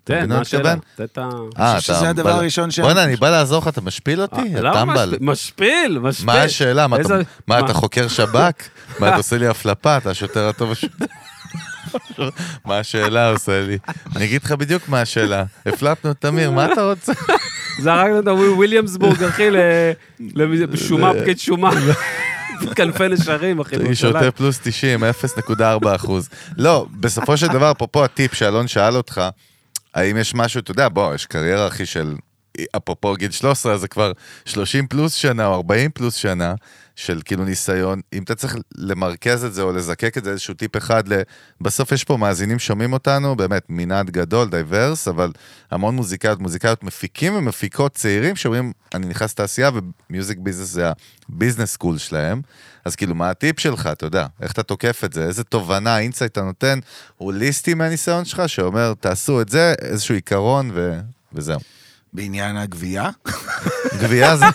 [SPEAKER 2] תן, מה השאלה?
[SPEAKER 3] אני חושב שזה הדבר הראשון ש...
[SPEAKER 1] בוא'נה, אני בא לעזור לך, אתה משפיל אותי?
[SPEAKER 2] למה משפיל?
[SPEAKER 1] מה השאלה? מה, אתה חוקר שב"כ? מה, אתה עושה לי הפלפה? אתה השוטר הטוב השוטר? מה השאלה עושה לי? אני אגיד לך בדיוק מה השאלה. הפלפנו את תמיר, מה אתה רוצה?
[SPEAKER 2] זרקנו את וויליאמסבורג, אחי, לשומה, פקיד שומה. כנפי נשרים, אחי.
[SPEAKER 1] היא שוטה פלוס 90, 0.4%. לא, בסופו של דבר, פה הטיפ שאלון שאל אותך, האם יש משהו, אתה יודע, בוא, יש קריירה, אחי, של, אפרופו גיל 13, זה כבר 30 פלוס שנה, או 40 פלוס שנה, של כאילו ניסיון, אם אתה צריך למרכז את זה, או לזקק את זה איזשהו טיפ אחד, בסוף יש פה מאזינים שומעים אותנו, באמת מנעד גדול, דייברס, אבל המון מוזיקאיות מפיקים ומפיקות צעירים, שאומרים, אני נכנס לתעשייה, ומיוזיק ביזנס זה הביזנס סקול שלהם, אז כאילו, מה הטיפ שלך, אתה יודע, איך אתה תוקף את זה, איזה תובנה, אינסייט אתה נותן, הוליסטי מהניסיון שלך, שאומר, תעשו את זה, איזשהו עיקרון, וזהו.
[SPEAKER 3] בעניין הגבייה?
[SPEAKER 1] גבייה זה...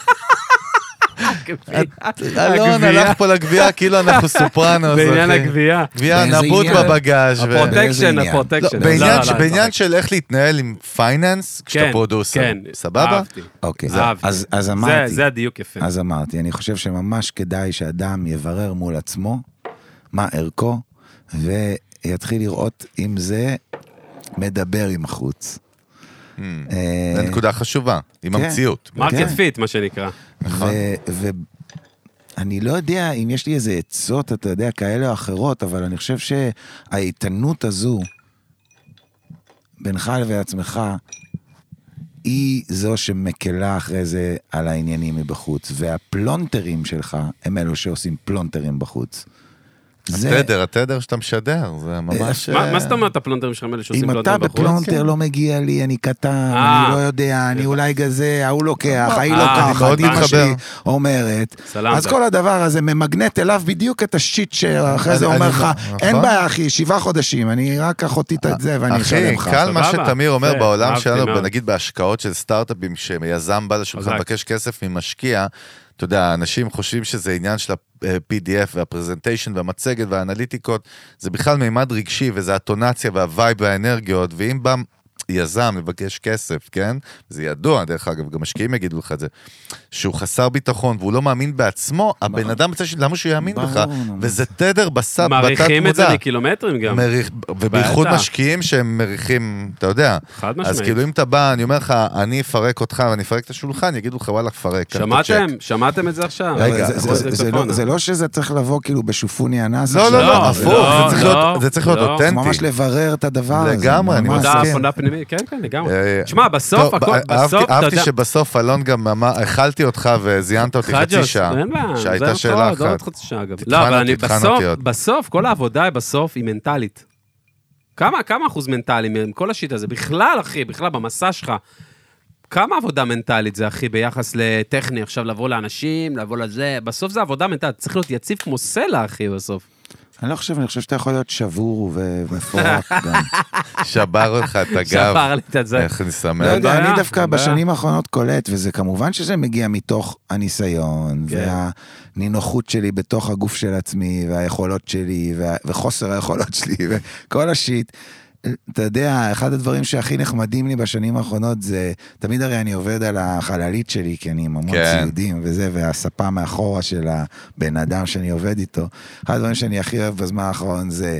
[SPEAKER 1] אלון הלך פה לגבייה, כאילו אנחנו סופרנו.
[SPEAKER 2] בעניין הגבייה.
[SPEAKER 1] גבייה נבוט בבגז'
[SPEAKER 2] הפרוטקשן.
[SPEAKER 1] בעניין של איך להתנהל עם פייננס, כשאתה פרודוסר.
[SPEAKER 2] כן,
[SPEAKER 1] סבבה?
[SPEAKER 3] אוקיי, אז אמרתי.
[SPEAKER 2] זה הדיוק יפה.
[SPEAKER 3] אז אמרתי, אני חושב שממש כדאי שאדם יברר מול עצמו, מה ערכו, ויתחיל לראות אם זה מדבר עם החוץ.
[SPEAKER 1] זו נקודה חשובה, עם המציאות.
[SPEAKER 2] מרקט פיט, מה שנקרא.
[SPEAKER 3] ואני לא יודע אם יש לי איזה עצות, אתה יודע, כאלה או אחרות, אבל אני חושב שהאיתנות הזו, בינך לעצמך, היא זו שמקלה אחרי זה על העניינים מבחוץ, והפלונטרים שלך הם אלו שעושים פלונטרים בחוץ.
[SPEAKER 1] התדר שאתה משדר, זה ממש...
[SPEAKER 2] מה זאת אומרת הפלונטרים שלך האלה שעושים פלונטרים בחוץ?
[SPEAKER 3] אם אתה בפלונטר לא מגיע לי, אני קטן, אני לא יודע, אני אולי גזה, ההוא לוקח, ההיא לוקחת, אמא שלי אומרת. אז כל הדבר הזה ממגנט אליו בדיוק את השיט שאחרי זה אומר לך, אין בעיה אחי, 7 חודשים, אני רק אחותית את זה ואני אשלם לך.
[SPEAKER 1] אחי, קל מה שתמיר אומר בעולם שלנו, נגיד בהשקעות של סטארט-אפים, שיזם בא לשולחן לבקש כסף ממשקיע, אתה יודע, אנשים חושבים שזה עניין של ה-PDF והפרזנטיישן והמצגת והאנליטיקות, זה בכלל מימד רגשי, וזה הטונציה והווייב והאנרגיות, ואם בא יזם מבקש כסף, כן? זה ידוע, דרך אגב, גם משקיעים יגידו לך את זה, שהוא חסר ביטחון, והוא לא מאמין בעצמו, הבן אדם בצד של למה שהוא יאמין בך, וזה תדר בתת מודע.
[SPEAKER 2] מריחים את זה מקילומטרים גם.
[SPEAKER 1] ובייחוד משקיעים שהם מריחים, אתה יודע.
[SPEAKER 2] חד משמעית.
[SPEAKER 1] אז כאילו אם אתה בא, אני אומר לך, אני אפרק אותך ואני אפרק את השולחן, יגידו לך, וואלה, פרק.
[SPEAKER 2] שמעתם את זה עכשיו?
[SPEAKER 3] רגע, זה לא שזה צריך לבוא כאילו בשופוני הנס.
[SPEAKER 1] לא, הפוך, זה צריך להיות אותנטי.
[SPEAKER 3] ממש לברר את הדבר הזה.
[SPEAKER 1] לגמרי, אני מסכים.
[SPEAKER 2] כן, כן, לגמרי. תשמע, בסוף,
[SPEAKER 1] אהבתי שבסוף אלון גם אכלתי אותך וזיינת אותי חצי שעה, שהייתה שאלה אחת.
[SPEAKER 2] לא, אבל אני בסוף, כל העבודה בסוף היא מנטלית. כמה אחוז מנטלי כל השיט הזה? בכלל, אחי, בכלל במסע שלך, כמה עבודה מנטלית זה, אחי, ביחס לטכני, עכשיו לבוא לאנשים, לבוא לזה, בסוף זה עבודה מנטלית, צריך להיות יציב כמו סלע, אחי, בסוף.
[SPEAKER 3] אני חושב שאתה יכול להיות שבור ומפורק גם.
[SPEAKER 1] שבר אותך את הגב.
[SPEAKER 2] שבר לי את זה.
[SPEAKER 1] איך אני שמח.
[SPEAKER 3] אני דווקא בשנים האחרונות קולט, וזה כמובן שזה מגיע מתוך הניסיון, והנינוחות שלי בתוך הגוף של עצמי, והיכולות שלי, וחוסר היכולות שלי, וכל השיט. אתה יודע, אחד הדברים שהכי נחמדים לי בשנים האחרונות זה, תמיד הרי אני עובד על החללית שלי, כי אני עם המון ציודים וזה, והספה מאחורה של הבן אדם שאני עובד איתו. אחד הדברים שאני הכי אוהב בזמן האחרון זה,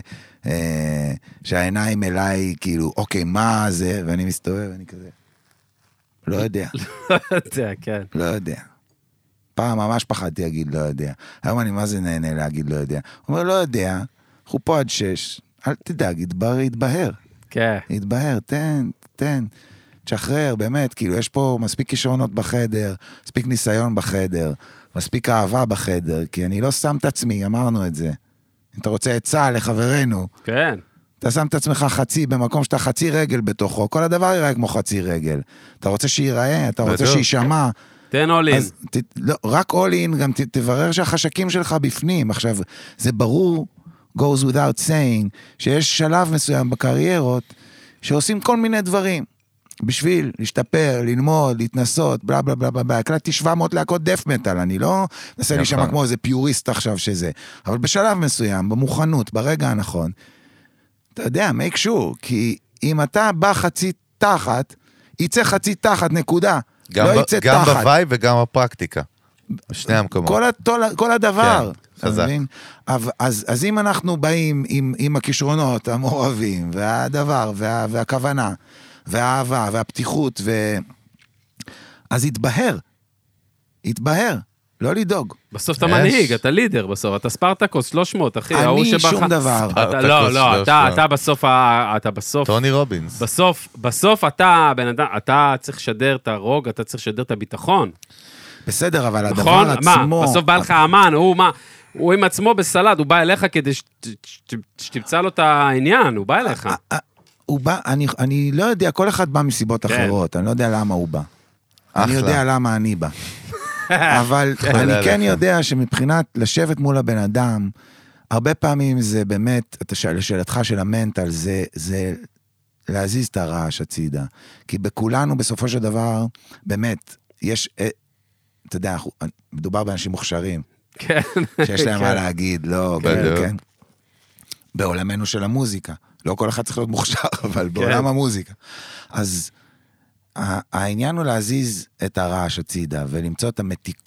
[SPEAKER 3] שהעיניים אליי, כאילו, אוקיי, מה זה? ואני מסתובב, ואני כזה, לא יודע.
[SPEAKER 2] לא יודע, כן.
[SPEAKER 3] לא יודע. פעם ממש פחדתי להגיד לא יודע. היום אני מה זה נהנה להגיד לא יודע. הוא אומר, לא יודע, אנחנו פה עד 6, אל תדאג, יתבהר.
[SPEAKER 2] כן.
[SPEAKER 3] יתבהר, תן. תשחרר, באמת, כאילו, יש פה מספיק כישרונות בחדר, מספיק ניסיון בחדר, מספיק אהבה בחדר, כי אני לא שם את עצמי, אמרנו את זה. אם אתה רוצה עצה לחברנו,
[SPEAKER 2] כן.
[SPEAKER 3] אתה שם את עצמך חצי, במקום שאתה חצי רגל בתוכו, כל הדבר ייראה כמו חצי רגל. אתה רוצה שיראה, אתה רוצה שישמע.
[SPEAKER 2] תן אולין.
[SPEAKER 3] לא, רק אולין, גם תברר שהחשקים שלך בפנים. עכשיו, זה ברור, goes without saying, שיש שלב מסוים בקריירות, שעושים כל מיני דברים, בשביל להשתפר, ללמוד, להתנסות, בלה בלה בלה בלה, הקלטתי 700 להקות דף מטל, אני לא נסה להישמע כמו איזה פיוריסט עכשיו שזה, אבל בשלב מסוים, במוכנות, ברגע הנכון, אתה יודע, make sure, כי אם אתה בא חצי תחת, יצא חצי תחת, נקודה. לא יצא תחת.
[SPEAKER 1] גם בוואי וגם בפרקטיקה. בשני המקומות.
[SPEAKER 3] כל הדבר.
[SPEAKER 1] כן, חזק.
[SPEAKER 3] אז אם אנחנו באים עם הכישרונות המעורבים, והדבר, והכוונה, והאהבה, והפתיחות, אז יתבהר, לא לדאוג.
[SPEAKER 2] בסוף אתה מנהיג, אתה לידר בסוף, אתה ספרטקוס 300, אחי.
[SPEAKER 3] אני שום דבר.
[SPEAKER 2] לא, אתה בסוף...
[SPEAKER 1] טוני רובינס.
[SPEAKER 2] בסוף אתה, בן אדם, אתה צריך לשדר את הרוג, אתה צריך לשדר את הביטחון.
[SPEAKER 3] בסדר, אבל הדבר עצמו...
[SPEAKER 2] מה, בסוף בא לך אמן, הוא עם עצמו בסלט, הוא בא אליך כדי שתמצא לו את העניין, הוא בא אליך.
[SPEAKER 3] הוא בא, אני לא יודע, כל אחד בא מסיבות אחרות, אני לא יודע למה הוא בא. אני יודע למה אני בא. אבל אני כן יודע שמבחינת לשבת מול הבן אדם, הרבה פעמים זה באמת, לשאלתך של המנטל, זה להזיז את הרעש הצידה. כי בכולנו בסופו של דבר, באמת, יש, אתה יודע, מדובר באנשים מוכשרים.
[SPEAKER 2] כן.
[SPEAKER 3] שיש להם מה להגיד, לא, כן. בעולמנו של המוזיקה. לא כל אחד צריך להיות מוכשר, אבל בעולם המוזיקה. אז העניין הוא להזיז את הרעש הצידה, ולמצוא את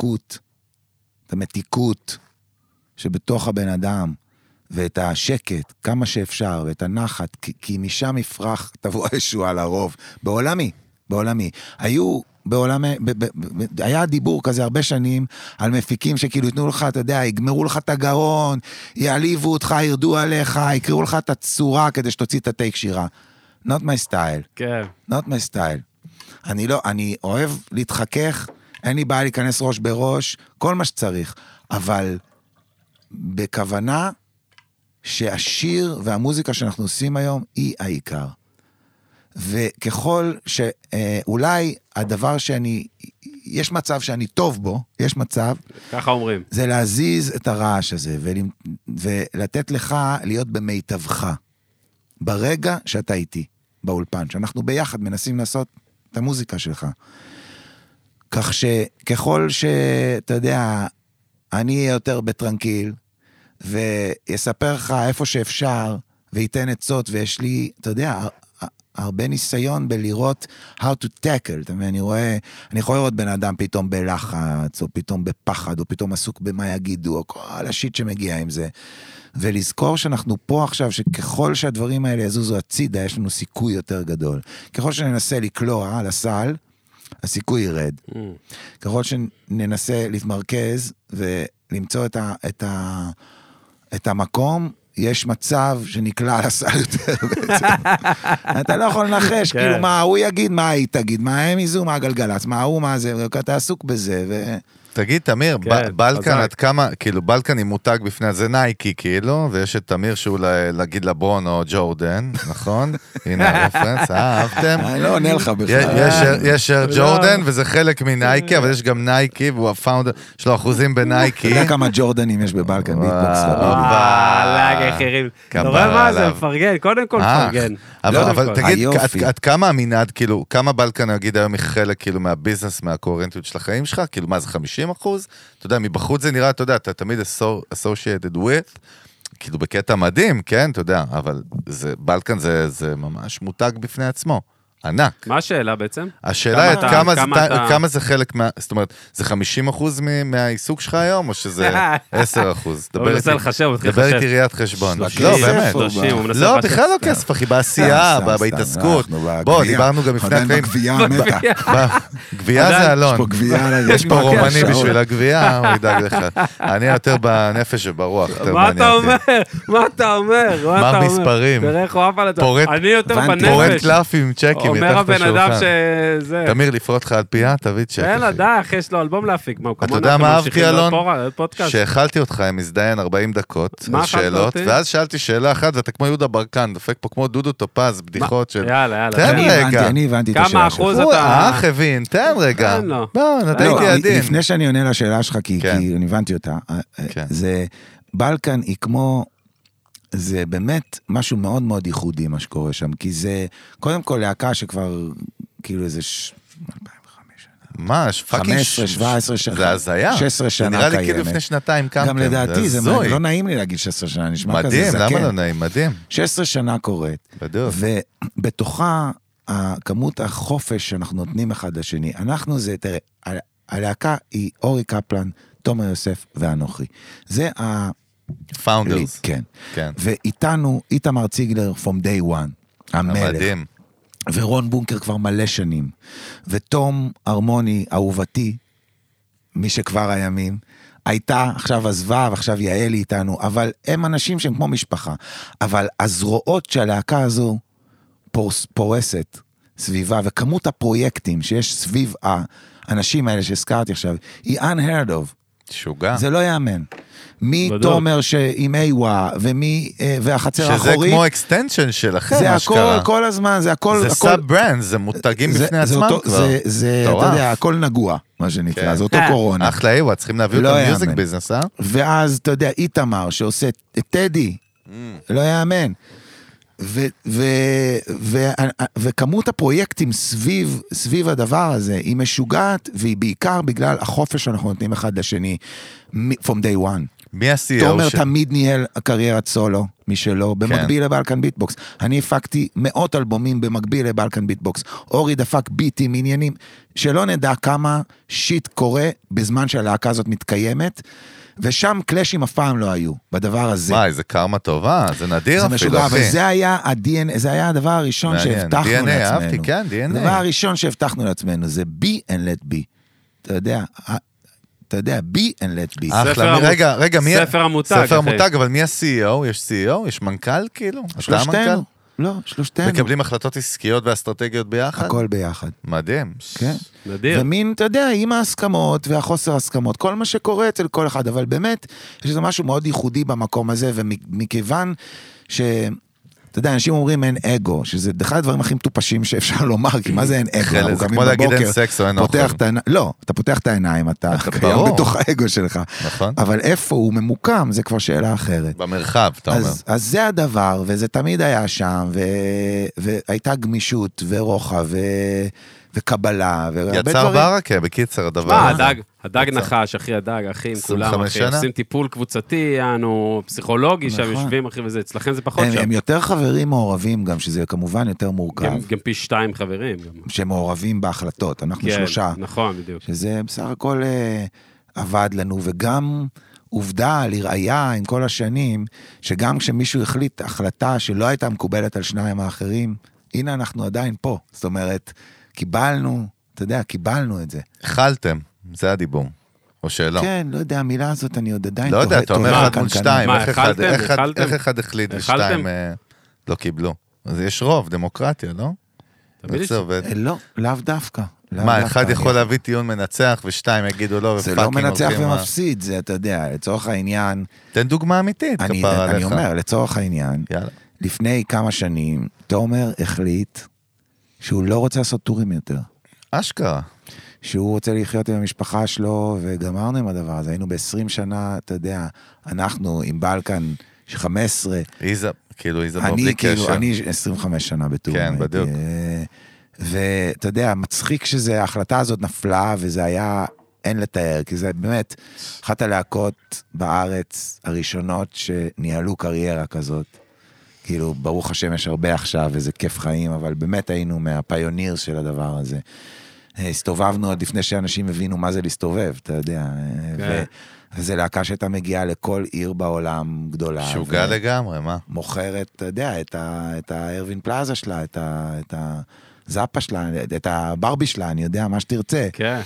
[SPEAKER 3] המתיקות שבתוך הבן אדם, ואת השקט, כמה שאפשר, ואת הנחת, כי משם יפרח תבוא הישועה לרוב. בעולמי. היה דיבור כזה הרבה שנים, על מפיקים שכאילו יתנו לך, אתה יודע, יגמרו לך את הגרון, יעליבו אותך, ירדו עליך, יקראו לך את הצורה, כדי שתוציא את הטייק שירה. Not my style.
[SPEAKER 2] כן.
[SPEAKER 3] Not my style. אני אוהב להתחכך, אין לי בעיה להיכנס ראש בראש, כל מה שצריך, אבל בכוונה שהשיר והמוזיקה שאנחנו עושים היום היא העיקר. וככל שאולי הדבר יש מצב שאני טוב בו, יש מצב,
[SPEAKER 2] ככה אומרים,
[SPEAKER 3] זה להזיז את הרעש הזה, ולתת לך להיות במיטבך, ברגע שאתה איתי, באולפן, שאנחנו ביחד מנסים לעשות את המוזיקה שלך. כך שככל שאתה יודע, אני אהיה יותר בטרנקיל, ויספר לך איפה שאפשר, וייתן עצות, ויש לי, אתה יודע, הרבה ניסיון בלראות how to tackle, אני יכול לראות בן אדם פתאום בלחץ, או פתאום בפחד, או פתאום עסוק במה יגידו, או כל השיט שמגיע עם זה, ולזכור שאנחנו פה עכשיו, שככל שהדברים האלה יזוזו הצידה, יש לנו סיכוי יותר גדול. ככל שננסה לקלוע על הסל, הסיכוי ירד. ככל שננסה להתמרכז, ולמצוא את המקום, יש מצב שנקלע על הסל יותר בעצם. אתה לא יכול לנחש, כאילו מה הוא יגיד, מה היא תגיד, מה הם יזו, מה הגלגלץ, מה הוא, מה זה, אתה עסוק בזה,
[SPEAKER 1] תגיד, תמיר, בלקן עד כמה, כאילו בלקן היא מותג בפני, זה נייקי כאילו, ויש את תמיר שהוא להגיד לברון או ג'ורדן, נכון? הנה הרפרנס, אהבתם?
[SPEAKER 3] אני לא עונה לך בכלל.
[SPEAKER 1] יש ג'ורדן, וזה חלק מנייקי, אבל יש גם נייקי, והוא הפאונדר, יש לו אחוזים בנייקי.
[SPEAKER 3] אתה יודע כמה ג'ורדנים יש בבלקן, ביטבוקס.
[SPEAKER 2] אתה רואה מה זה, מפרגן, קודם כל מפרגן.
[SPEAKER 1] אבל תגיד, עד כמה המנעד, כאילו, כמה בלקן נגיד היום מחלק, כאילו, מהביזנס, מהקוהרנטיות של החיים שלך, כאילו, מה זה 50%? אתה יודע, מבחוץ זה נראה, אתה יודע, אתה תמיד associated with, כאילו, בקטע מדהים, כן, אתה יודע, אבל בלקן זה ממש מותג בפני עצמו. ענק.
[SPEAKER 2] מה השאלה בעצם?
[SPEAKER 1] השאלה היא כמה זה חלק זאת אומרת, זה 50% מהעיסוק שלך היום, או שזה 10%?
[SPEAKER 2] הוא מנסה לחשב,
[SPEAKER 1] דבר איתי ראיית חשבון. לא, באמת. לא, בכלל לא כסף, אחי, בעשייה, בהתעסקות. בוא, דיברנו גם לפני הקלעים. גבייה זה אלון. יש פה רומני בשביל הגבייה, הוא ידאג לך. אני יותר בנפש וברוח.
[SPEAKER 2] מה אתה אומר?
[SPEAKER 1] מה מספרים?
[SPEAKER 2] תראה איך הוא אף על עצמו. אני יותר בנפש.
[SPEAKER 1] פורט קלפים, צ'קים.
[SPEAKER 2] אומר הבן אדם שזה...
[SPEAKER 1] תמיר, לפרוט לך על פיה, תביא צ'ק.
[SPEAKER 2] אין לה, די, אחי, יש לו אלבום להפיק.
[SPEAKER 1] אתה יודע מה אהבתי, אלון? שהאכלתי אותך עם מזדיין 40 דקות, שאלות, ואז שאלתי שאלה אחת, ואתה כמו יהודה ברקן, דופק פה כמו דודו טופז, בדיחות של...
[SPEAKER 2] יאללה.
[SPEAKER 1] תן רגע.
[SPEAKER 3] אני הבנתי את השאלה שלך.
[SPEAKER 2] כמה אחוז אתה...
[SPEAKER 1] האח הבין, תן רגע. לא, נתתי ידין.
[SPEAKER 3] לפני שאני עונה לשאלה שלך, כי אני הבנתי אותה, זה... בלקן היא כמו... זה באמת משהו מאוד מאוד ייחודי מה שקורה שם, כי זה קודם כל להקה שכבר כאילו איזה 2005 שנה.
[SPEAKER 1] מה?
[SPEAKER 3] 15, 17 שנה.
[SPEAKER 1] זה הזיה.
[SPEAKER 3] 16 שנה קיימת.
[SPEAKER 1] נראה לי כאילו לפני שנתיים קמתם.
[SPEAKER 3] גם לדעתי, זה לא נעים לי להגיד 16 שנה, נשמע כזה
[SPEAKER 1] מדהים,
[SPEAKER 3] זקן.
[SPEAKER 1] למה לא נעים? מדהים.
[SPEAKER 3] 16 שנה קורית.
[SPEAKER 1] בדיוק.
[SPEAKER 3] ובתוכה כמות החופש שאנחנו נותנים אחד לשני, אנחנו זה, תראה, הלהקה היא אורי קפלן, תומר יוסף ואנוכי. זה
[SPEAKER 1] פאונדרס.
[SPEAKER 3] כן. ואיתנו, איתמר ציגלר from day one, המלך.
[SPEAKER 1] המדהים.
[SPEAKER 3] ורון בונקר כבר מלא שנים. ותום הרמוני, אהובתי, מי שכבר הימים, הייתה, עכשיו עזבה, ועכשיו יעלי איתנו, אבל הם אנשים שהם כמו משפחה. אבל הזרועות שהלהקה הזו פורסת סביבה, וכמות הפרויקטים שיש סביב האנשים האלה שהזכרתי עכשיו, היא unheard of.
[SPEAKER 1] שוגע.
[SPEAKER 3] זה לא יאמן. מי תומר עם איווה, והחצר האחורית.
[SPEAKER 1] שזה כמו אקסטנשן שלכם,
[SPEAKER 3] זה הכל, כל הזמן, זה הכל.
[SPEAKER 1] זה סאב ברנד, זה מותגים בפני עצמם כבר.
[SPEAKER 3] זה, אתה יודע, הכל נגוע, מה שנקרא, זה אותו קורונה.
[SPEAKER 1] אחלה איווה, צריכים להביא אותו מיוזיק ביזנס, אה?
[SPEAKER 3] ואז, אתה יודע, איתמר, שעושה טדי, לא יאמן. וכמות הפרויקטים סביב הדבר הזה, היא משוגעת, והיא בעיקר בגלל החופש שאנחנו נותנים אחד לשני, from day one.
[SPEAKER 1] מי ה-CEO?
[SPEAKER 3] תומר תמיד ניהל קריירת סולו משלו, במקביל לבלקן ביטבוקס. אני הפקתי מאות אלבומים במקביל לבלקן ביטבוקס. אורי דפק ביטים, עניינים, שלא נדע כמה שיט קורה בזמן שהלהקה הזאת מתקיימת, ושם קלאשים אף פעם לא היו, בדבר הזה.
[SPEAKER 1] מה, זה קרמה טובה, זה נדיר אפילו,
[SPEAKER 3] משוגע, אבל זה היה הדבר הראשון שהבטחנו לעצמנו.
[SPEAKER 1] אהבתי, כן, DNA.
[SPEAKER 3] הדבר הראשון שהבטחנו לעצמנו, זה be and let be. אתה יודע, be and let be.
[SPEAKER 1] רגע, מי...
[SPEAKER 2] ספר המותג.
[SPEAKER 1] ספר המותג, אבל מי ה-CEO? יש CEO? יש מנכ"ל כאילו?
[SPEAKER 3] שלושתנו. לא, שלושתנו.
[SPEAKER 1] מקבלים החלטות עסקיות ואסטרטגיות ביחד?
[SPEAKER 3] הכל ביחד.
[SPEAKER 1] מדהים.
[SPEAKER 3] כן.
[SPEAKER 2] נדיר.
[SPEAKER 3] ומין, אתה יודע, עם ההסכמות והחוסר הסכמות, כל מה שקורה אצל כל אחד, אבל באמת, יש איזה משהו מאוד ייחודי במקום הזה, ומכיוון ש... אתה יודע, אנשים אומרים אין אגו, שזה אחד הדברים הכי מטופשים שאפשר לומר, כי מה זה אין אגו?
[SPEAKER 1] זה כמו להגיד אין סקס או אין אוכל.
[SPEAKER 3] לא, אתה פותח את העיניים, אתה קיים בתוך האגו שלך.
[SPEAKER 1] נכון.
[SPEAKER 3] אבל איפה הוא ממוקם, זה כבר שאלה אחרת.
[SPEAKER 1] במרחב, אתה אומר.
[SPEAKER 3] אז זה הדבר, וזה תמיד היה שם, והייתה גמישות ורוחב וקבלה,
[SPEAKER 1] יצר ברקה, בקיצר הדבר.
[SPEAKER 2] הדג נחש, אחי, הדג, אחים, כולם, אחי, עושים טיפול קבוצתי, פסיכולוגי, שם יושבים, אחי, וזה, אצלכם זה פחות שם.
[SPEAKER 3] הם יותר חברים מעורבים גם, שזה כמובן יותר מורכב.
[SPEAKER 2] גם פי 2 חברים.
[SPEAKER 3] שמעורבים בהחלטות, אנחנו 3.
[SPEAKER 2] נכון, בדיוק.
[SPEAKER 3] שזה בסך הכל עבד לנו, וגם עובדה, לראיה עם כל השנים, שגם כשמישהו החליט החלטה שלא הייתה מקובלת על 2 האחרים, הנה אנחנו עדיין פה. זאת אומרת, קיבלנו, אתה יודע, קיבלנו את זה.
[SPEAKER 1] אכלתם. זה הדיבור, או שאלה.
[SPEAKER 3] כן, לא יודע, המילה הזאת אני עוד עדיין...
[SPEAKER 1] לא יודע, אתה אומר 1 מול 2, איך אחד החליט ו2 לא קיבלו? אז יש רוב, דמוקרטיה, לא?
[SPEAKER 3] לא, לאו דווקא.
[SPEAKER 1] מה, אחד יכול להביא טיעון מנצח ו2 יגידו לא,
[SPEAKER 3] זה לא מנצח ומפסיד, זה, אתה יודע, לצורך העניין...
[SPEAKER 1] תן דוגמה אמיתית, כפר עליך.
[SPEAKER 3] אני אומר, לצורך העניין, לפני כמה שנים, תומר החליט שהוא לא רוצה לעשות טורים יותר.
[SPEAKER 1] אשכרה.
[SPEAKER 3] שהוא רוצה לחיות עם המשפחה שלו, וגמרנו עם הדבר הזה. היינו ב-20 שנה, אתה יודע, אנחנו עם בלקן 15.
[SPEAKER 1] כאילו איזה בלי קשר.
[SPEAKER 3] אני 25 שנה בטור.
[SPEAKER 1] כן, בדיוק.
[SPEAKER 3] ואתה יודע, מצחיק שזה, ההחלטה הזאת נפלה, וזה היה, אין לתאר, כי זה באמת אחת הלהקות בארץ הראשונות שניהלו קריירה כזאת. כאילו, ברוך השם יש הרבה עכשיו, וזה כיף חיים, אבל באמת היינו מהפיוניר של הדבר הזה. הסתובבנו עוד לפני שאנשים הבינו מה זה להסתובב, אתה יודע. וזה להקה שהייתה מגיעה לכל עיר בעולם גדולה.
[SPEAKER 1] שוגע לגמרי, מה?
[SPEAKER 3] מוכרת, אתה יודע, את הארווין פלאזה שלה, את הזאפה שלה, את הברבי שלה, אני יודע, מה שתרצה.
[SPEAKER 2] כן.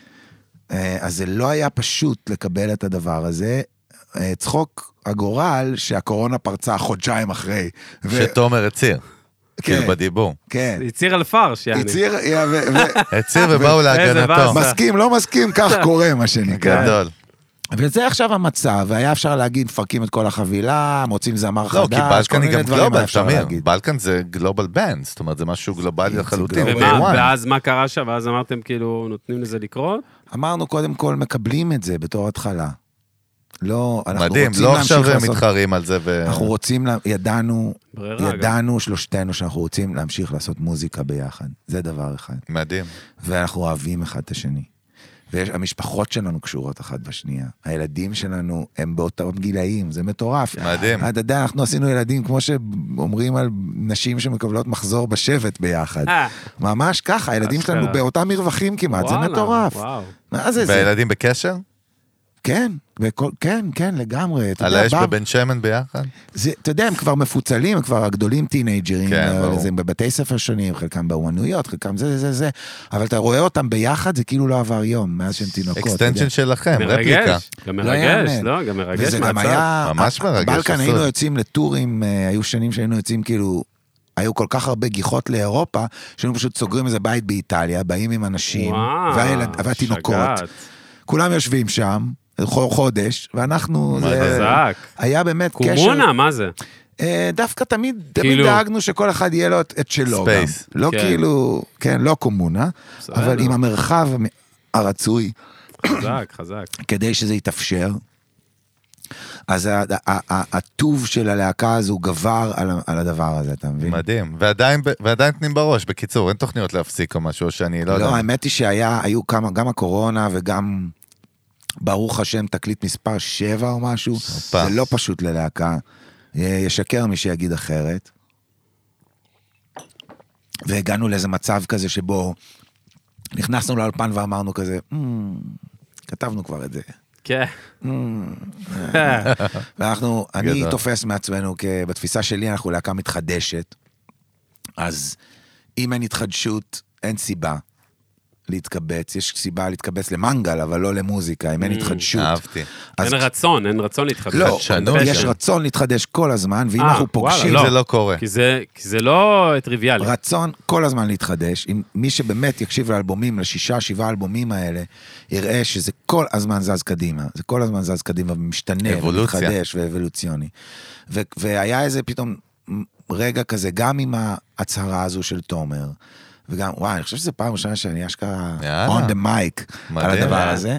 [SPEAKER 3] אז זה לא היה פשוט לקבל את הדבר הזה. צחוק הגורל שהקורונה פרצה חודשיים אחרי.
[SPEAKER 1] שתומר הציר. כאילו בדיבור.
[SPEAKER 3] כן.
[SPEAKER 2] הציר על פרש, יעני.
[SPEAKER 1] הציר ובאו להגנתו.
[SPEAKER 3] מסכים, לא מסכים, כך קורה מה שנקרא.
[SPEAKER 1] גדול.
[SPEAKER 3] וזה עכשיו המצב, והיה אפשר להגיד, מפרקים את כל החבילה, מוצאים זמר חדש,
[SPEAKER 1] לא, כי בלקן היא גם גלובל, תמיר. בלקן זה גלובל בנד, זאת אומרת, זה משהו גלובלי לחלוטין.
[SPEAKER 2] ואז מה קרה שם? ואז אמרתם, כאילו, נותנים לזה לקרות?
[SPEAKER 3] אמרנו, קודם כל, מקבלים את זה בתור התחלה. לא,
[SPEAKER 1] מדהים, לא עכשיו הם מתחרים על זה.
[SPEAKER 3] אנחנו רוצים, ידענו שלושתנו שאנחנו רוצים להמשיך לעשות מוזיקה ביחד. זה דבר אחד.
[SPEAKER 1] מדהים.
[SPEAKER 3] ואנחנו אוהבים אחד את השני. והמשפחות שלנו קשורות אחת בשנייה. הילדים שלנו הם באותם גילאים, זה מטורף.
[SPEAKER 1] מדהים.
[SPEAKER 3] אתה יודע, אנחנו עשינו ילדים, כמו שאומרים על נשים שמקבלות מחזור בשבט ביחד. ממש ככה, הילדים שלנו באותם מרווחים כמעט, זה מטורף. מה זה?
[SPEAKER 1] והילדים בקשר?
[SPEAKER 3] כן, כן, לגמרי.
[SPEAKER 1] על האש בבן שמן ביחד?
[SPEAKER 3] אתה יודע, הם כבר מפוצלים, הם כבר הגדולים טינג'רים, הם בבתי ספר שונים, חלקם באומנויות, חלקם זה, אבל אתה רואה אותם ביחד, זה כאילו לא עבר יום, מאז שהם תינוקות.
[SPEAKER 1] אקסטנשן שלכם, רפליקה.
[SPEAKER 2] גם מרגש, לא? גם מרגש.
[SPEAKER 3] וזה גם היה,
[SPEAKER 1] ממש מרגש.
[SPEAKER 3] בלקן היינו יוצאים לטורים, היו שנים שהיינו יוצאים כאילו, היו כל כך הרבה גיחות לאירופה, שהיינו פשוט סוגרים איזה בית באיטליה, באים עם אנשים, והתינוקות, כולם יושבים שם, חודש, ואנחנו, היה באמת קשר.
[SPEAKER 2] קומונה, מה זה?
[SPEAKER 3] דווקא תמיד דאגנו שכל אחד יהיה לו את שלו גם. לא כאילו, כן, לא קומונה, אבל עם המרחב הרצוי.
[SPEAKER 2] חזק.
[SPEAKER 3] כדי שזה יתאפשר. אז הטוב של הלהקה הזו גבר על הדבר הזה, אתה מבין?
[SPEAKER 1] מדהים. ועדיין תנים בראש, בקיצור, אין תוכניות להפסיק או משהו שאני לא יודע.
[SPEAKER 3] לא, האמת היא שהיו גם הקורונה וגם... ברוך השם, תקליט מספר 7 או משהו, זה לא פשוט ללהקה, ישקר מי שיגיד אחרת. והגענו לאיזה מצב כזה שבו נכנסנו לאולפן ואמרנו כזה, כתבנו כבר את זה.
[SPEAKER 2] כן.
[SPEAKER 3] ואנחנו, אני תופס מעצמנו, בתפיסה שלי אנחנו להקה מתחדשת, אז אם אין התחדשות, אין סיבה. להתקבץ, יש סיבה להתקבץ למנגל, אבל לא למוזיקה, אם אין התחדשות.
[SPEAKER 1] אהבתי.
[SPEAKER 2] אין רצון להתחדש.
[SPEAKER 3] לא, יש רצון להתחדש כל הזמן, ואם אנחנו פוגשים...
[SPEAKER 1] זה לא קורה.
[SPEAKER 2] כי זה לא טריוויאלי.
[SPEAKER 3] רצון כל הזמן להתחדש, אם מי שבאמת יקשיב לאלבומים, 6-7 אלבומים האלה, יראה שזה כל הזמן זז קדימה, זה כל הזמן זז קדימה, ומשתנה, ומתחדש, ואבולוציוני. והיה איזה פתאום רגע כזה, גם עם ההצהרה הזו של תומר, וגם, וואי, אני חושב שזה פעם ראשונה שאני אשכרה on the mic על הדבר הזה,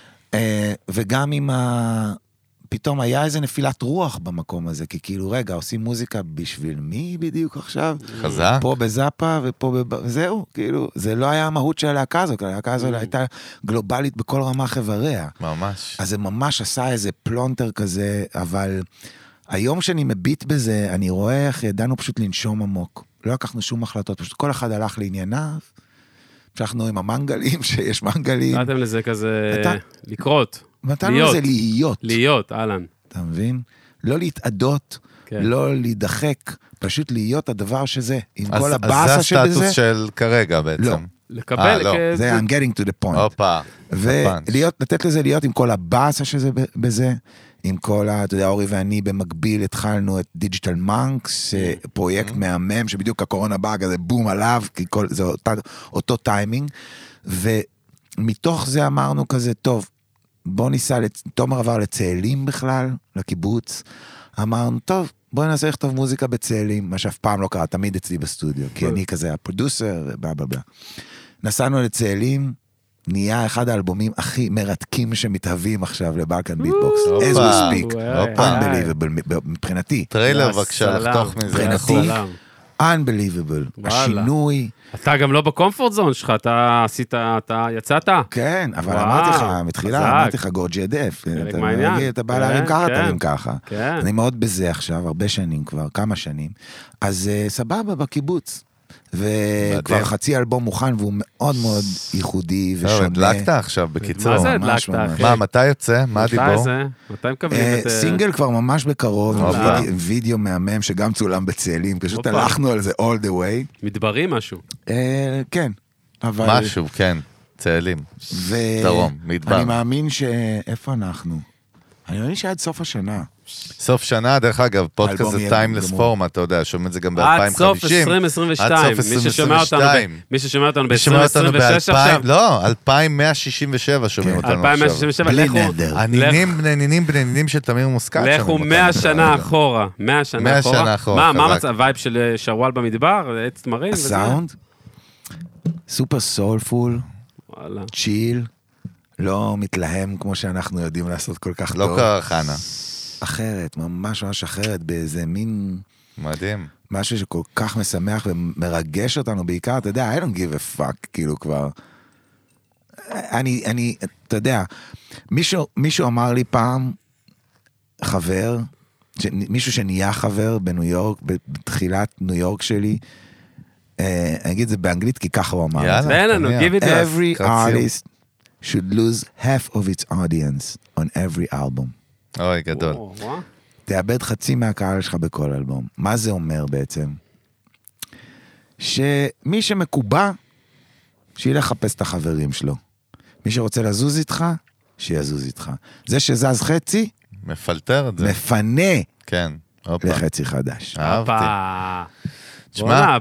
[SPEAKER 3] וגם עם פתאום היה איזה נפילת רוח במקום הזה, כי כאילו, רגע, עושים מוזיקה בשביל מי בדיוק עכשיו?
[SPEAKER 1] חזק.
[SPEAKER 3] פה בזאפה ופה וזהו, כאילו, זה לא היה המהות של הלהקה הזאת, הלהקה הזאת הייתה גלובלית בכל רמה חבריה.
[SPEAKER 1] ממש.
[SPEAKER 3] אז זה ממש עשה איזה פלונטר כזה, אבל היום שאני מביט בזה, אני רואה איך ידענו פשוט לנשום עמוק. לא לקחנו שום החלטות, פשוט כל אחד הלך לענייניו, המשכנו עם המנגלים, שיש מנגלים.
[SPEAKER 2] נתתם לזה כזה לקרות.
[SPEAKER 3] נתנו לזה להיות.
[SPEAKER 2] להיות, אהלן.
[SPEAKER 3] אתה מבין? לא להתעדות, לא להידחק, פשוט להיות הדבר שזה, עם כל הבאסה שבזה.
[SPEAKER 1] אז זה הסטטוס של כרגע בעצם.
[SPEAKER 3] לא.
[SPEAKER 2] לקבל,
[SPEAKER 3] זה I'm getting to the point.
[SPEAKER 1] הופה.
[SPEAKER 3] ולתת לזה להיות עם כל הבאסה שזה בזה, עם כל, אתה יודע, אורי ואני במקביל התחלנו את דיג'יטל מנקס, פרויקט מהמם, שבדיוק הקורונה באה, כזה בום עליו, כי זה אותו טיימינג, ומתוך זה אמרנו כזה, טוב, בוא ניסע, תומר עבר לצאלים בכלל, לקיבוץ, אמרנו, טוב, בוא ננסה לכתוב מוזיקה בצאלים, מה שאף פעם לא קרה, תמיד אצלי בסטודיו, כי אני כזה הפרודוסר, ובלה בלה בלה. נסענו לצאלים, נהיה אחד האלבומים הכי מרתקים שמתהווים עכשיו לבלקן ביטבוקס. as we speak. unbelievable, מבחינתי.
[SPEAKER 1] טריילר בבקשה, לחתוך מזה.
[SPEAKER 3] מבחינתי, unbelievable. השינוי.
[SPEAKER 2] אתה גם לא בקומפורט זון שלך, אתה עשית, אתה יצאת?
[SPEAKER 3] כן, אבל אמרתי לך, מתחילה, אמרתי לך, גורג'י הדף. אתה בא להרים ככה, תרים ככה. אני מאוד בזה עכשיו, הרבה שנים כבר, כמה שנים. אז סבבה, בקיבוץ. וכבר חצי אלבום מוכן, והוא מאוד מאוד ייחודי ושונה.
[SPEAKER 1] הדלקת עכשיו, בקיצור.
[SPEAKER 2] מה זה הדלקת, אחי?
[SPEAKER 1] מה, מתי יוצא? מה הדיבור?
[SPEAKER 2] מתי זה? מתי מקבלים את...
[SPEAKER 3] סינגל כבר ממש בקרוב, וידאו מהמם שגם צולם בצאלים, פשוט הלכנו על זה all the way.
[SPEAKER 2] מדברים משהו.
[SPEAKER 3] כן, אבל...
[SPEAKER 1] משהו, כן, צאלים. דרום, מדבר.
[SPEAKER 3] אני מאמין איפה אנחנו? אני מאמין שעד סוף השנה.
[SPEAKER 1] סוף שנה, דרך אגב, פודקאסט זה טיימלס פורמה, אתה יודע, שומעים את זה גם ב-2050.
[SPEAKER 2] עד סוף 2022.
[SPEAKER 1] עד סוף 2022.
[SPEAKER 2] מי ששומע אותנו ב-2026 עכשיו.
[SPEAKER 1] לא, 2167 שומעים אותנו עכשיו.
[SPEAKER 2] 2167,
[SPEAKER 1] בני נינים של תמיר מוסקת.
[SPEAKER 2] לכו 100 שנה אחורה. 100 שנה אחורה. מה המצב? וייב של שרוואל במדבר? עץ תמרים?
[SPEAKER 3] הסאונד? סופר סולפול. צ'יל. לא מתלהם כמו שאנחנו יודעים לעשות כל כך טוב.
[SPEAKER 1] לא קרחנה.
[SPEAKER 3] אחרת, ממש ממש אחרת, באיזה מין...
[SPEAKER 1] מדהים.
[SPEAKER 3] משהו שכל כך משמח ומרגש אותנו בעיקר, אתה יודע, I don't give a fuck, כאילו כבר... אתה יודע, מישהו אמר לי פעם, חבר, מישהו שנהיה חבר בניו יורק, בתחילת ניו יורק שלי, אני אגיד את זה באנגלית, כי ככה הוא אמר.
[SPEAKER 2] תן לנו, give it us.
[SPEAKER 3] Every artist should lose half of its audience on every album.
[SPEAKER 1] אוי, גדול.
[SPEAKER 3] תאבד חצי מהקהל שלך בכל אלבום. מה זה אומר בעצם? שמי שמקובע, שילך לחפש את החברים שלו. מי שרוצה לזוז איתך, שיזוז איתך. זה שזז חצי,
[SPEAKER 1] מפלטר את זה.
[SPEAKER 3] מפנה.
[SPEAKER 1] כן.
[SPEAKER 3] לחצי חדש.
[SPEAKER 1] אהבתי.
[SPEAKER 2] בונה.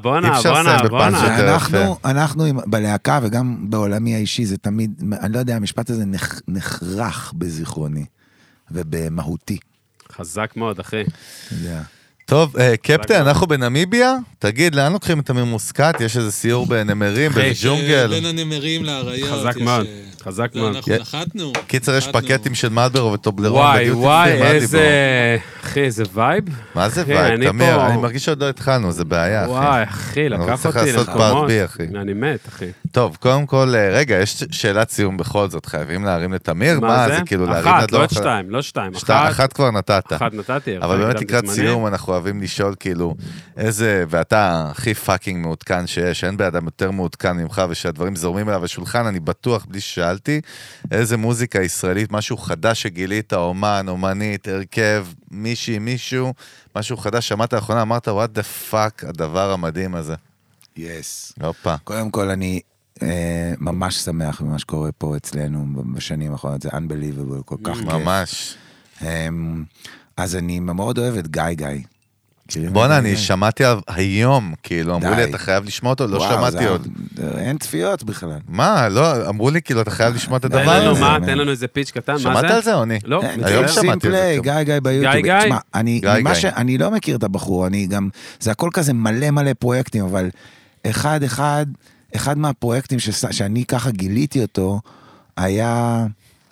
[SPEAKER 3] ואנחנו בלהקה וגם בעולמי האישי, זה תמיד, אני לא יודע, המשפט הזה נחרח בזיכרוני ובמהותי.
[SPEAKER 2] חזק מאוד, אחי.
[SPEAKER 3] אתה יודע.
[SPEAKER 1] טוב, קפטן, אנחנו בנמיביה? תגיד, לאן לוקחים את אמיר מוסקת? יש איזה סיור בנמרים, בג'ונגל?
[SPEAKER 4] בין הנמרים לאריות.
[SPEAKER 2] חזק מאוד, חזק מאוד.
[SPEAKER 4] אנחנו נחתנו.
[SPEAKER 1] קיצר, יש פקטים של מלברו וטובלרון.
[SPEAKER 2] וואי, איזה... אחי, איזה וייב.
[SPEAKER 1] מה זה וייב? תמיר, אני מרגיש שעוד לא התחלנו, זה בעיה, אחי.
[SPEAKER 2] וואי, אחי, לקח אותי
[SPEAKER 1] לעשות פארט בי, אחי.
[SPEAKER 2] אני מת, אחי.
[SPEAKER 1] טוב, קודם כל, רגע, יש שאלת סיום בכל זאת, חייבים להרים לתמיר? מה זה? כאילו להרים
[SPEAKER 2] אחת, לא שתיים.
[SPEAKER 1] אחת כבר נתת.
[SPEAKER 2] אחת נתתי.
[SPEAKER 1] אבל באמת לקראת סיום אנחנו אוהבים לשאול כאילו איזה, ואתה הכי פאקינג מעודכן שיש, אין באדם יותר מעודכן ממך ושהדברים זורמים אליו השולחן, אני בטוח בלי ששאלתי, איזה מוזיקה ישראלית, משהו חדש שגילית, אומן, אומנית, הרכב, מישהו, משהו חדש, שמעת האחרונה, אמרת, what the fuck, הדבר המדהים הזה.
[SPEAKER 3] יס.
[SPEAKER 1] הופה.
[SPEAKER 3] קודם כל אני ממש שמח במה שקורה פה אצלנו בשנים האחרונות, זה unbelievable, כל כך כיף.
[SPEAKER 1] ממש.
[SPEAKER 3] אז אני מאוד אוהב את גיא.
[SPEAKER 1] בוא'נה, אני שמעתי היום, כאילו, אמרו לי, אתה חייב לשמוע אותו, לא שמעתי עוד.
[SPEAKER 3] אין צפיות בכלל.
[SPEAKER 1] מה, לא, אמרו לי, כאילו, אתה חייב לשמוע את הדבר הזה.
[SPEAKER 2] תן לנו איזה פיץ' קטן, מה זה?
[SPEAKER 1] שמעת על זה או אני?
[SPEAKER 2] לא.
[SPEAKER 1] היום שמעתי על זה.
[SPEAKER 3] גיא ביוטיוב.
[SPEAKER 2] גיא?
[SPEAKER 3] אני לא מכיר את הבחור, אני גם, זה הכל כזה מלא פרויקטים, אבל אחד מהפרויקטים שאני ככה גיליתי אותו, היה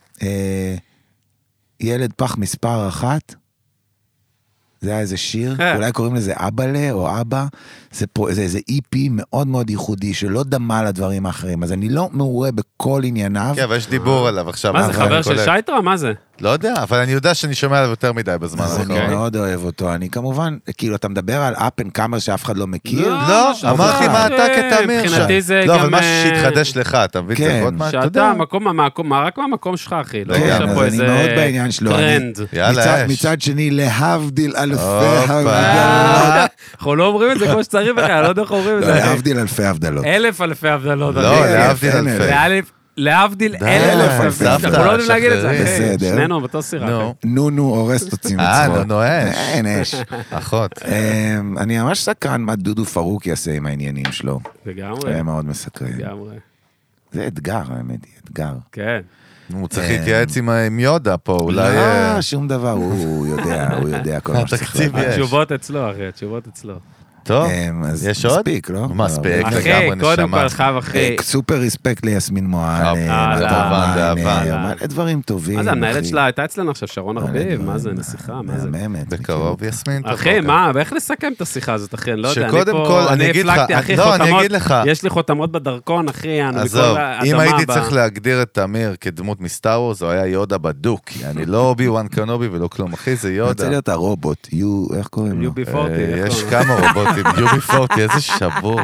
[SPEAKER 3] ילד פח מספר 1, זה היה איזה שיר, אולי קוראים לזה אבאלה או אבא, זה איזה EP מאוד מאוד ייחודי, שלא דמה לדברים האחרים, אז אני לא מעורה בכל ענייניו.
[SPEAKER 1] כן, אבל יש דיבור עליו עכשיו.
[SPEAKER 2] מה זה, חבר של שייטרה? מה זה?
[SPEAKER 1] לא יודע, אבל אני יודע שאני שומע עליו יותר מדי בזמן.
[SPEAKER 3] אז אני מאוד אוהב אותו, אני כמובן, כאילו, אתה מדבר על up and comers שאף אחד לא מכיר?
[SPEAKER 1] לא, אמרתי מה אתה כתמיר שם.
[SPEAKER 2] מבחינתי זה גם...
[SPEAKER 1] לא, אבל משהו שהתחדש לך, אתה מבין?
[SPEAKER 3] כן.
[SPEAKER 2] שאתה, רק מהמקום שלך, אחי.
[SPEAKER 3] כן, אז אני מאוד בעניין שלו.
[SPEAKER 2] טרנד.
[SPEAKER 3] מצד שני, להבדיל אלפי הבדלות.
[SPEAKER 2] אנחנו לא אומרים את זה כמו שצריך בכלל, אני לא יודע איך אומרים את זה.
[SPEAKER 3] להבדיל אלפי הבדלות.
[SPEAKER 2] אלפי הבדלות.
[SPEAKER 1] לא, להבדיל אלפי.
[SPEAKER 2] להבדיל 1000, אנחנו לא יודעים להגיד את זה.
[SPEAKER 3] בסדר.
[SPEAKER 2] שנינו באותו סירה.
[SPEAKER 3] נו, הורס תוצאים מצוות.
[SPEAKER 1] נו, אש.
[SPEAKER 3] אין אש.
[SPEAKER 1] אחות.
[SPEAKER 3] אני ממש סקרן מה דודו פרוק יעשה עם העניינים שלו.
[SPEAKER 2] לגמרי.
[SPEAKER 3] זה מאוד מסקרן.
[SPEAKER 2] לגמרי.
[SPEAKER 3] זה אתגר, האמת, אתגר.
[SPEAKER 2] כן.
[SPEAKER 1] הוא צריך להתייעץ עם יודה פה, אולי...
[SPEAKER 3] לא, שום דבר, הוא יודע כל מה שצריך.
[SPEAKER 2] התשובות אצלו, אחי, התשובות אצלו.
[SPEAKER 1] טוב, יש עוד?
[SPEAKER 3] מספיק, לא?
[SPEAKER 1] מספיק,
[SPEAKER 2] אחי,
[SPEAKER 1] לגמרי
[SPEAKER 2] קודם
[SPEAKER 1] נשמה.
[SPEAKER 2] כל חב, אחי.
[SPEAKER 3] סופר ריספקט ליסמין מועלם. מלא דברים טובים.
[SPEAKER 2] מה זה, המנהלת שלה הייתה אצלנו עכשיו, שרון ארביב, מה זה, נסיכה, מה זה?
[SPEAKER 1] בקרוב יסמין.
[SPEAKER 2] אחי, מה, ואיך נסכם את השיחה הזאת, אחי? אני לא יודע,
[SPEAKER 1] שקודם כל, אני אגיד לך, לא, אני אגיד לך.
[SPEAKER 2] יש לי חותמות בדרכון, אחי,
[SPEAKER 1] עזוב, אם הייתי צריך להגדיר את תמיר כדמות מסטאר וורס, הוא היה יודה בדוק. אני לא אובי וואן קנובי ולא כלום, אחי, זה יודה.
[SPEAKER 3] רוצה להיות הרובוט, איך קוראים לו?
[SPEAKER 1] יש כמה רובוטים, UB40, איזה שבור.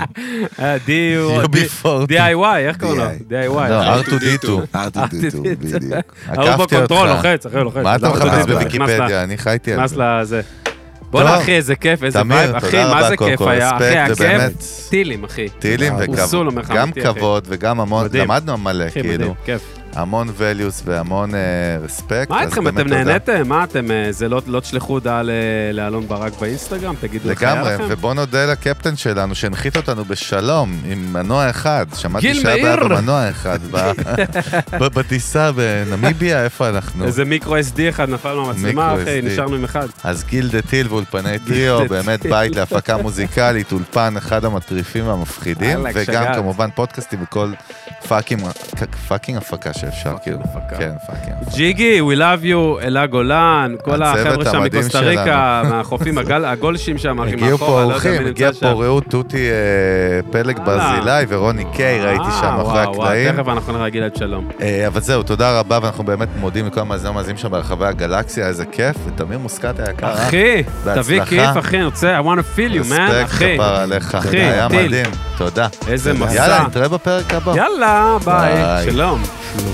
[SPEAKER 2] DIY, איך קוראים לו? DIY.
[SPEAKER 1] לא, R2D2.
[SPEAKER 3] R2D2, בדיוק.
[SPEAKER 2] הוא בקונטרול, לוחץ, אחי, לוחץ.
[SPEAKER 1] מה אתה מחפש בוויקיפדיה? אני חייתי על זה.
[SPEAKER 2] זה. בוא'נה, אחי, איזה כיף, איזה וייב. אחי, מה זה כיף היה? אחי, הכיף, טילים, אחי.
[SPEAKER 1] טילים וגם כבוד וגם המון, למדנו מלא, כאילו.
[SPEAKER 2] כיף.
[SPEAKER 1] המון values והמון respect.
[SPEAKER 2] מה איתכם? אתם נהנתם? מה אתם, זה לא תשלחו הודעה לאלון ברק באינסטגרם? תגידו לך היה לכם?
[SPEAKER 1] לגמרי, ובוא נודה לקפטן שלנו שהנחית אותנו בשלום עם מנוע אחד. שמעתי שהיה במנוע אחד בטיסה בנמיביה, איפה אנחנו?
[SPEAKER 2] איזה מיקרו SD אחד נפל מהמצלמה, אחי, נשארנו עם אחד.
[SPEAKER 1] אז גיל דתיל ואולפני טריו, באמת בית להפקה מוזיקלית, אולפן אחד המטריפים והמפחידים, וגם כמובן פודקאסטים בכל פאקינג הפקה שאפשר, כאילו. כן, פאקינג.
[SPEAKER 2] ג'יגי, we love you, אלה גולן, כל החבר'ה שם מקוסטה ריקה, מהחופים הגולשים שם,
[SPEAKER 1] הגיעו פה אורחים, הגיע פה רעות תותי פלג ברזילי ורוני קיי, ראיתי שם אחרי הקלעים.
[SPEAKER 2] תכף אנחנו נראה להגיד שלום.
[SPEAKER 1] אבל זהו, תודה רבה, ואנחנו באמת מודים לכל המאזינים שם ברחבי הגלקסיה, איזה כיף, ותמיר מוסקת היקר.
[SPEAKER 2] אחי, תביא כיף, אחי, אני רוצה, I want to feel you, man, אחי.
[SPEAKER 1] רספקט כפר עליך, היה מדהים, תודה.
[SPEAKER 2] איזה מסע.
[SPEAKER 1] יאללה, נתראה בפרק הבא.
[SPEAKER 2] יאללה, ביי, שלום.